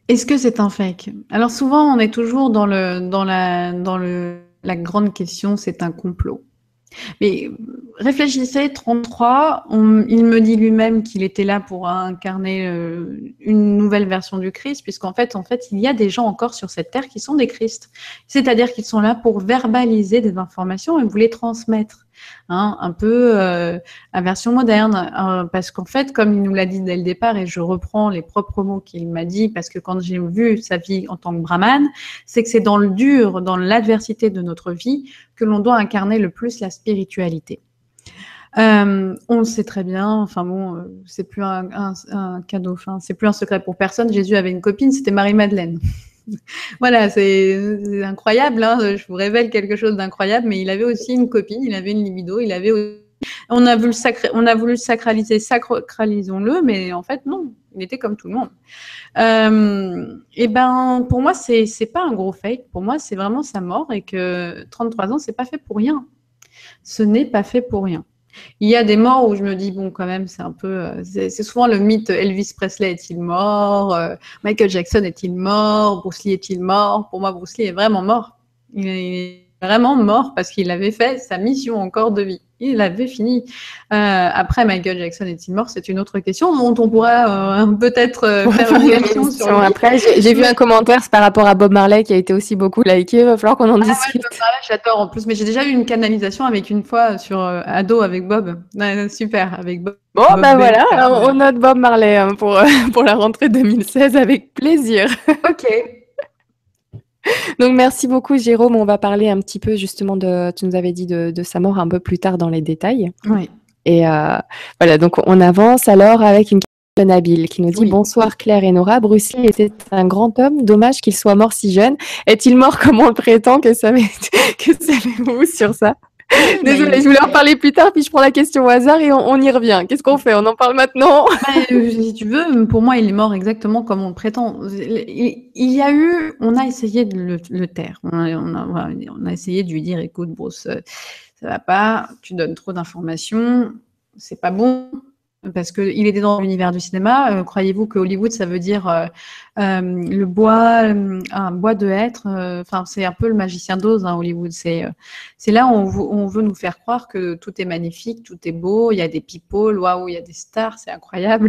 Est-ce que c'est un fake? Alors souvent, on est toujours dans le, dans la, dans le, la grande question, c'est un complot. Mais réfléchissez, trente-trois, on, il me dit lui-même qu'il était là pour incarner euh, une nouvelle version du Christ, puisqu'en fait, en fait, il y a des gens encore sur cette terre qui sont des Christ. C'est-à-dire qu'ils sont là pour verbaliser des informations et vous les transmettre. Hein, un peu euh, à version moderne, euh, parce qu'en fait, comme il nous l'a dit dès le départ, et je reprends les propres mots qu'il m'a dit, parce que quand j'ai vu sa vie en tant que brahmane, c'est que c'est dans le dur, dans l'adversité de notre vie, que l'on doit incarner le plus la spiritualité. Euh, on le sait très bien, enfin bon, euh, c'est plus un, un, un cadeau, enfin, c'est plus un secret pour personne. Jésus avait une copine, c'était Marie-Madeleine. Voilà, c'est incroyable, hein, je vous révèle quelque chose d'incroyable, mais il avait aussi une copine, il avait une libido, il avait aussi... On a voulu le, sacré... On a voulu le sacraliser, sacralisons-le, mais en fait, non, il était comme tout le monde. Euh, et ben, pour moi, c'est c'est pas un gros fake, pour moi, c'est vraiment sa mort, et que trente-trois ans, c'est pas fait pour rien. Ce n'est pas fait pour rien. Il y a des morts où je me dis, bon, quand même, c'est un peu... C'est souvent le mythe, Elvis Presley est-il mort? euh, Michael Jackson est-il mort? Bruce Lee est-il mort? Pour moi, Bruce Lee est vraiment mort. Il est vraiment mort parce qu'il avait fait sa mission encore de vie. Il avait fini. Euh, après, Michael Jackson est-il mort? C'est une autre question dont on pourra euh, peut-être euh, faire une émission sur lui. Après, j'ai vu un commentaire, c'est par rapport à Bob Marley qui a été aussi beaucoup liké. Il va falloir qu'on en ah, discute. Ouais, Bob Marley, j'adore en plus, mais j'ai déjà eu une canalisation avec une fois sur euh, Ado avec Bob. Ouais, super, avec Bob. Bon, Bob ben voilà, on note Bob Marley hein, pour, pour la rentrée deux mille seize avec plaisir. Ok. Donc, merci beaucoup, Jérôme. On va parler un petit peu justement de, tu nous avais dit de, de sa mort un peu plus tard dans les détails. Oui. Et euh, voilà, donc on avance alors avec une question de Nabil qui nous dit oui. Bonsoir Claire et Nora. Bruce Lee était un grand homme. Dommage qu'il soit mort si jeune. Est-il mort comme on le prétend? Que savez-vous sur ça? Désolée, je voulais en parler plus tard, puis je prends la question au hasard et on, on y revient. Qu'est-ce qu'on fait? On en parle maintenant? Ben, si tu veux, pour moi, il est mort exactement comme on le prétend. Il, il y a eu, on a essayé de le, le taire. On a, on, a, on a essayé de lui dire, écoute, Bruce, ça va pas, tu donnes trop d'informations, c'est pas bon. Parce qu'il était dans l'univers du cinéma. Euh, croyez-vous que Hollywood, ça veut dire euh, euh, le bois, euh, un bois de hêtre. Enfin, euh, c'est un peu le magicien d'Oz, hein, Hollywood. C'est c'est là où on, on veut nous faire croire que tout est magnifique, tout est beau. Il y a des people, waouh, il y a des stars, c'est incroyable.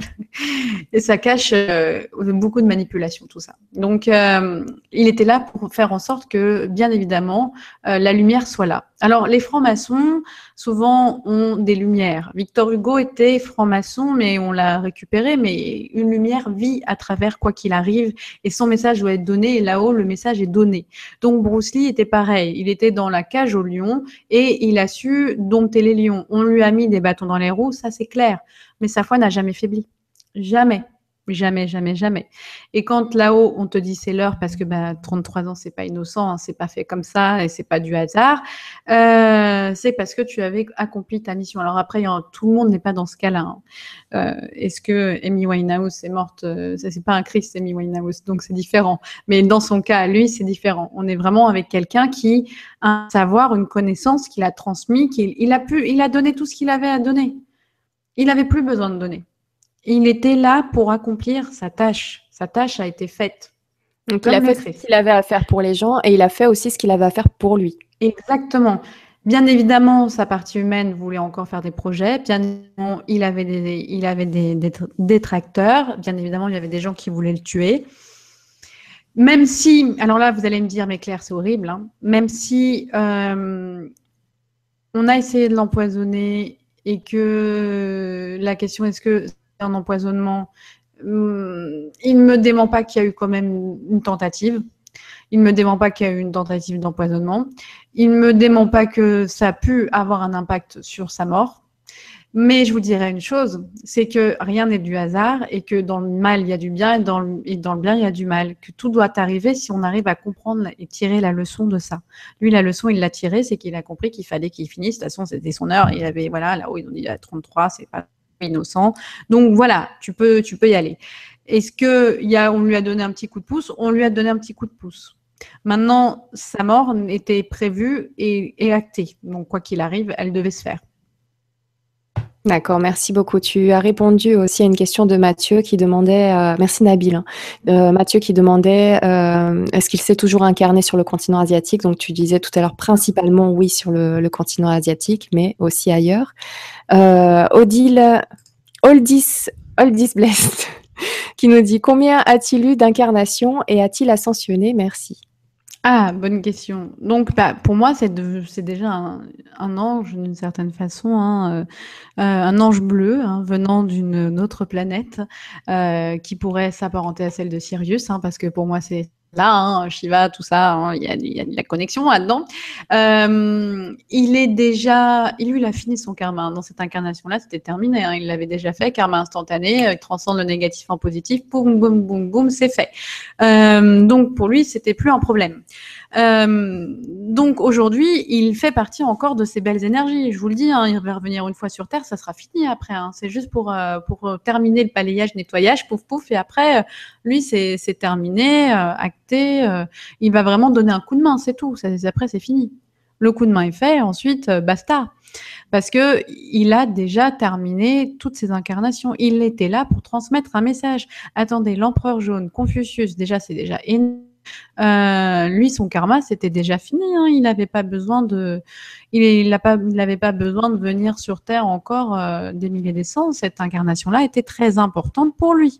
Et ça cache euh, beaucoup de manipulation, tout ça. Donc, euh, il était là pour faire en sorte que, bien évidemment, euh, la lumière soit là. Alors, les francs-maçons, souvent, ont des lumières. Victor Hugo était franc-maçon, mais on l'a récupéré, mais une lumière vit à travers quoi qu'il arrive, et son message doit être donné, et là-haut, le message est donné. Donc, Bruce Lee était pareil. Il était dans la cage aux lions, et il a su dompter les lions. On lui a mis des bâtons dans les roues, ça c'est clair. Mais sa foi n'a jamais faibli. Jamais. Jamais, jamais, jamais. Et quand là-haut, on te dit c'est l'heure parce que bah, trente-trois ans, c'est pas innocent, hein, c'est pas fait comme ça et c'est pas du hasard, euh, c'est parce que tu avais accompli ta mission. Alors après, hein, tout le monde n'est pas dans ce cas-là. Hein. Euh, Est-ce que Amy Winehouse est morte? euh, C'est pas un Christ, Amy Winehouse, donc c'est différent. Mais dans son cas, lui, c'est différent. On est vraiment avec quelqu'un qui a un savoir, une connaissance qu'il a transmis, qu'il il a pu, il a donné tout ce qu'il avait à donner. Il n'avait plus besoin de donner. Il était là pour accomplir sa tâche. Sa tâche a été faite. Donc, il a fait ce qu'il avait à faire pour les gens et il a fait aussi ce qu'il avait à faire pour lui. Exactement. Bien évidemment, sa partie humaine voulait encore faire des projets. Bien évidemment, il avait des, il avait des, des détracteurs. Bien évidemment, il y avait des gens qui voulaient le tuer. Même si, alors là, vous allez me dire, mais Claire, c'est horrible. Hein, même si euh, on a essayé de l'empoisonner et que la question est-ce que un empoisonnement, il ne me dément pas qu'il y a eu quand même une tentative. Il ne me dément pas qu'il y a eu une tentative d'empoisonnement. Il ne me dément pas que ça a pu avoir un impact sur sa mort. Mais je vous dirais une chose, c'est que rien n'est du hasard et que dans le mal, il y a du bien et dans le, et dans le bien, il y a du mal. Que tout doit arriver si on arrive à comprendre et tirer la leçon de ça. Lui, la leçon, il l'a tirée, c'est qu'il a compris qu'il fallait qu'il finisse. De toute façon, c'était son heure. Il avait, voilà, là-haut, ils ont dit, il a trente-trois, c'est pas innocent. Donc voilà, tu peux, tu peux y aller. Est-ce que il y a, on lui a donné un petit coup de pouce? On lui a donné un petit coup de pouce. Maintenant, sa mort était prévue et, et actée. Donc quoi qu'il arrive, elle devait se faire. D'accord, merci beaucoup. Tu as répondu aussi à une question de Mathieu qui demandait, heu merci Nabil, hein. Heu, Mathieu qui demandait, heu, est-ce qu'il s'est toujours incarné sur le continent asiatique? Donc tu disais tout à l'heure principalement oui sur le le continent asiatique, mais aussi ailleurs. Heu, Odile Oldis Oldis Blessed qui nous dit: «Combien a-t-il eu d'incarnations et a-t-il ascensionné? Merci». Ah, bonne question. Donc, bah, pour moi, c'est de c'est déjà un un ange d'une certaine façon, hein, heu, heu, un ange bleu, hein, venant d'une autre planète, heu, qui pourrait s'apparenter à celle de Sirius, hein, parce que pour moi, c'est là, hein, Shiva, tout ça, hein, il y a il y a de la connexion là-dedans. Hem, il est déjà il lui, il a fini son karma, hein, dans cette incarnation-là, c'était terminé, hein, il l'avait déjà fait, karma instantané, heu, il transcende le négatif en positif, boum, boum, boum, boum, c'est fait. Hem, donc pour lui, c'était plus un problème. Hem, donc aujourd'hui, il fait partie encore de ces belles énergies. Je vous le dis, hein, il va revenir une fois sur Terre, ça sera fini après, hein. C'est juste pour, heu, pour terminer le balayage, nettoyage, pouf, pouf et après, heu, lui, c'est c'est terminé, heu, acté, heu, il va vraiment donner un coup de main, c'est tout. C'est après, c'est fini. Le coup de main est fait, ensuite, heu, basta. Parce qu'il a déjà terminé toutes ses incarnations. Il était là pour transmettre un message. Attendez, l'empereur jaune, Confucius, déjà, c'est déjà énorme. Euh, lui, son karma, c'était déjà fini. Hein. Il n'avait pas besoin de, il, il a pas, il n'avait pas besoin de venir sur Terre encore euh, des milliers des cents. Cette incarnation-là était très importante pour lui.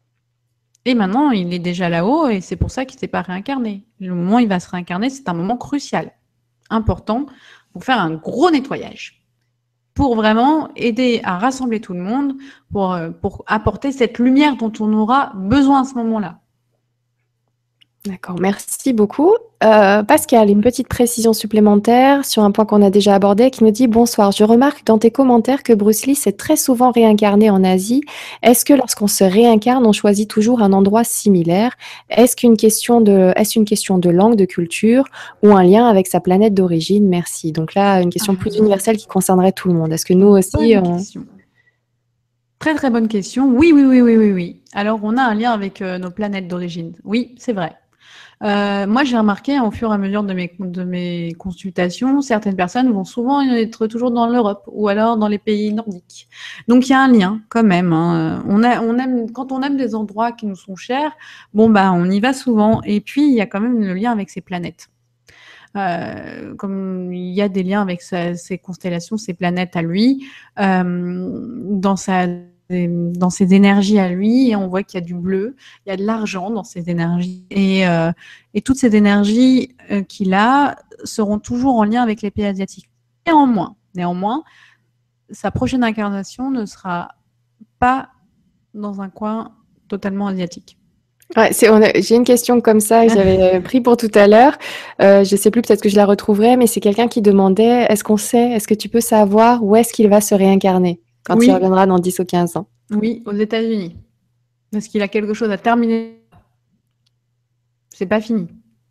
Et maintenant, il est déjà là-haut et c'est pour ça qu'il ne s'est pas réincarné. Le moment où il va se réincarner, c'est un moment crucial, important, pour faire un gros nettoyage, pour vraiment aider à rassembler tout le monde, pour, euh, pour apporter cette lumière dont on aura besoin à ce moment-là. D'accord, merci beaucoup. Heu, Pascal, une petite précision supplémentaire sur un point qu'on a déjà abordé qui nous dit: «Bonsoir, je remarque dans tes commentaires que Bruce Lee s'est très souvent réincarné en Asie. Est-ce que lorsqu'on se réincarne, on choisit toujours un endroit similaire? Est-ce qu'une question de est-ce une question de langue, de culture ou un lien avec sa planète d'origine? Merci». Donc là, une question plus Ah, universelle qui concernerait tout le monde. Est-ce que nous aussi, bonne on question. Très très bonne question. Oui, oui, oui, oui, oui, oui. Alors, on a un lien avec euh, nos planètes d'origine. Oui, c'est vrai. Euh, moi, j'ai remarqué hein, au fur et à mesure de mes, de mes consultations, certaines personnes vont souvent être toujours dans l'Europe ou alors dans les pays nordiques. Donc, il y a un lien quand même. Hein. On a, on aime, quand on aime des endroits qui nous sont chers, bon, bah, on y va souvent. Et puis, il y a quand même le lien avec ces planètes. Euh, comme il y a des liens avec sa, ses constellations, ses planètes à lui, euh, dans sa dans ses énergies à lui, et on voit qu'il y a du bleu, il y a de l'argent dans ses énergies, et, euh, et toutes ces énergies euh, qu'il a seront toujours en lien avec les pays asiatiques. Néanmoins, néanmoins, sa prochaine incarnation ne sera pas dans un coin totalement asiatique. Ouais, c'est on a j'ai une question comme ça que j'avais pris pour tout à l'heure. Heu, je sais plus, peut-être que je la retrouverai, mais c'est quelqu'un qui demandait: «Est-ce qu'on sait, est-ce que tu peux savoir où est-ce qu'il va se réincarner quand il Oui, reviendra dans dix ou quinze ans?» oui, aux États-Unis, parce qu'il a quelque chose à terminer. C'est pas fini.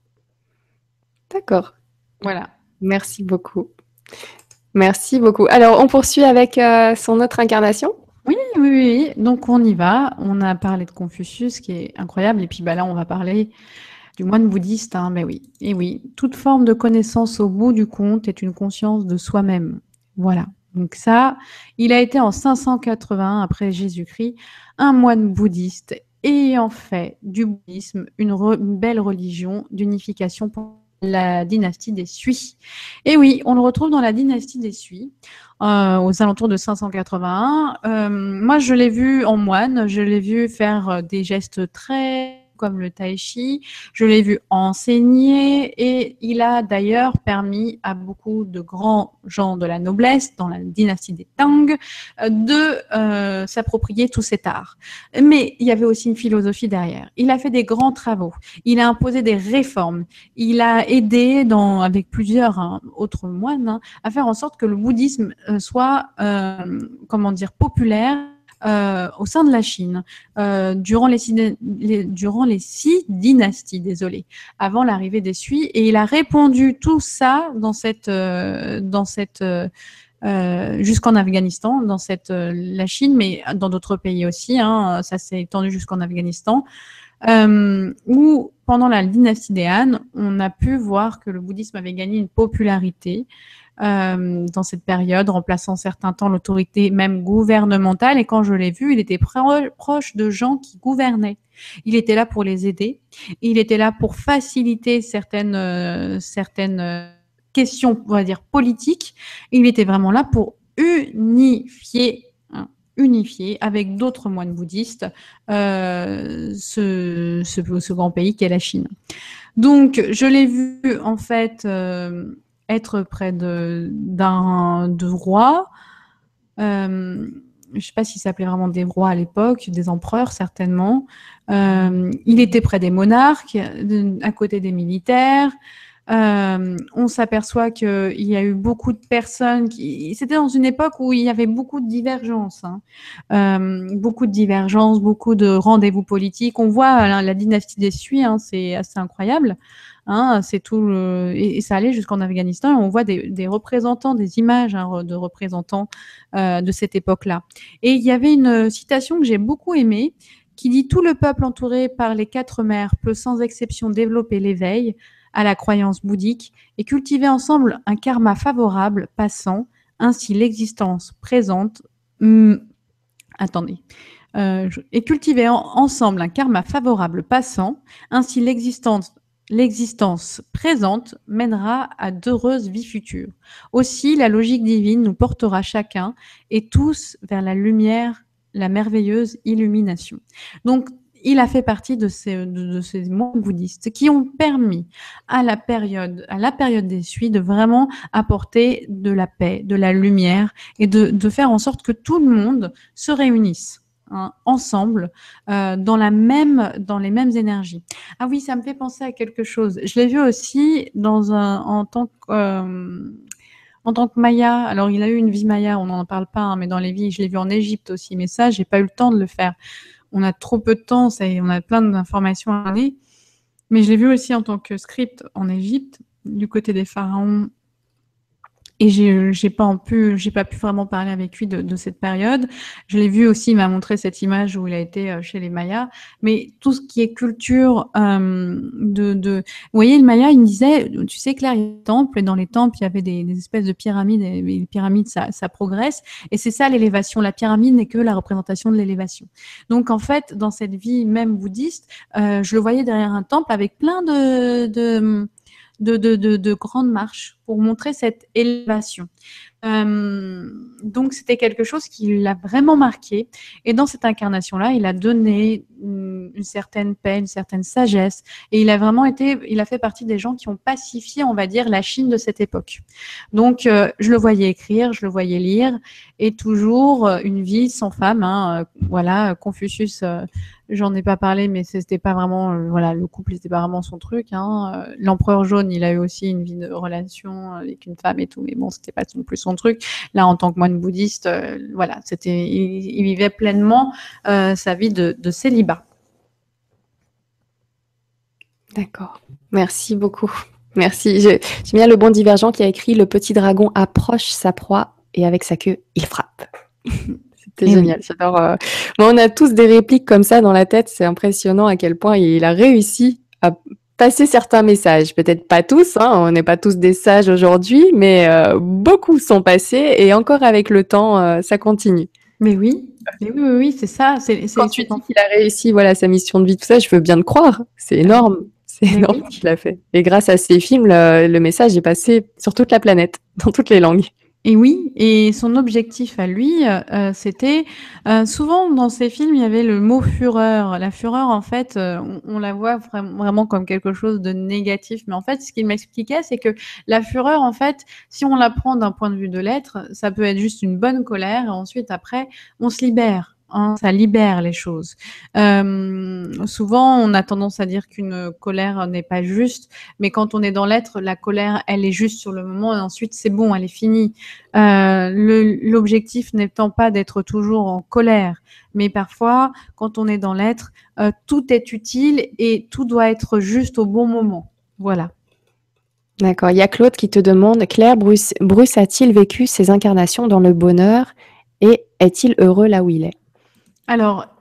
D'accord, Voilà. merci beaucoup. Merci beaucoup. Alors on poursuit avec, heu, son autre incarnation? Oui, oui, oui. Donc on y va. On a parlé de Confucius, qui est incroyable. Et puis bah là, on va parler du moine bouddhiste. Hein. Mais oui, et oui. Toute forme de connaissance au bout du compte est une conscience de soi-même. Voilà. Donc ça, il a été en cinq cent quatre-vingts après Jésus-Christ, un moine bouddhiste ayant fait du bouddhisme une, re- une belle religion d'unification pour la dynastie des Sui. Et oui, on le retrouve dans la dynastie des Sui. Euh, aux alentours de cinq cent quatre-vingt-un. Euh, moi, je l'ai vu en moine, je l'ai vu faire euh, des gestes très comme le tai chi, je l'ai vu enseigner et il a d'ailleurs permis à beaucoup de grands gens de la noblesse dans la dynastie des Tang euh, de euh, s'approprier tout cet art. Mais il y avait aussi une philosophie derrière. Il a fait des grands travaux, il a imposé des réformes, il a aidé dans, avec plusieurs hein, autres moines hein, à faire en sorte que le bouddhisme euh, soit, euh, comment dire, populaire euh, au sein de la Chine euh, durant, les six, les, durant les six dynasties, désolé, avant l'arrivée des Sui. Et il a répandu tout ça dans cette, euh, dans cette euh, euh, jusqu'en Afghanistan, dans cette, euh, la Chine, mais dans d'autres pays aussi. Hein, ça s'est étendu jusqu'en Afghanistan. euh, où pendant la dynastie des Han, on a pu voir que le bouddhisme avait gagné une popularité euh, dans cette période, remplaçant certains temps l'autorité même gouvernementale. Et quand je l'ai vu, il était pro- proche de gens qui gouvernaient. Il était là pour les aider. Il était là pour faciliter certaines, euh, certaines euh, questions, on va dire, politiques. Il était vraiment là pour unifier, hein, unifier avec d'autres moines bouddhistes euh, ce, ce, ce grand pays qu'est la Chine. Donc, je l'ai vu en fait euh, être près de, d'un de roi. Euh, je ne sais pas s'il s'appelait vraiment des rois à l'époque, des empereurs certainement. Euh, il était près des monarques, de, à côté des militaires. Euh, on s'aperçoit qu'il y a eu beaucoup de personnes qui... C'était dans une époque où il y avait beaucoup de divergences. Hein. Euh, beaucoup de divergences, beaucoup de rendez-vous politiques. On voit hein, la dynastie des Sui, hein, c'est assez incroyable. Hein, c'est tout le... et, et ça allait jusqu'en Afghanistan. Et on voit des, des représentants, des images hein, de représentants euh, de cette époque-là. Et il y avait une citation que j'ai beaucoup aimée qui dit « Tout le peuple entouré par les quatre mers peut sans exception développer l'éveil à la croyance bouddhique et cultiver ensemble un karma favorable passant, ainsi l'existence présente... Hum, attendez. Euh, je, et cultiver en, ensemble un karma favorable passant, ainsi l'existence L'existence présente mènera à d'heureuses vies futures. Aussi, la logique divine nous portera chacun et tous vers la lumière, la merveilleuse illumination. » Donc, il a fait partie de ces, de, de ces moines bouddhistes qui ont permis à la période, à la période des Sui de vraiment apporter de la paix, de la lumière et de, de faire en sorte que tout le monde se réunisse. Hein, ensemble, euh, dans la même, dans les mêmes énergies. Ah oui, ça me fait penser à quelque chose. Je l'ai vu aussi dans un, en tant que, euh, en tant que Maya. Alors, il a eu une vie Maya, on n'en parle pas, hein, mais dans les vies, je l'ai vu en Égypte aussi. Mais ça, j'ai pas eu le temps de le faire. On a trop peu de temps, ça, on a plein d'informations à donner. Mais je l'ai vu aussi en tant que script en Égypte, du côté des pharaons. Et j'ai, j'ai pas pu, j'ai pas pu vraiment parler avec lui de, de cette période. Je l'ai vu aussi, il m'a montré cette image où il a été chez les Mayas. Mais tout ce qui est culture euh, de, de, vous voyez, le Maya, il me disait, tu sais, Claire, il y a des temples, et dans les temples, il y avait des, des espèces de pyramides, et les pyramides, ça, ça progresse. Et c'est ça l'élévation. La pyramide n'est que la représentation de l'élévation. Donc, en fait, dans cette vie même bouddhiste, euh, je le voyais derrière un temple avec plein de, de De, de, de, de grandes marches pour montrer cette élévation. Euh, donc, c'était quelque chose qui l'a vraiment marqué. Et dans cette incarnation-là, il a donné une, une certaine paix, une certaine sagesse. Et il a vraiment été, il a fait partie des gens qui ont pacifié, on va dire, la Chine de cette époque. Donc, euh, je le voyais écrire, je le voyais lire. Et toujours euh, une vie sans femme. Hein, euh, voilà, Confucius... Euh, J'en ai pas parlé, mais c'était pas vraiment, euh, voilà, le couple n'était pas vraiment son truc. Hein. Euh, L'empereur jaune, il a eu aussi une vie de relation avec une femme et tout, mais bon, c'était pas non plus son truc. Là, en tant que moine bouddhiste, euh, voilà, c'était, il, il vivait pleinement euh, sa vie de, de célibat. D'accord, merci beaucoup. Merci. Je- J'aime bien le bon divergent qui a écrit « Le petit dragon approche sa proie et avec sa queue, il frappe ». C'était Eh génial, oui. j'adore. euh. Bon, on a tous des répliques comme ça dans la tête, c'est impressionnant à quel point il a réussi à passer certains messages. Peut-être pas tous, hein, on n'est pas tous des sages aujourd'hui, mais euh, beaucoup sont passés et encore avec le temps, euh, ça continue. Mais oui, mais oui, oui, oui, c'est ça. C'est, Quand c'est, tu c'est dis qu'il a réussi, voilà, sa mission de vie, tout ça, je veux bien te croire. C'est énorme, c'est Mais énorme oui. ce qu'il a fait. Et grâce à ces films, le, le message est passé sur toute la planète, dans toutes les langues. Et oui, et son objectif à lui, euh, c'était euh, souvent dans ces films, il y avait le mot fureur. La fureur, en fait, euh, on, on la voit vraiment, vraiment comme quelque chose de négatif, mais en fait, ce qu'il m'expliquait, c'est que la fureur, en fait, si on la prend d'un point de vue de l'être, ça peut être juste une bonne colère, et ensuite après, on se libère. Hein, ça libère les choses. Euh, souvent, on a tendance à dire qu'une colère n'est pas juste, mais quand on est dans l'être, la colère, elle est juste sur le moment, et ensuite, c'est bon, elle est finie. Euh, le- l'objectif n'étant pas d'être toujours en colère, mais parfois, quand on est dans l'être, euh, tout est utile et tout doit être juste au bon moment. Voilà. D'accord. Il y a Claude qui te demande, Claire, Bruce, Bruce a-t-il vécu ses incarnations dans le bonheur et est-il heureux là où il est? Alors,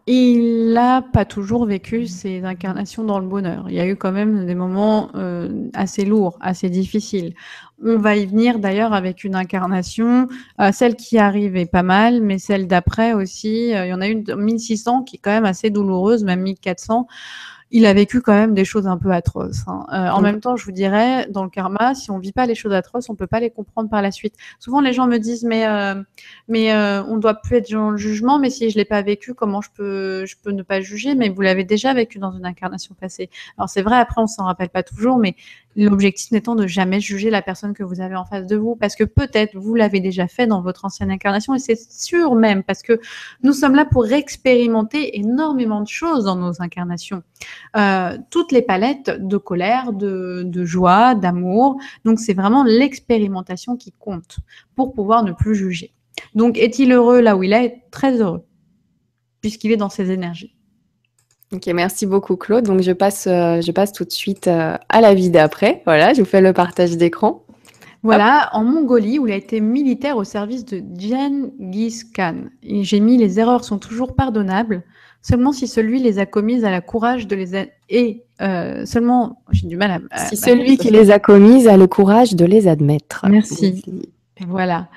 il n'a pas toujours vécu ses incarnations dans le bonheur. Il y a eu quand même des moments euh, assez lourds, assez difficiles. On va y venir d'ailleurs avec une incarnation, euh, celle qui arrive est pas mal, mais celle d'après aussi, euh, il y en a une de mille six cents qui est quand même assez douloureuse, même mille quatre cents. Il a vécu quand même des choses un peu atroces, hein. Euh, en Donc, même temps, je vous dirais, dans le karma, si on vit pas les choses atroces, on peut pas les comprendre par la suite. Souvent, les gens me disent, mais euh, mais euh, on doit plus être dans le jugement. Mais si je l'ai pas vécu, comment je peux je peux ne pas juger? Mais vous l'avez déjà vécu dans une incarnation passée. Alors c'est vrai, après on s'en rappelle pas toujours, mais l'objectif n'étant de jamais juger la personne que vous avez en face de vous, parce que peut-être vous l'avez déjà fait dans votre ancienne incarnation, et c'est sûr même, parce que nous sommes là pour expérimenter énormément de choses dans nos incarnations. Euh, toutes les palettes de colère, de, de joie, d'amour. Donc, c'est vraiment l'expérimentation qui compte pour pouvoir ne plus juger. Donc, est-il heureux là où il est? Très heureux, puisqu'il est dans ses énergies. ok, merci beaucoup Claude. Donc je passe, euh, je passe tout de suite euh, à la vie d'après. Voilà, je vous fais le partage d'écran. Voilà, en Mongolie, où il a été militaire au service de Genghis Khan. Et j'ai mis les erreurs sont toujours pardonnables, seulement si celui les a commises a la courage de les a... et euh, seulement j'ai du mal à, à Si à lire celui ça. qui les a commises a le courage de les admettre. Merci. Voilà.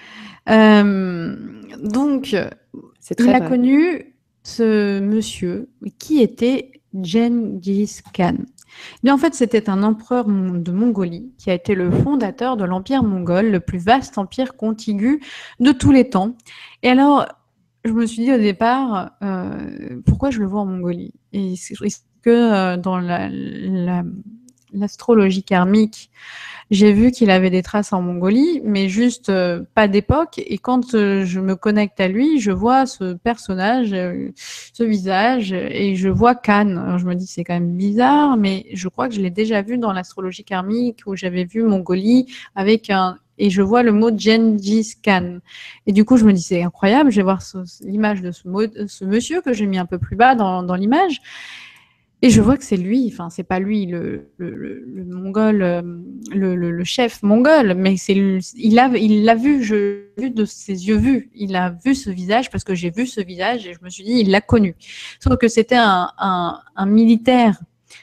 Euh, donc, C'est très il a vrai. connu ce monsieur qui était Genghis Khan. Et en fait, c'était un empereur de Mongolie qui a été le fondateur de l'empire mongol, le plus vaste empire contigu de tous les temps. Et alors, je me suis dit au départ, euh, pourquoi je le vois en Mongolie? Et est-ce que euh, dans la, la, l'astrologie karmique, j'ai vu qu'il avait des traces en Mongolie, mais juste euh, pas d'époque. Et quand euh, je me connecte à lui, je vois ce personnage, euh, ce visage, et je vois Khan. Alors je me dis, c'est quand même bizarre, mais je crois que je l'ai déjà vu dans l'astrologie karmique, où j'avais vu Mongolie avec un... Et je vois le mot Genghis Khan. Et du coup, je me dis, c'est incroyable, je vais voir ce, l'image de ce, mot, ce monsieur que j'ai mis un peu plus bas dans, dans l'image. Et je vois que c'est lui, enfin, c'est pas lui le, le, le, le mongol, euh, le, le, le chef mongol, mais c'est il l'a il l'a vu, je l'ai vu de ses yeux vus. Il a vu ce visage parce que j'ai vu ce visage et je me suis dit, il l'a connu. Sauf que c'était un, un, un militaire.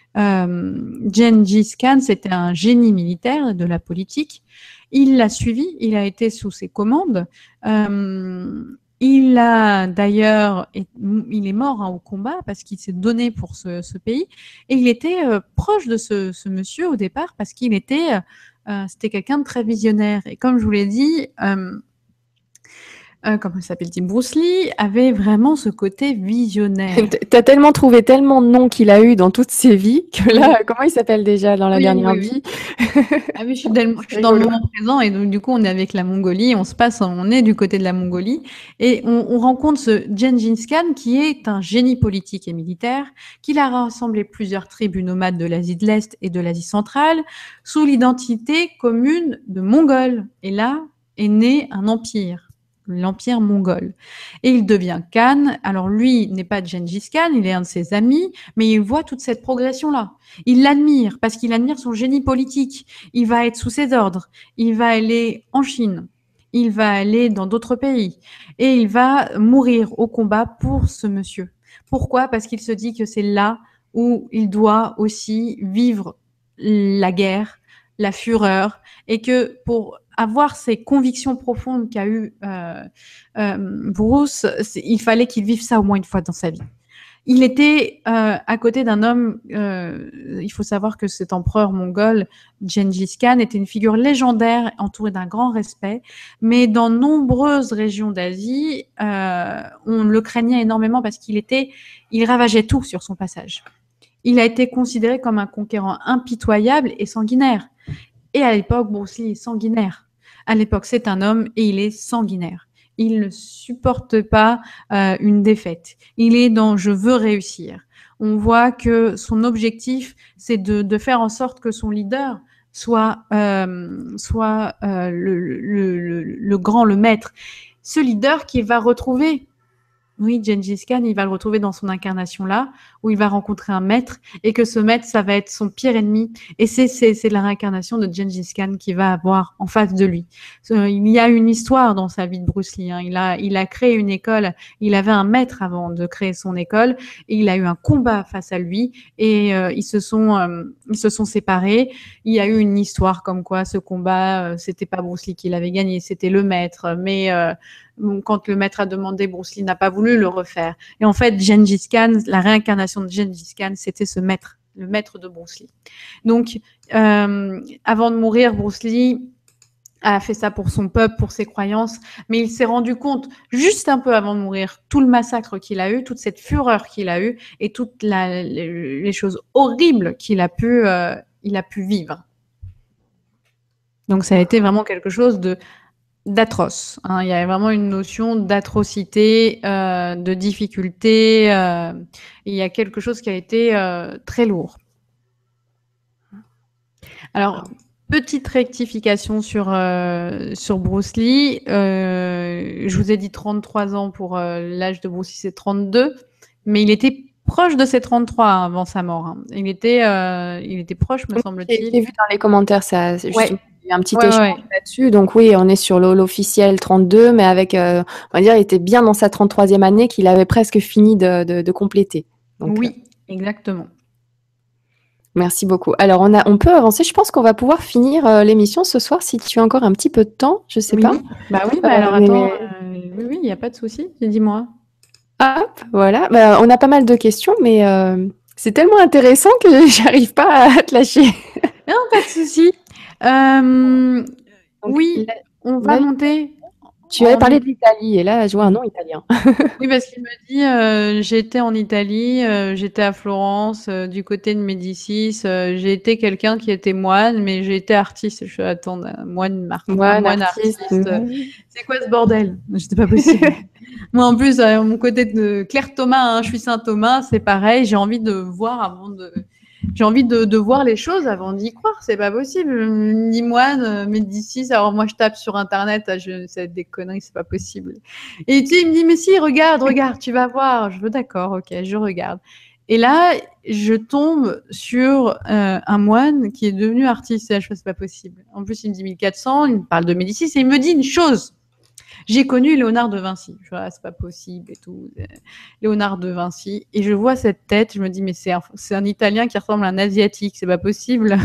Euh, Genghis Khan, c'était un génie militaire de la politique. Il l'a suivi, il a été sous ses commandes. Euh, il a d'ailleurs, il est mort hein, au combat parce qu'il s'est donné pour ce, ce pays et il était euh, proche de ce, ce monsieur au départ parce qu'il était, euh, c'était quelqu'un de très visionnaire. Et comme je vous l'ai dit, euh, euh, comment s'appelle-t-il, Bruce Lee avait vraiment ce côté visionnaire. T'as tellement trouvé tellement de noms qu'il a eu dans toutes ses vies que là, comment il s'appelle déjà dans la Oui, dernière oui, oui. vie? Ah oui, je suis, dans, je suis dans le Rigolo. moment présent et donc du coup on est avec la Mongolie, on se passe, on est du côté de la Mongolie et on, on rencontre ce Genghis Khan qui est un génie politique et militaire, qui a rassemblé plusieurs tribus nomades de l'Asie de l'Est et de l'Asie centrale sous l'identité commune de Mongols. Et là est né un empire, l'empire mongol. Et il devient Khan. Alors lui n'est pas Genghis Khan, il est un de ses amis, mais il voit toute cette progression-là. Il l'admire parce qu'il admire son génie politique. Il va être sous ses ordres. Il va aller en Chine. Il va aller dans d'autres pays. Et il va mourir au combat pour ce monsieur. Pourquoi? Parce qu'il se dit que c'est là où il doit aussi vivre la guerre, la fureur, et que pour avoir ces convictions profondes qu'a eu euh, euh, Bruce, il fallait qu'il vive ça au moins une fois dans sa vie. Il était euh, à côté d'un homme, euh, il faut savoir que cet empereur mongol, Genghis Khan, était une figure légendaire entourée d'un grand respect, mais dans nombreuses régions d'Asie, euh, on le craignait énormément parce qu'il était, il ravageait tout sur son passage. Il a été considéré comme un conquérant impitoyable et sanguinaire. Et à l'époque, Bruce Lee est sanguinaire. À l'époque, c'est un homme et il est sanguinaire. Il ne supporte pas euh, une défaite. Il est dans « je veux réussir ». On voit que son objectif, c'est de, de faire en sorte que son leader soit, euh, soit euh, le, le, le, le grand, le maître. Ce leader qu'il va retrouver oui, Gengis Khan, il va le retrouver dans son incarnation là, où il va rencontrer un maître, et que ce maître, ça va être son pire ennemi. Et c'est c'est c'est la réincarnation de Gengis Khan qu'il va avoir en face de lui. Euh, Il y a une histoire dans sa vie de Bruce Lee, hein. Il a il a créé une école. Il avait un maître avant de créer son école, et il a eu un combat face à lui, et euh, ils se sont euh, ils se sont séparés. Il y a eu une histoire comme quoi ce combat, euh, c'était pas Bruce Lee qui l'avait gagné, c'était le maître. Mais euh, quand le maître a demandé, Bruce Lee n'a pas voulu le refaire. Et en fait, Gengis Khan, la réincarnation de Gengis Khan, c'était ce maître, le maître de Bruce Lee. Donc, euh, avant de mourir, Bruce Lee a fait ça pour son peuple, pour ses croyances, mais il s'est rendu compte, juste un peu avant de mourir, tout le massacre qu'il a eu, toute cette fureur qu'il a eue, et toutes la, les, les choses horribles qu'il a pu, euh, il a pu vivre. Donc, ça a été vraiment quelque chose de d'atroce, hein. Il y avait vraiment une notion d'atrocité, euh, de difficulté. Euh, il y a quelque chose qui a été euh, très lourd. Alors, petite rectification sur, euh, sur Bruce Lee. Euh, je vous ai dit trente-trois ans pour euh, l'âge de Bruce Lee, c'est trente-deux. Mais il était proche de ses trente-trois avant sa mort, hein. Il était, euh, il était proche, me semble-t-il. J'ai vu dans les commentaires, ça, justement, Ouais. il y a un petit Ouais, échange ouais. là-dessus. Donc oui, on est sur le- l'officiel trente-deux, mais avec, euh, on va dire, il était bien dans sa trente-troisième année qu'il avait presque fini de, de- de compléter. Donc, euh, Oui, exactement. merci beaucoup. Alors, on a, on peut avancer. Je pense qu'on va pouvoir finir euh, l'émission ce soir si tu as encore un petit peu de temps. Je sais Oui. pas. Bah oui, bah Euh, alors mais- attends. euh, oui, oui, il n'y a pas de souci. Dis-moi. Hop, voilà. Bah, on a pas mal de questions, mais euh, c'est tellement intéressant que j'arrive pas à te lâcher. Non, pas de souci. Euh, Donc, oui, là- on va là, monter. tu avais en parlé Italie. de l'Italie et là, je vois un nom italien. Oui, parce qu'il me dit, euh, j'étais en Italie, euh, j'étais à Florence, euh, du côté de Médicis. Euh, j'ai été quelqu'un qui était moine, mais j'ai été artiste. Je suis attends, un moine, mar- un Moine, moine artiste. artiste. euh, C'est quoi ce bordel? C'était pas possible. Moi, en plus, euh, mon côté de Claire Thomas, hein, je suis Saint Thomas, c'est pareil. J'ai envie de voir avant de. J'ai envie de, de voir les choses avant d'y croire. C'est pas possible. Ni moine, euh, Médicis. Alors moi, je tape sur internet. ah, Je, c'est des conneries, c'est pas possible. Et tu sais, il me dit, mais si, regarde, regarde, tu vas voir. Je veux, d'accord, ok, je regarde. Et là, je tombe sur euh, un moine qui est devenu artiste. Et là, je fais, c'est pas possible. En plus, il me dit mille quatre cents, il me parle de Médicis et il me dit une chose. J'ai connu Léonard de Vinci. Je vois, ah, c'est pas possible et tout. Léonard de Vinci. Et je vois cette tête, je me dis, mais c'est un, c'est un Italien qui ressemble à un Asiatique, c'est pas possible.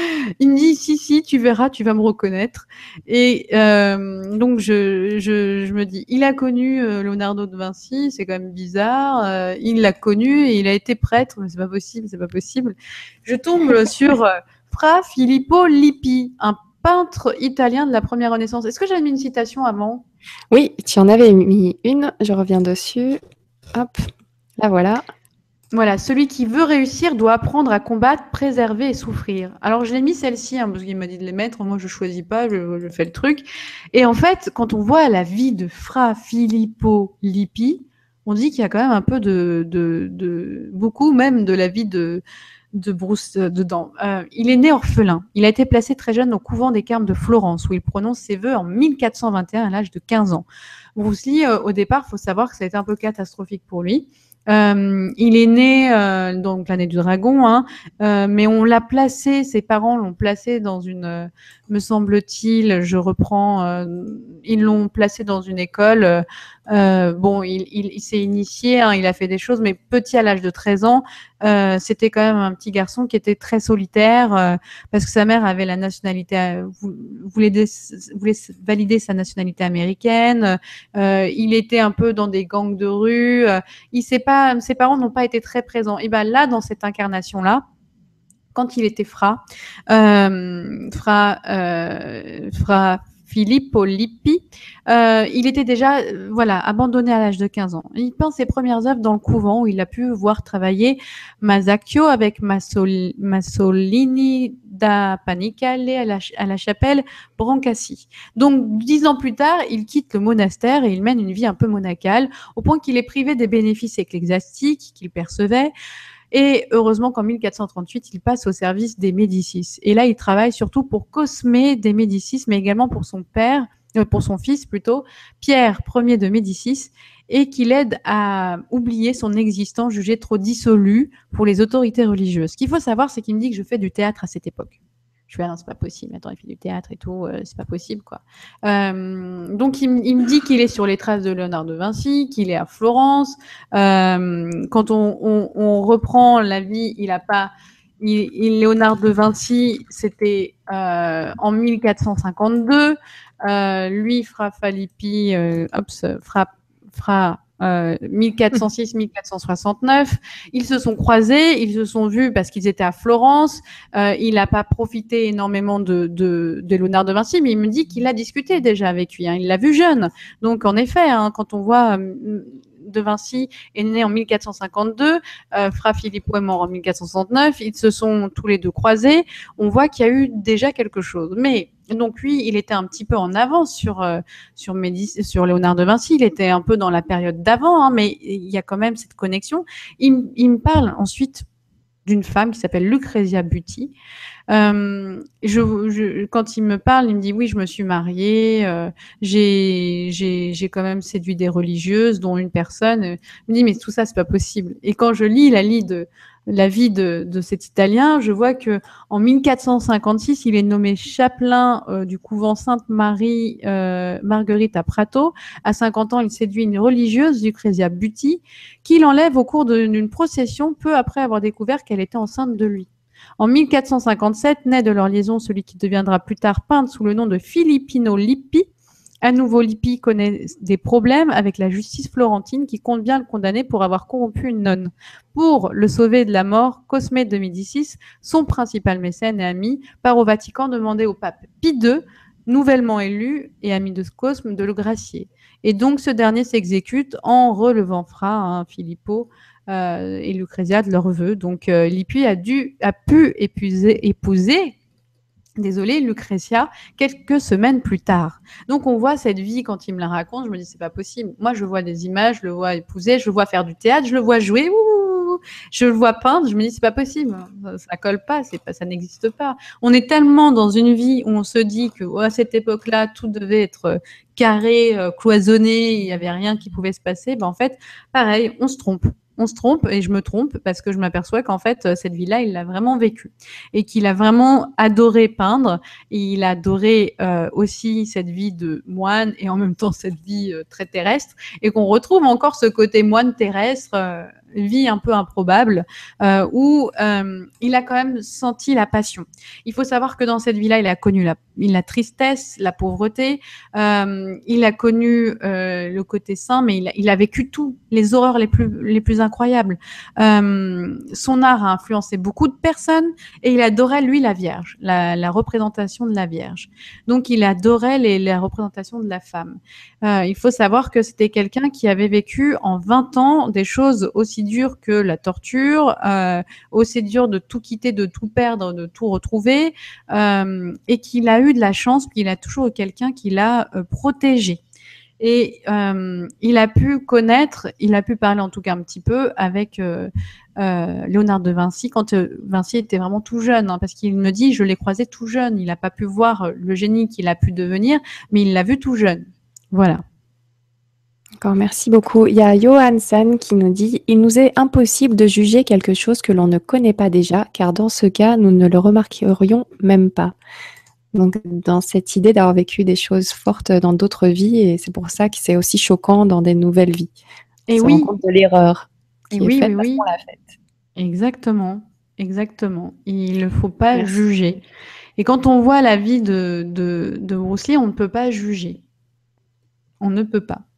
Il me dit, si, si, tu verras, tu vas me reconnaître. Et euh, donc, je, je, je me dis, il a connu euh, Leonardo de Vinci, c'est quand même bizarre. Euh, il l'a connu et il a été prêtre, mais c'est pas possible, c'est pas possible. Je tombe sur euh, Fra Filippo Lippi, un peintre italien de la première Renaissance. Est-ce que j'avais mis une citation avant? Oui, tu en avais mis une. Je reviens dessus. Hop, là voilà. Voilà, celui qui veut réussir doit apprendre à combattre, préserver et souffrir. Alors, je l'ai mis celle-ci, hein, parce qu'il m'a dit de les mettre. Moi, je choisis pas, je, je fais le truc. Et en fait, quand on voit la vie de Fra Filippo Lippi, on dit qu'il y a quand même un peu de, de, de beaucoup même de la vie de, de Bruce euh, dedans. Euh, il est né orphelin. Il a été placé très jeune au couvent des Carmes de Florence, où il prononce ses vœux en mille quatre cent vingt et un à l'âge de quinze ans. Bruce Lee, euh, au départ, il faut savoir que ça a été un peu catastrophique pour lui. Euh, il est né euh, donc l'année du dragon, hein, euh, mais on l'a placé, ses parents l'ont placé dans une, euh, me semble-t-il, je reprends, euh, ils l'ont placé dans une école. Euh, bon, il, il, il s'est initié, hein, il a fait des choses, mais petit à l'âge de treize ans, euh, c'était quand même un petit garçon qui était très solitaire euh, parce que sa mère avait la nationalité, euh, voulait, des, voulait valider sa nationalité américaine. Euh, il était un peu dans des gangs de rue. Euh, il s'est pas, ses parents n'ont pas été très présents. Et ben là, dans cette incarnation-là, quand il était Fra, euh, Fra, euh, Fra Filippo Lippi, euh, il était déjà euh, voilà, abandonné à l'âge de quinze ans. Il peint ses premières œuvres dans le couvent où il a pu voir travailler Masaccio avec Massol, Massolini da Panicale à la, à la chapelle Brancassi. Donc, dix ans plus tard, il quitte le monastère et il mène une vie un peu monacale, au point qu'il est privé des bénéfices ecclésiastiques qu'il percevait. Et heureusement qu'en mille quatre cent trente-huit, il passe au service des Médicis. Et là, il travaille surtout pour Cosme des Médicis, mais également pour son père, euh, pour son fils plutôt, Pierre Ier de Médicis, et qui l'aide à oublier son existence jugée trop dissolue pour les autorités religieuses. Ce qu'il faut savoir, c'est qu'il me dit que je fais du théâtre à cette époque. Je fais, ah non, c'est pas possible. Attends, il fait du théâtre et tout, euh, c'est pas possible, quoi. Euh, donc, il, il me dit qu'il est sur les traces de Léonard de Vinci, qu'il est à Florence. Euh, quand on, on, on reprend la vie, il a pas, il, il, Léonard de Vinci, c'était euh, en mille quatre cent cinquante-deux. Euh, lui, Fra Filippi, euh, hop, Fra, Fra Euh, mille quatre cent six mille quatre cent soixante-neuf. Ils se sont croisés, ils se sont vus parce qu'ils étaient à Florence. Euh, il n'a pas profité énormément de, de, de Léonard de Vinci, mais il me dit qu'il a discuté déjà avec lui. Hein. Il l'a vu jeune. Donc, en effet, hein, quand on voit euh, de Vinci est né en mille quatre cent cinquante-deux, euh, Fra Filippo est mort en mille quatre cent soixante-neuf. Ils se sont tous les deux croisés. On voit qu'il y a eu déjà quelque chose. Mais donc lui, il était un petit peu en avance sur euh, sur, Médicis, sur Léonard de Vinci. Il était un peu dans la période d'avant, hein, mais il y a quand même cette connexion. Il, il me parle ensuite d'une femme qui s'appelle Lucrezia Buti. Euh, je, je, quand il me parle, il me dit oui, je me suis mariée, euh, j'ai, j'ai, j'ai quand même séduit des religieuses, dont une personne. Il me dit mais tout ça c'est pas possible. Et quand je lis la vie de la vie de, de cet Italien, je vois que en mille quatre cent cinquante-six, il est nommé chapelain euh, du couvent Sainte-Marie euh, Marguerite à Prato. À cinquante ans, il séduit une religieuse, Lucrezia Buti, qu'il enlève au cours d'une procession peu après avoir découvert qu'elle était enceinte de lui. En mille quatre cent cinquante-sept, naît de leur liaison celui qui deviendra plus tard peintre sous le nom de Filippino Lippi. À nouveau, Lippi connaît des problèmes avec la justice florentine qui compte bien le condamner pour avoir corrompu une nonne. Pour le sauver de la mort, Cosme de Médicis, son principal mécène et ami, part au Vatican demander au pape Pie deux, nouvellement élu et ami de Cosme, de le gracier. Et donc, ce dernier s'exécute en relevant Fra, hein, Filippo, euh, et Lucrezia de leurs vœux. Donc, euh, Lippi a, dû, a pu épuiser, épouser Désolée, Lucrezia, quelques semaines plus tard. Donc, on voit cette vie, quand il me la raconte, je me dis, c'est pas possible. Moi, je vois des images, je le vois épouser, je le vois faire du théâtre, je le vois jouer, ouh, je le vois peindre, je me dis, c'est pas possible. Ça, ça colle pas, c'est pas, ça n'existe pas. On est tellement dans une vie où on se dit que, oh, à cette époque-là, tout devait être carré, cloisonné, il y avait rien qui pouvait se passer. Ben, en fait, pareil, on se trompe. On se trompe et je me trompe parce que je m'aperçois qu'en fait, cette vie-là, il l'a vraiment vécue et qu'il a vraiment adoré peindre. Et il a adoré euh, aussi cette vie de moine et en même temps cette vie euh, très terrestre et qu'on retrouve encore ce côté moine terrestre, euh, vie un peu improbable euh, où euh, il a quand même senti la passion. Il faut savoir que dans cette vie-là, il a connu la, la tristesse, la pauvreté, euh, il a connu euh, le côté saint, mais il a, il a vécu tout, les horreurs les plus, les plus incroyables. Euh, son art a influencé beaucoup de personnes et il adorait, lui, la Vierge, la, la représentation de la Vierge. Donc, il adorait les, la représentation de la femme. Euh, il faut savoir que c'était quelqu'un qui avait vécu en vingt ans des choses aussi dures que la torture, euh, aussi dur de tout quitter, de tout perdre, de tout retrouver, euh, et qu'il a eu de la chance, qu'il a toujours eu quelqu'un qui l'a euh, protégé. Et euh, il a pu connaître, il a pu parler en tout cas un petit peu avec euh, euh, Léonard de Vinci quand euh, Vinci était vraiment tout jeune, hein, parce qu'il me dit, je l'ai croisé tout jeune, il n'a pas pu voir le génie qu'il a pu devenir, mais il l'a vu tout jeune. Voilà. D'accord, merci beaucoup. Il y a Johansen qui nous dit « Il nous est impossible de juger quelque chose que l'on ne connaît pas déjà, car dans ce cas, nous ne le remarquerions même pas. » Donc, dans cette idée d'avoir vécu des choses fortes dans d'autres vies, et c'est pour ça que c'est aussi choquant dans des nouvelles vies. Et on oui. se rend compte de l'erreur qui et est oui, faite oui, parce oui. qu'on l'a faite. Exactement, exactement. Il ne faut pas Merci. juger. Et quand on voit la vie de, de, de Bruce Lee, on ne peut pas juger. On ne peut pas.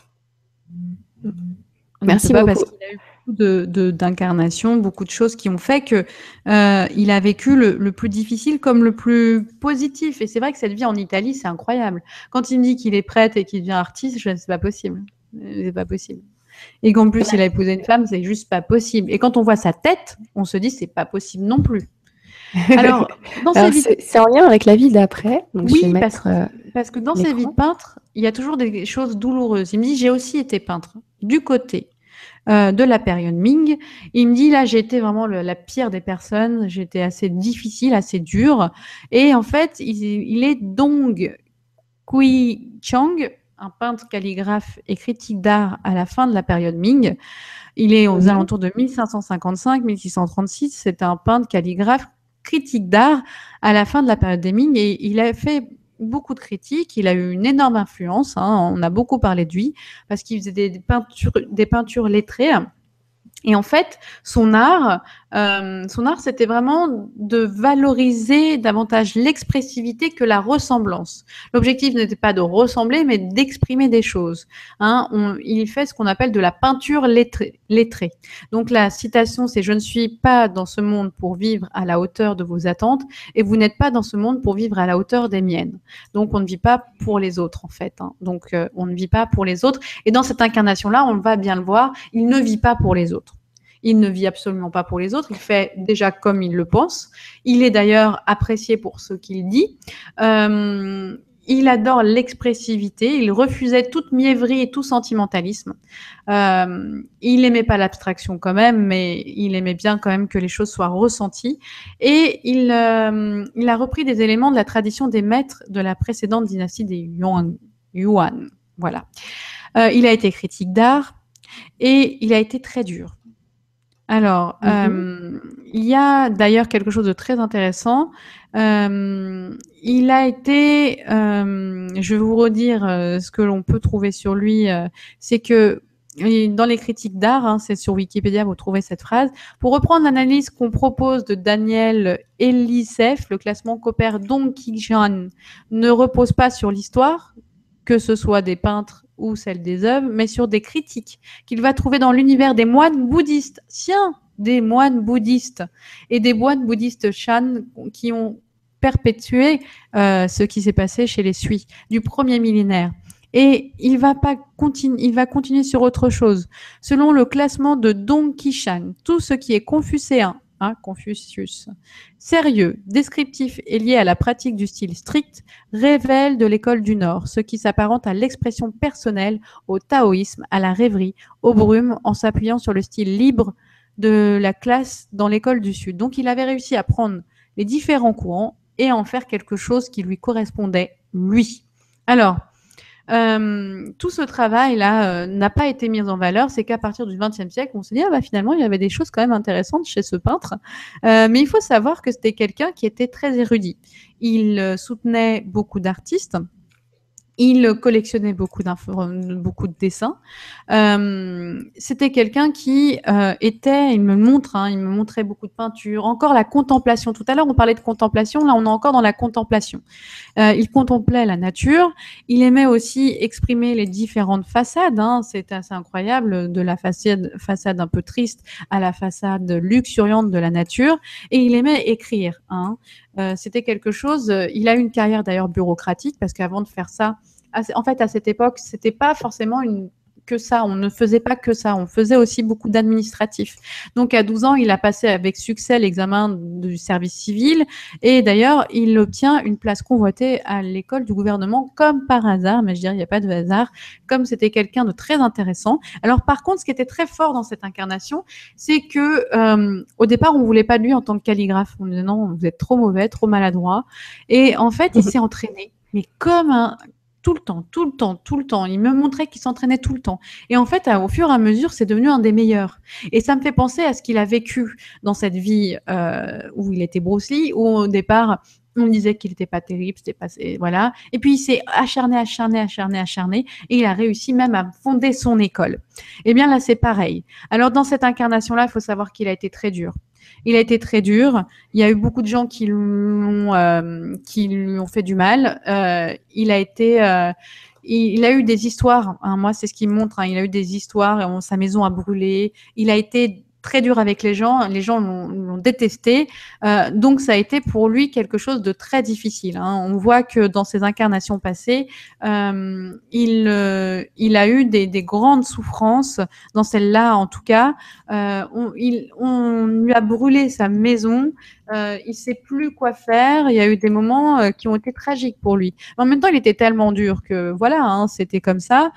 On Merci ne peut pas beaucoup. parce qu'il a eu beaucoup de, de, d'incarnations, beaucoup de choses qui ont fait que euh, il a vécu le, le plus difficile comme le plus positif. Et c'est vrai que cette vie en Italie, c'est incroyable. Quand il me dit qu'il est prêtre et qu'il devient artiste, je c'est pas possible. C'est pas possible. Et qu'en plus, il a épousé une femme, c'est juste pas possible. Et quand on voit sa tête, on se dit, c'est pas possible non plus. Alors, dans Alors, ses c'est, c'est en lien avec la vie d'après. Donc je vais oui, mettre, parce, euh, parce que dans ses vies de peintre, il y a toujours des choses douloureuses. Il me dit, j'ai aussi été peintre du côté euh, de la période Ming. Il me dit, là, j'ai été vraiment le, la pire des personnes. J'étais assez difficile, assez dure. Et en fait, il, il est Dong Kui Chang, un peintre calligraphe et critique d'art à la fin de la période Ming. Il est aux Mhm. alentours de mille cinq cent cinquante-cinq mille six cent trente-six. C'est un peintre calligraphe critique d'art à la fin de la période des Ming et il a fait beaucoup de critiques. Il a eu une énorme influence. Hein, on a beaucoup parlé de lui parce qu'il faisait des peintures, des peintures lettrées. Et en fait, son art, euh, son art, c'était vraiment de valoriser davantage l'expressivité que la ressemblance. L'objectif n'était pas de ressembler, mais d'exprimer des choses. Hein, on, il fait ce qu'on appelle de la peinture lettrée, lettrée. Donc la citation, c'est « Je ne suis pas dans ce monde pour vivre à la hauteur de vos attentes, et vous n'êtes pas dans ce monde pour vivre à la hauteur des miennes. » Donc on ne vit pas pour les autres, en fait. Hein. Donc euh, on ne vit pas pour les autres. Et dans cette incarnation-là, on va bien le voir, il ne vit pas pour les autres. Il ne vit absolument pas pour les autres. Il fait déjà comme il le pense. Il est d'ailleurs apprécié pour ce qu'il dit. Euh, il adore l'expressivité. Il refusait toute mièvrerie et tout sentimentalisme. Euh, il n'aimait pas l'abstraction quand même, mais il aimait bien quand même que les choses soient ressenties. Et il, euh, il a repris des éléments de la tradition des maîtres de la précédente dynastie des Yuan. Yuan. Voilà. Euh, il a été critique d'art et il a été très dur. Alors, mmh. euh, il y a d'ailleurs quelque chose de très intéressant. Euh, il a été, euh, je vais vous redire euh, ce que l'on peut trouver sur lui, euh, c'est que dans les critiques d'art, hein, c'est sur Wikipédia, vous trouvez cette phrase. Pour reprendre l'analyse qu'on propose de Daniel Elisef, le classement qu'opère Dong Qishan ne repose pas sur l'histoire, que ce soit des peintres ou celle des œuvres, mais sur des critiques qu'il va trouver dans l'univers des moines bouddhistes. Tiens, des moines bouddhistes et des moines bouddhistes Shan qui ont perpétué euh, ce qui s'est passé chez les Sui du premier millénaire. Et il va pas continuer, il va continuer sur autre chose. Selon le classement de Dong Qishan, tout ce qui est confucéen, hein, Confucius, sérieux, descriptif et lié à la pratique du style strict, révèle de l'école du Nord, ce qui s'apparente à l'expression personnelle, au taoïsme, à la rêverie, aux brumes, en s'appuyant sur le style libre de la classe dans l'école du Sud. Donc il avait réussi à prendre les différents courants et à en faire quelque chose qui lui correspondait, lui. Alors, Euh, tout ce travail-là euh, n'a pas été mis en valeur. C'est qu'à partir du vingtième siècle, on s'est dit, ah bah, finalement, il y avait des choses quand même intéressantes chez ce peintre. Euh, mais il faut savoir que c'était quelqu'un qui était très érudit. Il euh, soutenait beaucoup d'artistes. Il collectionnait beaucoup, beaucoup de dessins. Euh, c'était quelqu'un qui euh, était, il me montre, hein, il me montrait beaucoup de peintures. Encore la contemplation. Tout à l'heure, on parlait de contemplation. Là, on est encore dans la contemplation. Euh, il contemplait la nature. Il aimait aussi exprimer les différentes façades. Hein. C'est assez incroyable, de la façade, façade un peu triste à la façade luxuriante de la nature. Et il aimait écrire. Hein. Euh, c'était quelque chose. Il a eu une carrière d'ailleurs bureaucratique parce qu'avant de faire ça, en fait, à cette époque, c'était pas forcément une que ça, on ne faisait pas que ça, on faisait aussi beaucoup d'administratifs. Donc à douze ans, il a passé avec succès l'examen du service civil et d'ailleurs, il obtient une place convoitée à l'école du gouvernement comme par hasard, mais je dirais il n'y a pas de hasard, comme c'était quelqu'un de très intéressant. Alors par contre, ce qui était très fort dans cette incarnation, c'est que euh, au départ, on voulait pas de lui en tant que calligraphe. On disait non, vous êtes trop mauvais, trop maladroit. Et en fait, il s'est entraîné, mais comme un tout le temps, tout le temps, tout le temps. Il me montrait qu'il s'entraînait tout le temps. Et en fait, au fur et à mesure, c'est devenu un des meilleurs. Et ça me fait penser à ce qu'il a vécu dans cette vie euh, où il était Bruce Lee, où au départ, on disait qu'il n'était pas terrible, c'était pas, voilà. Et puis il s'est acharné, acharné, acharné, acharné, et il a réussi même à fonder son école. Eh bien là, c'est pareil. Alors dans cette incarnation-là, il faut savoir qu'il a été très dur. Il a été très dur. Il y a eu beaucoup de gens qui, l'ont, euh, qui lui ont fait du mal. Euh, il a été, euh, il, il a eu des histoires. Hein, moi, c'est ce qu'il me montre. Hein, il a eu des histoires. On, sa maison a brûlé. Il a été très dur avec les gens. Les gens l'ont, l'ont détesté. Euh, donc, ça a été pour lui quelque chose de très difficile. Hein. On voit que dans ses incarnations passées, euh, il, euh, il a eu des, des grandes souffrances. Dans celle-là, en tout cas, euh, on, il, on lui a brûlé sa maison. Euh, il sait plus quoi faire. Il y a eu des moments euh, qui ont été tragiques pour lui. Mais en même temps, il était tellement dur que voilà, hein, c'était comme ça.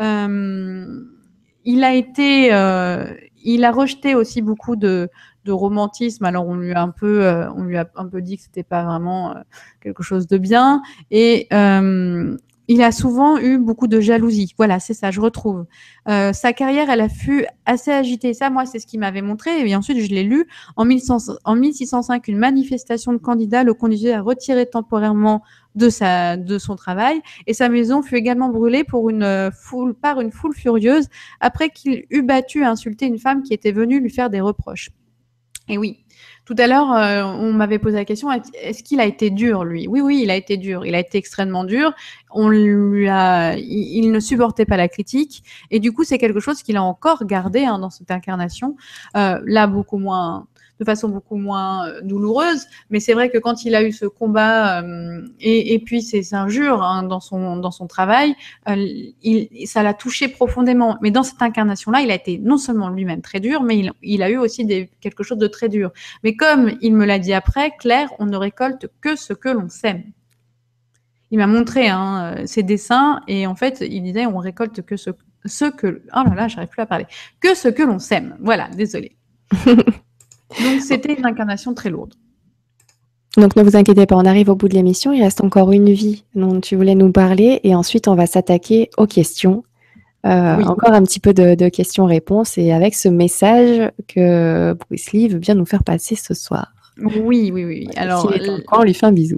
Euh, il a été, euh, il a rejeté aussi beaucoup de, de romantisme. Alors on lui a un peu, euh, on lui a un peu dit que c'était pas vraiment euh, quelque chose de bien. Et euh, il a souvent eu beaucoup de jalousie. Voilà, c'est ça, je retrouve. Euh, sa carrière, elle a fut assez agitée. Ça, moi, c'est ce qu'il m'avait montré. Et ensuite, je l'ai lu. En, mille cent en mille six cent cinq, une manifestation de candidats le conduisait à retirer temporairement de, sa, de son travail. Et sa maison fut également brûlée pour une foule, par une foule furieuse après qu'il eut battu et insulté une femme qui était venue lui faire des reproches. Et oui, tout à l'heure, euh, on m'avait posé la question, est-ce qu'il a été dur, lui? Oui, oui, il a été dur. Il a été extrêmement dur. On lui a, il, il ne supportait pas la critique. Et du coup, c'est quelque chose qu'il a encore gardé hein, dans cette incarnation. Euh, là, beaucoup moins, de façon beaucoup moins euh, douloureuse. Mais c'est vrai que quand il a eu ce combat euh, et, et puis ces injures hein, dans son dans son travail, euh, il, ça l'a touché profondément. Mais dans cette incarnation-là, il a été non seulement lui-même très dur, mais il, il a eu aussi des, quelque chose de très dur. Mais comme il me l'a dit après, Claire, on ne récolte que ce que l'on sème. Il m'a montré hein, ses dessins et en fait, il disait on récolte que ce, ce que... Oh là là, j'arrive plus à parler. Que ce que l'on sème. Voilà, désolée. Donc, c'était une incarnation très lourde. Donc, ne vous inquiétez pas, on arrive au bout de l'émission. Il reste encore une vie dont tu voulais nous parler et ensuite, on va s'attaquer aux questions. Euh, oui. Encore un petit peu de, de questions-réponses et avec ce message que Bruce Lee veut bien nous faire passer ce soir. Oui, oui, oui. Alors, s'il est encore, on lui fait un bisou.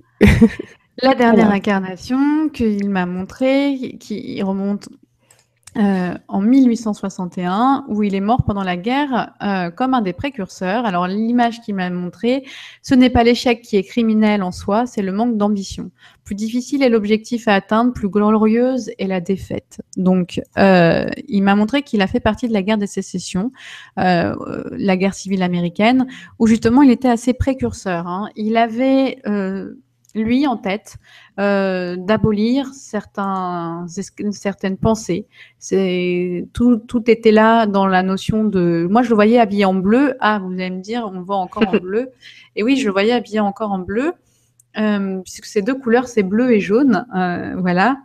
La dernière Alors. incarnation qu'il m'a montrée, qui remonte euh, en mille huit cent soixante et un, où il est mort pendant la guerre euh, comme un des précurseurs. Alors, l'image qu'il m'a montrée, ce n'est pas l'échec qui est criminel en soi, c'est le manque d'ambition. Plus difficile est l'objectif à atteindre, plus glorieuse est la défaite. Donc, euh, il m'a montré qu'il a fait partie de la guerre des sécessions, euh, la guerre civile américaine, où justement, il était assez précurseur. Hein. Il avait... Euh, lui en tête, euh, d'abolir certains, certaines pensées. C'est, tout, tout était là dans la notion de... Moi, je le voyais habillé en bleu. Ah, vous allez me dire, on voit encore en bleu. Et oui, je le voyais habillé encore en bleu, euh, puisque ces deux couleurs, c'est bleu et jaune. Euh, voilà.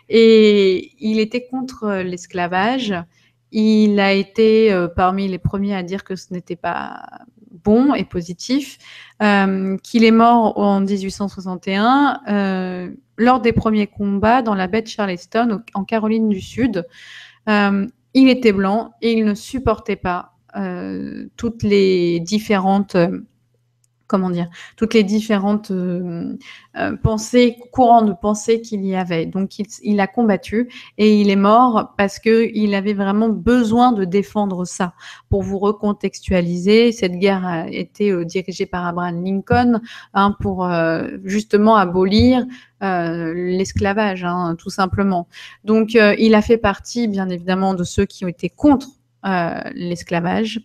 Et il était contre l'esclavage. Il a été euh, parmi les premiers à dire que ce n'était pas bon et positif, euh, qu'il est mort en dix-huit cent soixante et un euh, lors des premiers combats dans la baie de Charleston en Caroline du Sud. Euh, il était blanc et il ne supportait pas euh, toutes les différentes... Euh, comment dire, toutes les différentes euh, euh, pensées, courants de pensée qu'il y avait. Donc, il, il a combattu et il est mort parce qu'il avait vraiment besoin de défendre ça. Pour vous recontextualiser, cette guerre a été euh, dirigée par Abraham Lincoln hein, pour euh, justement abolir euh, l'esclavage, hein, tout simplement. Donc, euh, il a fait partie, bien évidemment, de ceux qui ont été contre Euh, l'esclavage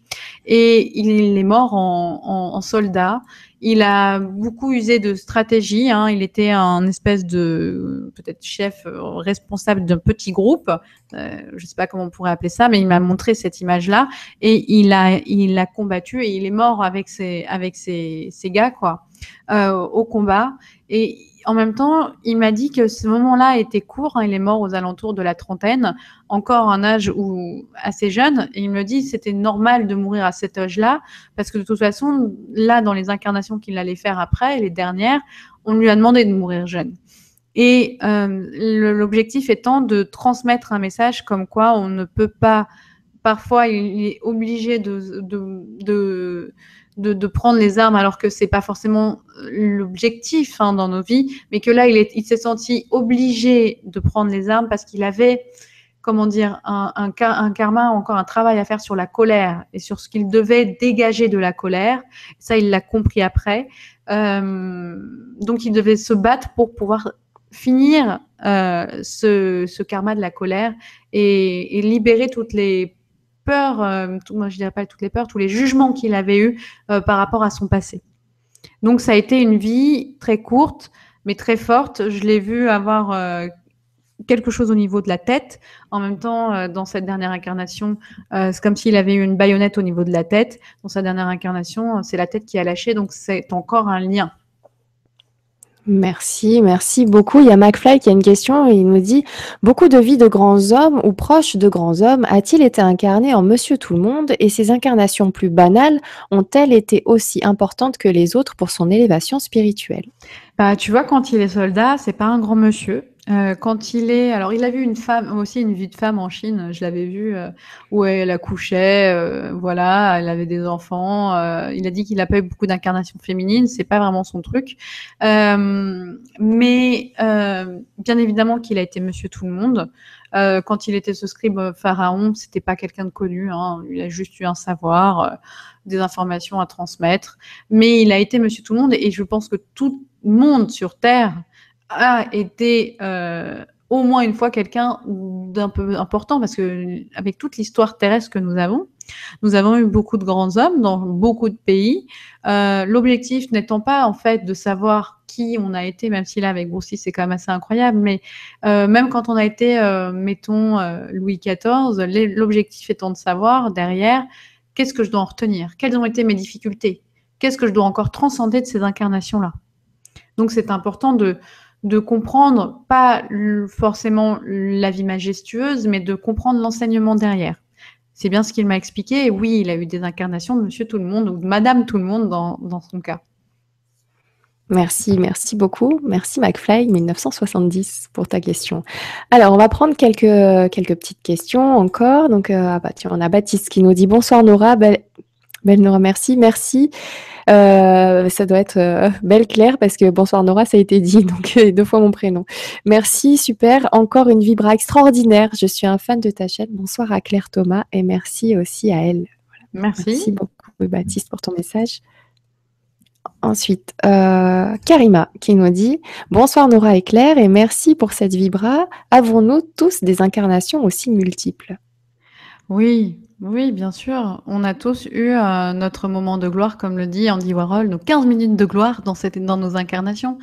et il est mort en, en, en soldat. Il a beaucoup usé de stratégie, hein. Il était un espèce de peut-être chef euh, responsable d'un petit groupe, euh, je ne sais pas comment on pourrait appeler ça, mais il m'a montré cette image-là et il a, il a combattu et il est mort avec ses, avec ses, ses gars quoi, euh, au combat. Et en même temps, il m'a dit que ce moment-là était court. Hein, il est mort aux alentours de la trentaine, encore un âge où, assez jeune. Et il me dit que c'était normal de mourir à cet âge-là, parce que de toute façon, là, dans les incarnations qu'il allait faire après, les dernières, on lui a demandé de mourir jeune. Et euh, l'objectif étant de transmettre un message comme quoi on ne peut pas... Parfois, il est obligé de... de, de De, de prendre les armes alors que c'est pas forcément l'objectif hein, dans nos vies, mais que là il, est, il s'est senti obligé de prendre les armes parce qu'il avait, comment dire, un, un, un karma, encore un travail à faire sur la colère et sur ce qu'il devait dégager de la colère. Ça, il l'a compris après. Euh, donc, il devait se battre pour pouvoir finir euh, ce, ce karma de la colère et, et libérer toutes les peurs, euh, tout, moi je dirais pas toutes les peurs, tous les jugements qu'il avait eus euh, par rapport à son passé. Donc ça a été une vie très courte, mais très forte. Je l'ai vu avoir euh, quelque chose au niveau de la tête. En même temps, euh, dans cette dernière incarnation, euh, c'est comme s'il avait eu une baïonnette au niveau de la tête. Dans sa dernière incarnation, c'est la tête qui a lâché, donc c'est encore un lien. Merci, merci beaucoup. Il y a McFly qui a une question et il nous dit « Beaucoup de vies de grands hommes ou proches de grands hommes a-t-il été incarné en Monsieur Tout-le-Monde et ces incarnations plus banales ont-elles été aussi importantes que les autres pour son élévation spirituelle ?» Bah, tu vois, quand il est soldat, c'est pas un grand monsieur. Euh, quand il est, alors il a vu une femme, aussi une vie de femme en Chine, je l'avais vu, euh, où elle accouchait, euh, voilà, elle avait des enfants. Euh, il a dit qu'il n'a pas eu beaucoup d'incarnations féminines, c'est pas vraiment son truc. Euh, mais euh, bien évidemment qu'il a été Monsieur Tout le Monde. Euh, quand il était ce scribe pharaon, c'était pas quelqu'un de connu, hein, il a juste eu un savoir, euh, des informations à transmettre. Mais il a été Monsieur Tout le Monde, et je pense que tout le monde sur Terre a été euh, au moins une fois quelqu'un d'un peu important, parce que avec toute l'histoire terrestre que nous avons, nous avons eu beaucoup de grands hommes dans beaucoup de pays. Euh, L'objectif n'étant pas en fait de savoir qui on a été, même si là avec Bruce Lee c'est quand même assez incroyable, mais euh, même quand on a été, euh, mettons, euh, Louis quatorze, l'objectif étant de savoir derrière qu'est-ce que je dois en retenir, quelles ont été mes difficultés, qu'est-ce que je dois encore transcender de ces incarnations-là. Donc c'est important de de comprendre, pas forcément la vie majestueuse, mais de comprendre l'enseignement derrière. C'est bien ce qu'il m'a expliqué. Et oui, il a eu des incarnations de Monsieur Tout le Monde ou de Madame Tout le Monde dans, dans son cas. Merci, merci beaucoup. Merci McFly mille neuf cent soixante-dix pour ta question. Alors, on va prendre quelques, quelques petites questions encore. Donc, euh, ah bah, tiens, on a Baptiste qui nous dit « Bonsoir Nora, belle, belle Nora, merci, merci. » Euh, ça doit être euh, Belle Claire parce que bonsoir Nora, ça a été dit, donc euh, deux fois mon prénom. Merci, super. Encore une vibra extraordinaire. Je suis un fan de ta chaîne. Bonsoir à Claire Thomas et merci aussi à elle. Voilà. Merci. Merci beaucoup, Baptiste, pour ton message. Ensuite, euh, Karima qui nous dit « Bonsoir Nora et Claire et merci pour cette vibra. Avons-nous tous des incarnations aussi multiples ?» Oui, oui, bien sûr. On a tous eu euh, notre moment de gloire, comme le dit Andy Warhol, nos quinze minutes de gloire dans, cette, dans nos incarnations.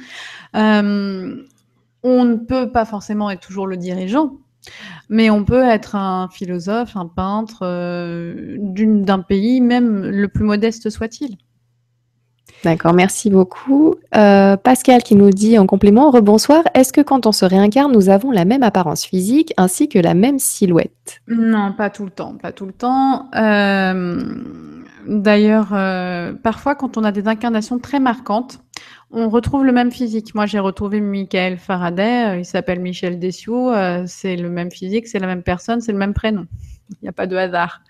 Euh, on ne peut pas forcément être toujours le dirigeant, mais on peut être un philosophe, un peintre euh, d'un pays, même le plus modeste soit-il. D'accord, merci beaucoup. Euh, Pascal qui nous dit en complément, rebonsoir, est-ce que quand on se réincarne, nous avons la même apparence physique ainsi que la même silhouette? Non, pas tout le temps, pas tout le temps. Euh, D'ailleurs, euh, parfois quand on a des incarnations très marquantes, on retrouve le même physique. Moi, j'ai retrouvé Michael Faraday, euh, il s'appelle Michel Dessiou, euh, c'est le même physique, c'est la même personne, c'est le même prénom. Il n'y a pas de hasard.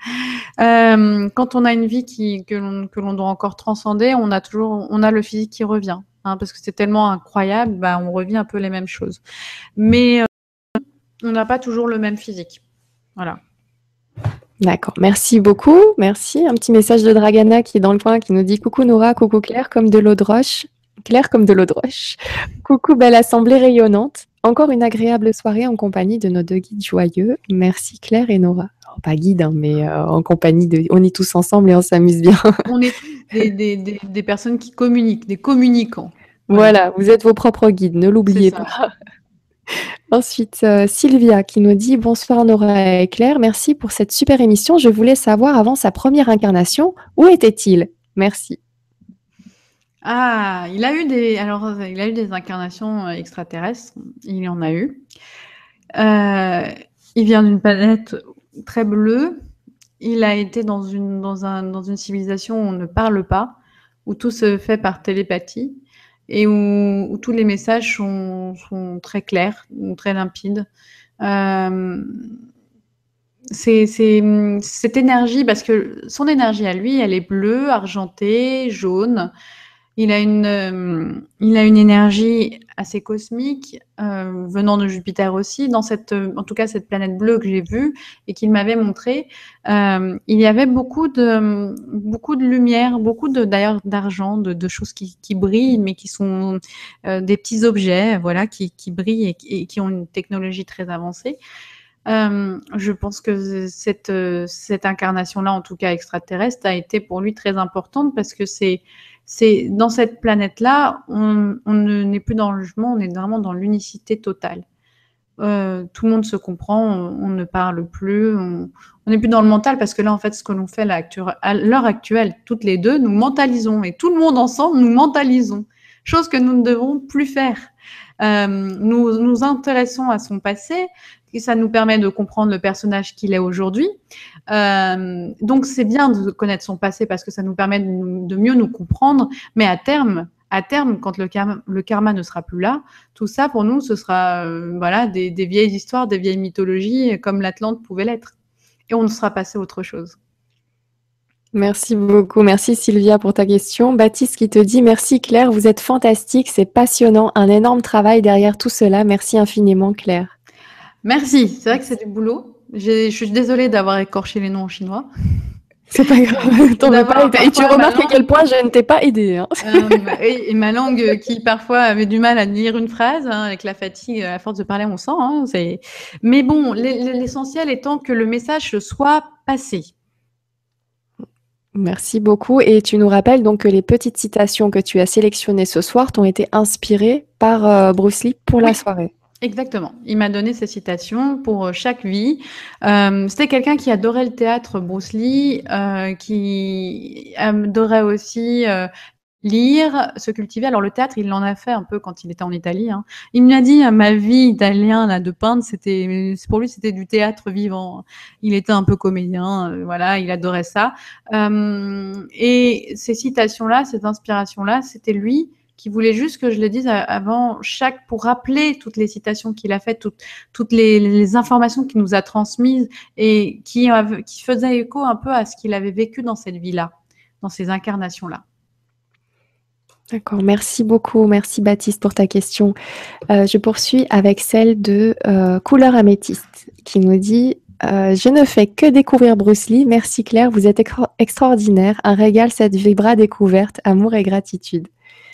Euh, quand on a une vie qui, que l'on que l'on doit encore transcender, on a toujours, on a le physique qui revient, hein, parce que c'est tellement incroyable, bah, on revit un peu les mêmes choses. Mais euh, on n'a pas toujours le même physique. Voilà. D'accord, merci beaucoup, merci. Un petit message de Dragana qui est dans le coin qui nous dit « Coucou Nora, coucou Claire, comme de l'eau de roche. Claire comme de l'eau de roche. Coucou belle assemblée rayonnante. Encore une agréable soirée en compagnie de nos deux guides joyeux. Merci Claire et Nora. » Oh, pas guide, hein, mais euh, en compagnie de... On est tous ensemble et on s'amuse bien. On est des, des, des, des personnes qui communiquent, des communicants. Voilà, voilà, vous êtes vos propres guides, ne l'oubliez pas. Ensuite, euh, Sylvia qui nous dit « Bonsoir Nora et Claire, merci pour cette super émission. Je voulais savoir avant sa première incarnation, où était-il? Merci. » Ah, il a eu des, alors, il a eu des incarnations extraterrestres. Il y en a eu. Euh, il vient d'une planète très bleue. Il a été dans une, dans, un, dans une civilisation où on ne parle pas, où tout se fait par télépathie et où, où tous les messages sont, sont très clairs, très limpides. Euh, c'est cette énergie, parce que son énergie à lui, elle est bleue, argentée, jaune. Il a une, euh, il a une énergie assez cosmique, euh, venant de Jupiter aussi. Dans cette, en tout cas, cette planète bleue que j'ai vue et qu'il m'avait montrée, euh, il y avait beaucoup de, beaucoup de lumière, beaucoup de, d'ailleurs d'argent, de, de choses qui, qui brillent, mais qui sont euh, des petits objets, voilà, qui, qui brillent et, et qui ont une technologie très avancée. Euh, je pense que cette, cette incarnation-là, en tout cas extraterrestre, a été pour lui très importante parce que c'est c'est dans cette planète-là, on, on n'est plus dans le jugement, on est vraiment dans l'unicité totale. Euh, tout le monde se comprend, on, on ne parle plus, on n'est plus dans le mental parce que là, en fait, ce que l'on fait là, à l'heure actuelle, toutes les deux, nous mentalisons et tout le monde ensemble, nous mentalisons, chose que nous ne devons plus faire. Euh, nous nous intéressons à son passé, et ça nous permet de comprendre le personnage qu'il est aujourd'hui. Euh, donc, c'est bien de connaître son passé parce que ça nous permet de, nous, de mieux nous comprendre, mais à terme, à terme, quand le karma, le karma ne sera plus là, tout ça pour nous, ce sera euh, voilà, des, des vieilles histoires, des vieilles mythologies, comme l'Atlante pouvait l'être. Et on sera passé à autre chose. Merci beaucoup. Merci Sylvia pour ta question. Baptiste qui te dit merci Claire, vous êtes fantastique, c'est passionnant, un énorme travail derrière tout cela. Merci infiniment Claire. Merci. C'est vrai que c'est du boulot. Je suis désolée d'avoir écorché les noms en chinois. C'est pas grave, t'en veux pas. Et tu remarques langue... à quel point je ne t'ai pas aidé. Hein. Euh, et, et ma langue qui parfois avait du mal à lire une phrase, hein, avec la fatigue, à force de parler, on sent. Hein, mais bon, l'essentiel étant que le message soit passé. Merci beaucoup. Et tu nous rappelles donc que les petites citations que tu as sélectionnées ce soir t'ont été inspirées par euh, Bruce Lee pour la oui. soirée. Exactement. Il m'a donné ces citations pour chaque vie. Euh, c'était quelqu'un qui adorait le théâtre, Bruce Lee, euh, qui adorait aussi euh, lire, se cultiver. Alors le théâtre, il en a fait un peu quand il était en Italie. Hein. Il me l'a dit, ma vie italien là de peindre, c'était pour lui c'était du théâtre vivant. Il était un peu comédien, euh, voilà, il adorait ça. Euh, et ces citations-là, cette inspiration-là, c'était lui qui voulait juste que je le dise avant chaque, pour rappeler toutes les citations qu'il a faites, toutes, toutes les, les informations qu'il nous a transmises et qui, qui faisaient écho un peu à ce qu'il avait vécu dans cette vie-là, dans ces incarnations-là. D'accord, merci beaucoup. Merci Baptiste pour ta question. Euh, je poursuis avec celle de euh, Couleur Améthyste qui nous dit euh, « Je ne fais que découvrir Bruce Lee. Merci Claire, vous êtes extra extraordinaire. Un régal cette vibra découverte, amour et gratitude. »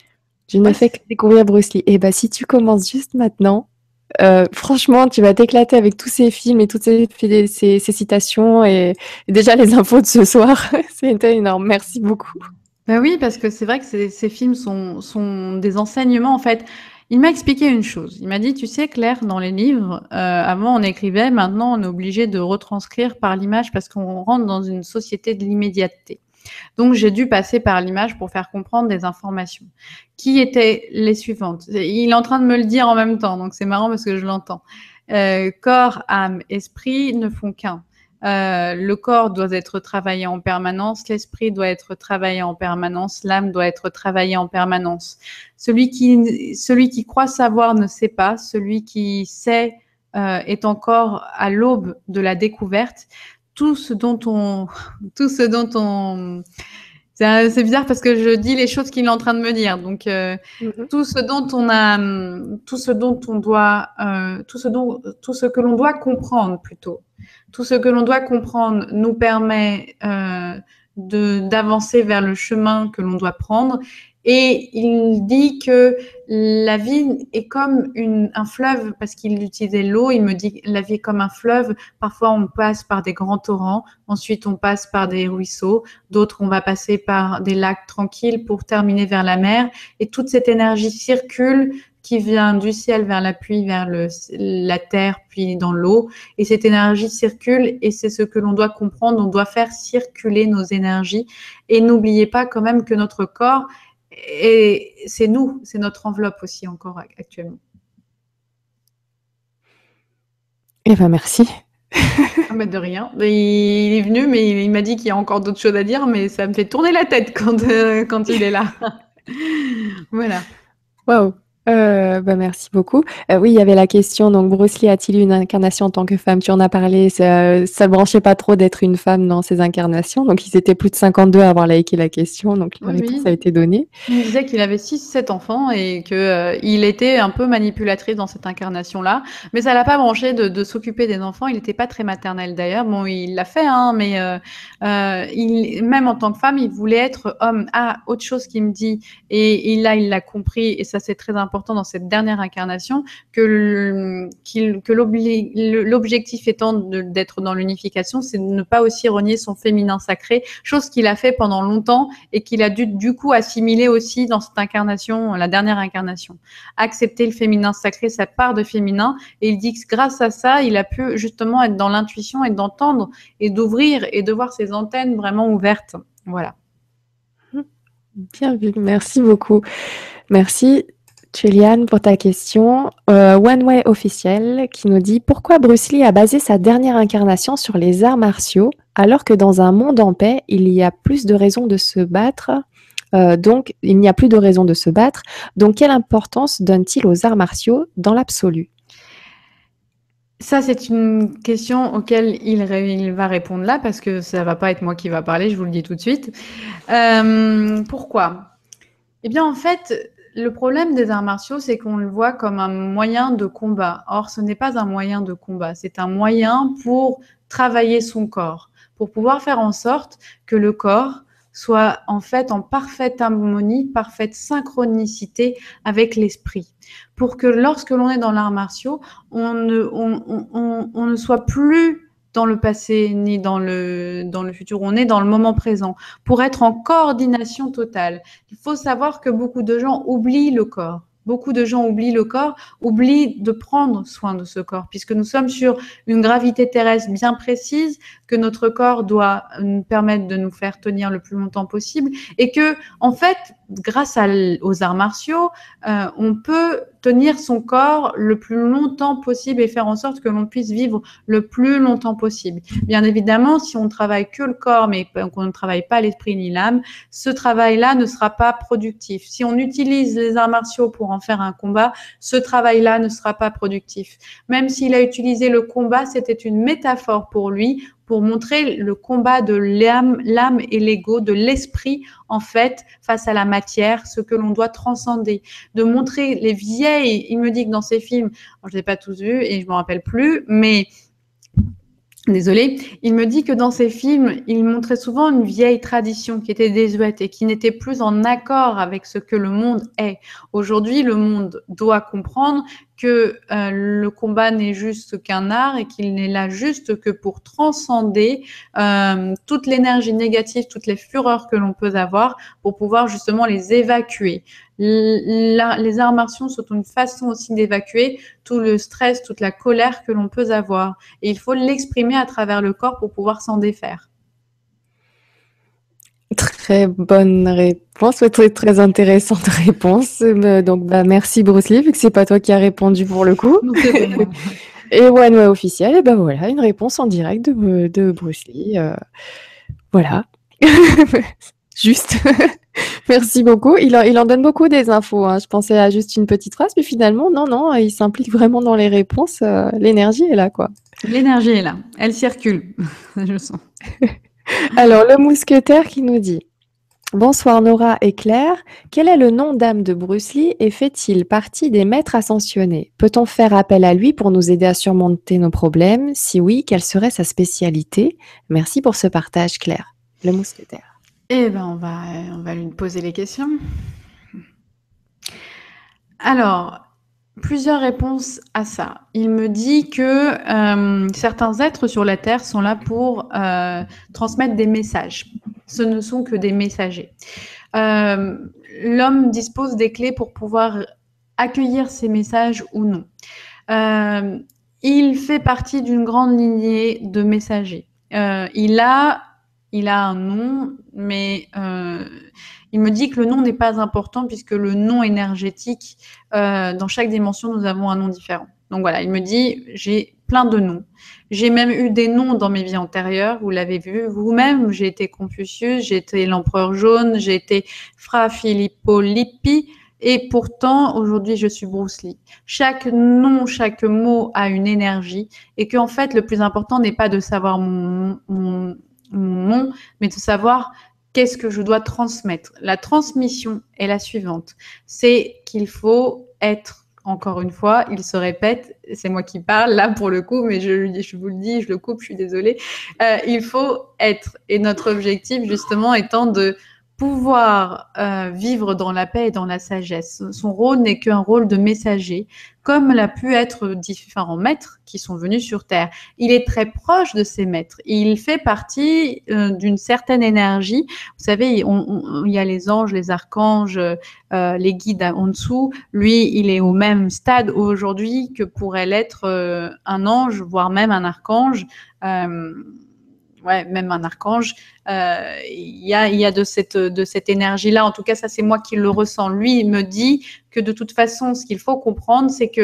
Je ne ouais, fais que découvrir Bruce Lee. Et bah si tu commences juste maintenant, euh, franchement, tu vas t'éclater avec tous ces films et toutes ces, ces, ces citations et, et déjà les infos de ce soir. C'était énorme. Merci beaucoup. Ben oui, parce que c'est vrai que ces, ces films sont, sont des enseignements en fait. Il m'a expliqué une chose. Il m'a dit, tu sais Claire, dans les livres, euh, avant on écrivait, maintenant on est obligé de retranscrire par l'image parce qu'on rentre dans une société de l'immédiateté. Donc, j'ai dû passer par l'image pour faire comprendre des informations qui étaient les suivantes. Il est en train de me le dire en même temps, donc c'est marrant parce que je l'entends. Euh, corps, âme, esprit ne font qu'un. Euh, le corps doit être travaillé en permanence, l'esprit doit être travaillé en permanence, l'âme doit être travaillée en permanence. Celui qui, celui qui croit savoir ne sait pas, celui qui sait euh, est encore à l'aube de la découverte. Tout ce dont on, tout ce dont on, c'est bizarre parce que je dis les choses qu'il est en train de me dire. Donc, euh, mm-hmm. tout ce dont on a, tout ce dont on doit, euh, tout ce dont, tout ce que l'on doit comprendre plutôt, tout ce que l'on doit comprendre nous permet euh, de d'avancer vers le chemin que l'on doit prendre. Et il dit que la vie est comme une, un fleuve, parce qu'il utilisait l'eau, il me dit la vie est comme un fleuve. Parfois, on passe par des grands torrents, ensuite on passe par des ruisseaux, d'autres on va passer par des lacs tranquilles pour terminer vers la mer. Et toute cette énergie circule qui vient du ciel vers la pluie, vers le, la terre, puis dans l'eau. Et cette énergie circule et c'est ce que l'on doit comprendre. On doit faire circuler nos énergies. Et n'oubliez pas quand même que notre corps, et c'est nous, c'est notre enveloppe aussi encore actuellement. Eh bien, merci. Ah ben de rien. Il est venu, mais il m'a dit qu'il y a encore d'autres choses à dire, mais ça me fait tourner la tête quand, euh, quand il est là. Voilà. Waouh. Euh, bah merci beaucoup. Euh, oui, il y avait la question, donc Bruce Lee a-t-il eu une incarnation en tant que femme? Tu en as parlé, ça, ça branchait pas trop d'être une femme dans ses incarnations. Donc, ils étaient plus de cinquante-deux à avoir liké la question, donc la oui, réponse oui. a été donnée. Il me disait qu'il avait six sept enfants et qu'il euh, était un peu manipulatrice dans cette incarnation-là. Mais ça l'a pas branché de, de s'occuper des enfants. Il n'était pas très maternel d'ailleurs. Bon, il l'a fait, hein, mais euh, euh, il, même en tant que femme, il voulait être homme. Ah, autre chose qu'il me dit, et, et là, il l'a compris, et ça, c'est très important dans cette dernière incarnation, que l'objectif étant d'être dans l'unification, c'est de ne pas aussi renier son féminin sacré, chose qu'il a fait pendant longtemps et qu'il a dû du coup assimiler aussi dans cette incarnation, la dernière incarnation. Accepter le féminin sacré, sa part de féminin, et il dit que grâce à ça, il a pu justement être dans l'intuition et d'entendre et d'ouvrir et de voir ses antennes vraiment ouvertes. Voilà. Bien vu, merci beaucoup. Merci. Juliane, pour ta question, euh, One Way officiel qui nous dit « Pourquoi Bruce Lee a basé sa dernière incarnation sur les arts martiaux alors que dans un monde en paix, il y a plus de raisons de se battre Euh, donc, il n'y a plus de raison de se battre. Donc, quelle importance donne-t-il aux arts martiaux dans l'absolu? Ça, c'est une question auquel il, ré- il va répondre là, parce que ça va pas être moi qui va parler, je vous le dis tout de suite. Euh, pourquoi? Eh bien, en fait, le problème des arts martiaux, c'est qu'on le voit comme un moyen de combat. Or, ce n'est pas un moyen de combat, c'est un moyen pour travailler son corps, pour pouvoir faire en sorte que le corps soit en fait en parfaite harmonie, parfaite synchronicité avec l'esprit. Pour que lorsque l'on est dans l'art martiaux, on ne, on, on, on, on ne soit plus dans le passé ni dans le, dans le futur, on est dans le moment présent pour être en coordination totale. Il faut savoir que beaucoup de gens oublient le corps. Beaucoup de gens oublient le corps, oublient de prendre soin de ce corps, puisque nous sommes sur une gravité terrestre bien précise, que notre corps doit nous permettre de nous faire tenir le plus longtemps possible, et que, en fait, grâce à, aux arts martiaux, euh, on peut tenir son corps le plus longtemps possible et faire en sorte que l'on puisse vivre le plus longtemps possible. Bien évidemment, si on travaille que le corps, mais qu'on ne travaille pas l'esprit ni l'âme, ce travail-là ne sera pas productif. Si on utilise les arts martiaux pour en faire un combat, ce travail-là ne sera pas productif. Même s'il a utilisé le combat, c'était une métaphore pour lui, pour montrer le combat de l'âme, l'âme et l'ego, de l'esprit, en fait, face à la matière, ce que l'on doit transcender. De montrer les vieilles, il me dit que dans ses films, je ne les ai pas tous vus et je ne m'en rappelle plus, mais désolée, il me dit que dans ses films, il montrait souvent une vieille tradition qui était désuète et qui n'était plus en accord avec ce que le monde est. Aujourd'hui, le monde doit comprendre que euh, le combat n'est juste qu'un art et qu'il n'est là juste que pour transcender euh, toute l'énergie négative, toutes les fureurs que l'on peut avoir pour pouvoir justement les évacuer. La, les arts martiaux sont une façon aussi d'évacuer tout le stress, toute la colère que l'on peut avoir. Et il faut l'exprimer à travers le corps pour pouvoir s'en défaire. Très bonne réponse, ouais, très, très intéressante réponse. Donc, bah, merci Bruce Lee, vu que c'est pas toi qui as répondu pour le coup. Et One Way officiel, et ben voilà, une réponse en direct de, de Bruce Lee. Euh, voilà. Juste. Merci beaucoup. Il en, il en donne beaucoup des infos. Hein. Je pensais à juste une petite phrase, mais finalement, non, non, il s'implique vraiment dans les réponses. Euh, l'énergie est là, quoi. L'énergie est là. Elle circule. Je sens. Alors, le mousquetaire qui nous dit « Bonsoir Nora et Claire. Quel est le nom d'âme de Bruce Lee et fait-il partie des maîtres ascensionnés? Peut-on faire appel à lui pour nous aider à surmonter nos problèmes? Si oui, quelle serait sa spécialité? Merci pour ce partage, Claire. » Le mousquetaire. Eh ben, on va, on va lui poser les questions. Alors, plusieurs réponses à ça. Il me dit que euh, certains êtres sur la Terre sont là pour euh, transmettre des messages. Ce ne sont que des messagers. Euh, l'homme dispose des clés pour pouvoir accueillir ces messages ou non. Euh, il fait partie d'une grande lignée de messagers. Euh, il a, il a un nom, mais euh, il me dit que le nom n'est pas important puisque le nom énergétique, euh, dans chaque dimension, nous avons un nom différent. Donc voilà, il me dit, j'ai plein de noms. J'ai même eu des noms dans mes vies antérieures, vous l'avez vu vous-même, j'ai été Confucius, j'ai été l'empereur jaune, j'ai été Fra Filippo Lippi, et pourtant, aujourd'hui, je suis Bruce Lee. Chaque nom, chaque mot a une énergie, et qu'en fait, le plus important n'est pas de savoir mon, mon, mon nom, mais de savoir qu'est-ce que je dois transmettre. La transmission est la suivante. C'est qu'il faut être, encore une fois, il se répète, c'est moi qui parle là pour le coup, mais je, je vous le dis, je le coupe, je suis désolée. Euh, il faut être. Et notre objectif, justement, étant de pouvoir euh, vivre dans la paix et dans la sagesse. Son rôle n'est qu'un rôle de messager, comme l'a pu être différents maîtres qui sont venus sur Terre. Il est très proche de ces maîtres. Il fait partie euh, d'une certaine énergie. Vous savez, on, on, il y a les anges, les archanges, euh, les guides en dessous. Lui, il est au même stade aujourd'hui que pourrait l'être euh, un ange, voire même un archange. Euh, ouais, même un archange, euh, il y a, il y a de cette, de cette énergie-là. En tout cas, ça, c'est moi qui le ressens. Lui, il me dit que de toute façon, ce qu'il faut comprendre, c'est que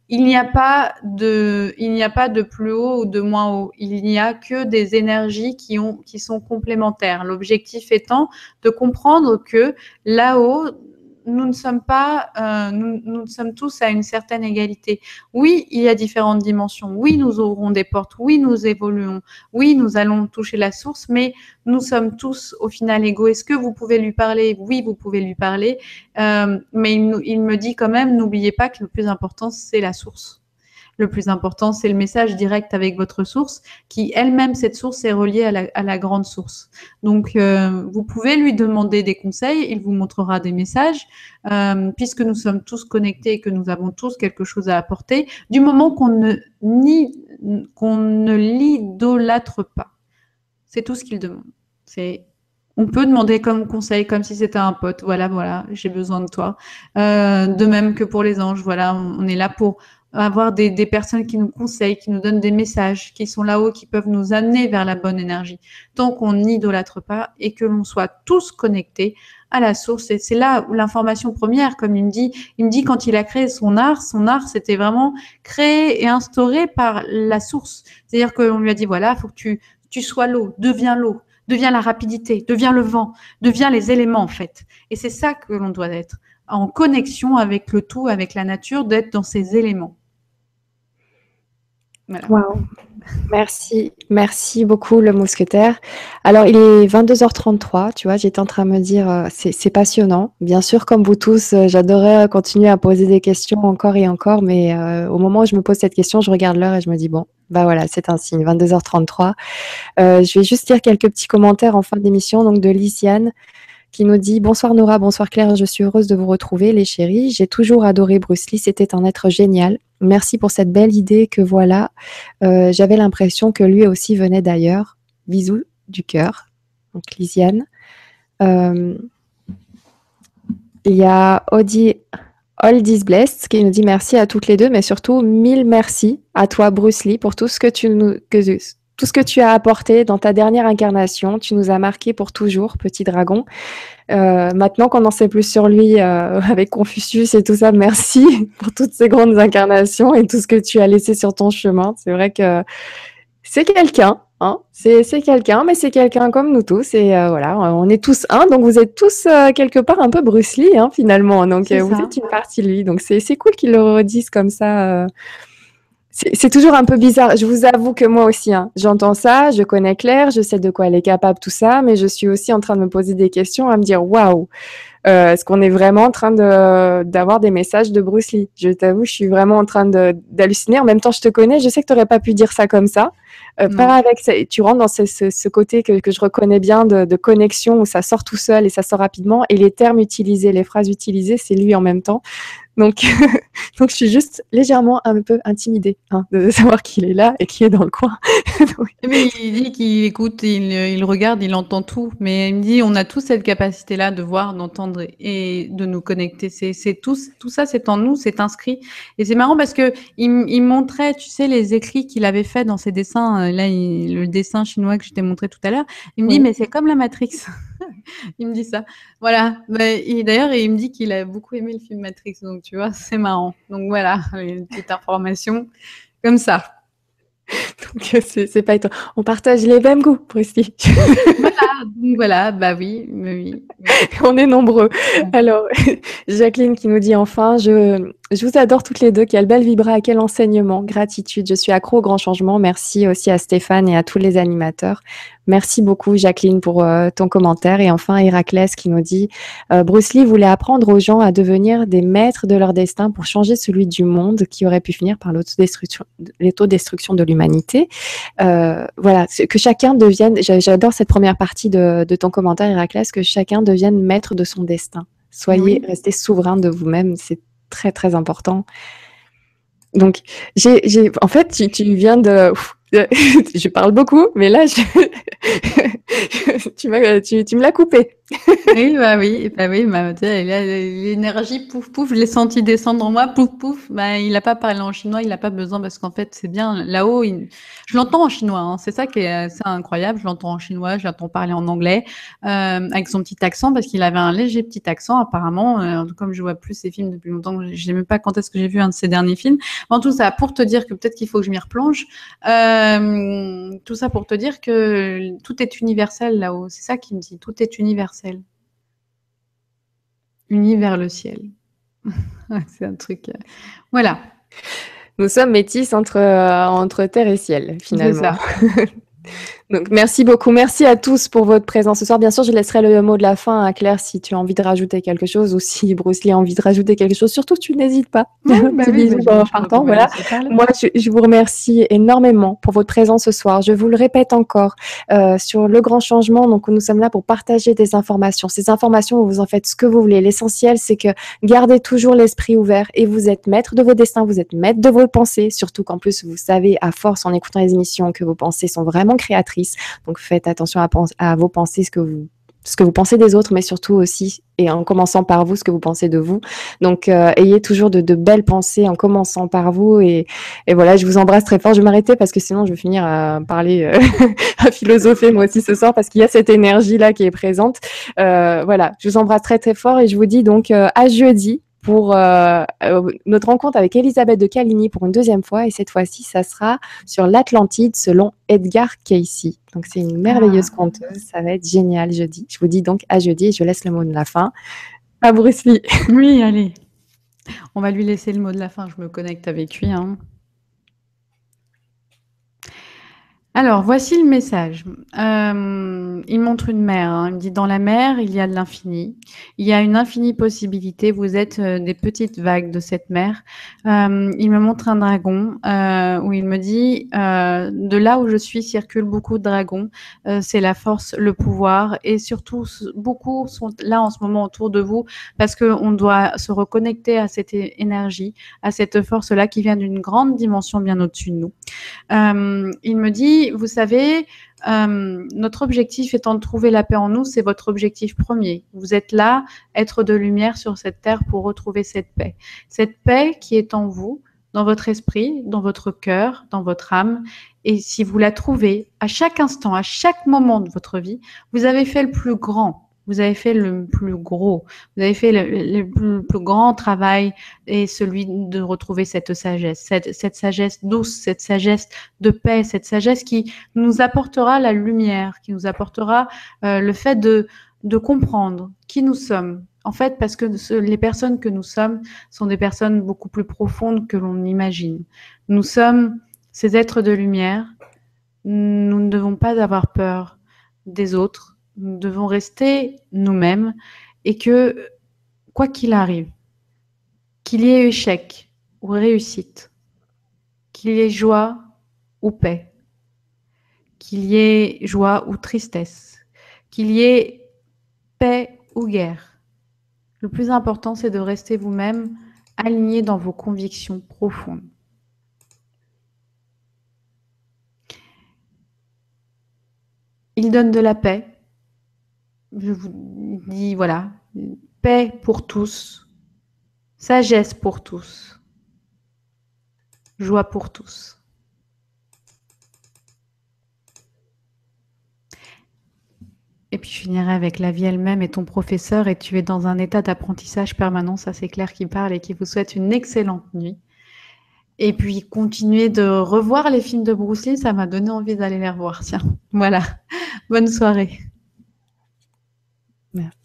il n'y a pas de, il n'y a pas de plus haut ou de moins haut. Il n'y a que des énergies qui ont, qui sont complémentaires. L'objectif étant de comprendre que là-haut, nous ne sommes pas, euh, nous, nous sommes tous à une certaine égalité. Oui, il y a différentes dimensions. Oui, nous ouvrons des portes. Oui, nous évoluons. Oui, nous allons toucher la source, mais nous sommes tous au final égaux. Est-ce que vous pouvez lui parler? Oui, vous pouvez lui parler. Euh, mais il, il me dit quand même, n'oubliez pas que le plus important, c'est la source. Le plus important, c'est le message direct avec votre source, qui elle-même, cette source, est reliée à la, à la grande source. Donc, euh, vous pouvez lui demander des conseils, il vous montrera des messages, euh, puisque nous sommes tous connectés et que nous avons tous quelque chose à apporter, du moment qu'on ne, ni, qu'on ne l'idolâtre pas. C'est tout ce qu'il demande. C'est... On peut demander comme conseil, comme si c'était un pote. Voilà, voilà, j'ai besoin de toi. Euh, de même que pour les anges, voilà, on est là pour avoir des, des personnes qui nous conseillent, qui nous donnent des messages, qui sont là-haut, qui peuvent nous amener vers la bonne énergie. Tant qu'on n'idolâtre pas et que l'on soit tous connectés à la source. Et c'est là où l'information première, comme il me dit, il me dit quand il a créé son art, son art, c'était vraiment créé et instauré par la source. C'est-à-dire qu'on lui a dit, voilà, faut que tu, tu sois l'eau, deviens l'eau. Devient la rapidité, devient le vent, devient les éléments en fait. Et c'est ça que l'on doit être, en connexion avec le tout, avec la nature, d'être dans ces éléments. Voilà. Wow. Merci, merci beaucoup le mousquetaire. Alors il est vingt-deux heures trente-trois, tu vois, j'étais en train de me dire, euh, c'est, c'est passionnant. Bien sûr, comme vous tous, euh, j'adorais continuer à poser des questions encore et encore, mais euh, au moment où je me pose cette question, je regarde l'heure et je me dis, bon, bah voilà, c'est un signe, vingt-deux heures trente-trois. Euh, je vais juste lire quelques petits commentaires en fin d'émission, donc de Lysiane, qui nous dit « Bonsoir Nora, bonsoir Claire, je suis heureuse de vous retrouver les chéris. J'ai toujours adoré Bruce Lee, c'était un être génial. Merci pour cette belle idée que voilà. Euh, j'avais l'impression que lui aussi venait d'ailleurs. Bisous du cœur. » Donc Lysiane. Euh, il y a Audi All This Blessed qui nous dit merci à toutes les deux, mais surtout mille merci à toi Bruce Lee pour tout ce que tu nous... Que, tout ce que tu as apporté dans ta dernière incarnation. Tu nous as marqué pour toujours, petit dragon. Euh, maintenant qu'on en sait plus sur lui euh, avec Confucius et tout ça, merci pour toutes ces grandes incarnations et tout ce que tu as laissé sur ton chemin. C'est vrai que c'est quelqu'un, hein, c'est, c'est quelqu'un, mais c'est quelqu'un comme nous tous. Et euh, voilà, on est tous un, donc vous êtes tous euh, quelque part un peu Bruce Lee, hein, finalement. Donc euh, vous êtes une partie de lui. Donc c'est, c'est cool qu'ils le redisent comme ça. Euh, C'est, c'est toujours un peu bizarre. Je vous avoue que moi aussi, hein, j'entends ça, je connais Claire, je sais de quoi elle est capable, tout ça, mais je suis aussi en train de me poser des questions, à me dire waouh, euh, est-ce qu'on est vraiment en train de, d'avoir des messages de Bruce Lee? Je t'avoue, je suis vraiment en train de, d'halluciner. En même temps, je te connais, je sais que tu n'aurais pas pu dire ça comme ça. Euh, pas avec ça. Tu rentres dans ce, ce, ce côté que, que je reconnais bien de, de connexion où ça sort tout seul et ça sort rapidement. Et les termes utilisés, les phrases utilisées, c'est lui en même temps. Donc, donc je suis juste légèrement un peu intimidée hein, de savoir qu'il est là et qu'il est dans le coin. Mais il dit qu'il écoute, il, il regarde, il entend tout. Mais il me dit, on a tous cette capacité-là de voir, d'entendre et de nous connecter. C'est, c'est tout, tout ça, c'est en nous, c'est inscrit. Et c'est marrant parce que il, il montrait, tu sais, les écrits qu'il avait fait dans ses dessins. Là, il, le dessin chinois que je t'ai montré tout à l'heure. Il me oui. dit, mais c'est comme la Matrix. Il me dit ça. Voilà. Mais, et d'ailleurs, il me dit qu'il a beaucoup aimé le film Matrix. Donc, tu vois, c'est marrant. Donc, voilà, une petite information comme ça. Donc, c'est, c'est pas étonnant. On partage les mêmes goûts, Bruce Lee. Voilà, donc voilà, bah oui, oui, oui. On est nombreux. Alors, Jacqueline qui nous dit enfin, je, je vous adore toutes les deux. Quelle belle vibra, quel enseignement, gratitude. Je suis accro au grand changement. Merci aussi à Stéphane et à tous les animateurs. Merci beaucoup, Jacqueline, pour euh, ton commentaire. Et enfin, Héraclès qui nous dit euh, Bruce Lee voulait apprendre aux gens à devenir des maîtres de leur destin pour changer celui du monde qui aurait pu finir par l'autodestruction, l'autodestruction de l'humanité. Euh, voilà, que chacun devienne, j'adore cette première partie de, de ton commentaire, Héraclès, que chacun devienne maître de son destin. Soyez, oui. Restez souverain de vous-même, c'est très, très important. Donc, j'ai, j'ai, en fait, tu, tu viens de... Ouf, Je parle beaucoup, mais là, je... tu, m'as, tu, tu me l'as coupé. Oui, bah oui, bah oui, bah, tu sais, l'énergie, pouf, pouf, je l'ai senti descendre en moi, pouf, pouf. Bah, il n'a pas parlé en chinois, il n'a pas besoin parce qu'en fait, c'est bien là-haut. Il... Je l'entends en chinois, hein, c'est ça qui est assez incroyable. Je l'entends en chinois, je l'entends parler en anglais, euh, avec son petit accent parce qu'il avait un léger petit accent apparemment. Euh, comme je vois plus ses films depuis longtemps, je ne sais même pas quand est-ce que j'ai vu un de ses derniers films. En tout ça, pour te dire que peut-être qu'il faut que je m'y replonge. Euh, tout ça pour te dire que tout est universel là-haut. C'est ça qui me dit, tout est universel. Uni vers le ciel. C'est un truc. Euh... Voilà. Nous sommes métis entre, euh, entre terre et ciel, finalement. C'est ça. Donc, merci beaucoup. Merci à tous pour votre présence ce soir. Bien sûr, je laisserai le mot de la fin à Claire si tu as envie de rajouter quelque chose ou si Bruce Lee a envie de rajouter quelque chose. Surtout, tu n'hésites pas. Ouais, bah oui, bisous bah, en partant. Voilà. Voilà. Moi, je, je vous remercie énormément pour votre présence ce soir. Je vous le répète encore euh, sur le grand changement. Donc, nous sommes là pour partager des informations. Ces informations, vous en faites ce que vous voulez. L'essentiel, c'est que gardez toujours l'esprit ouvert et vous êtes maître de vos destins, vous êtes maître de vos pensées. Surtout qu'en plus, vous savez, à force en écoutant les émissions, que vos pensées sont vraiment créatrices. Donc, faites attention à, à vos pensées, ce que vous ce que vous pensez des autres, mais surtout aussi, et en commençant par vous, ce que vous pensez de vous. Donc, euh, ayez toujours de, de belles pensées en commençant par vous. Et, et voilà, je vous embrasse très fort. Je vais m'arrêter parce que sinon, je vais finir à parler, euh, à philosopher moi aussi ce soir parce qu'il y a cette énergie-là qui est présente. Euh, voilà, je vous embrasse très très fort et je vous dis donc euh, à jeudi pour euh, euh, notre rencontre avec Elisabeth de Caligny pour une deuxième fois. Et cette fois-ci, ça sera sur l'Atlantide selon Edgar Cayce. Donc, c'est une merveilleuse ah. conteuse. Ça va être génial jeudi. Je vous dis donc à jeudi et je laisse le mot de la fin à Bruce Lee. Oui, allez. On va lui laisser le mot de la fin. Je me connecte avec lui. Hein. Alors, voici le message. Euh, il montre une mer. Hein. Il me dit, dans la mer, il y a de l'infini. Il y a une infinie possibilité. Vous êtes euh, des petites vagues de cette mer. Euh, il me montre un dragon euh, où il me dit, euh, de là où je suis, circulent beaucoup de dragons. Euh, c'est la force, le pouvoir. Et surtout, beaucoup sont là en ce moment autour de vous parce qu'on doit se reconnecter à cette énergie, à cette force-là qui vient d'une grande dimension bien au-dessus de nous. Euh, il me dit, vous savez, euh, notre objectif étant de trouver la paix en nous, c'est votre objectif premier. Vous êtes là, être de lumière sur cette terre pour retrouver cette paix. Cette paix qui est en vous, dans votre esprit, dans votre cœur, dans votre âme. Et si vous la trouvez à chaque instant, à chaque moment de votre vie, vous avez fait le plus grand. Vous avez fait le plus gros, vous avez fait le, le, plus, le plus grand travail et celui de retrouver cette sagesse, cette, cette sagesse douce, cette sagesse de paix, cette sagesse qui nous apportera la lumière, qui nous apportera euh, le fait de, de comprendre qui nous sommes. En fait, parce que ce, les personnes que nous sommes sont des personnes beaucoup plus profondes que l'on imagine. Nous sommes ces êtres de lumière. Nous ne devons pas avoir peur des autres. Nous devons rester nous-mêmes et que, quoi qu'il arrive, qu'il y ait échec ou réussite, qu'il y ait joie ou paix, qu'il y ait joie ou tristesse, qu'il y ait paix ou guerre, le plus important, c'est de rester vous-même aligné dans vos convictions profondes. Il donne de la paix. Je vous dis, voilà, paix pour tous, sagesse pour tous, joie pour tous. Et puis je finirai avec la vie elle-même et ton professeur, et tu es dans un état d'apprentissage permanent, ça c'est Claire qui parle et qui vous souhaite une excellente nuit. Et puis continuez de revoir les films de Bruce Lee, ça m'a donné envie d'aller les revoir, tiens. Voilà, bonne soirée. Merci.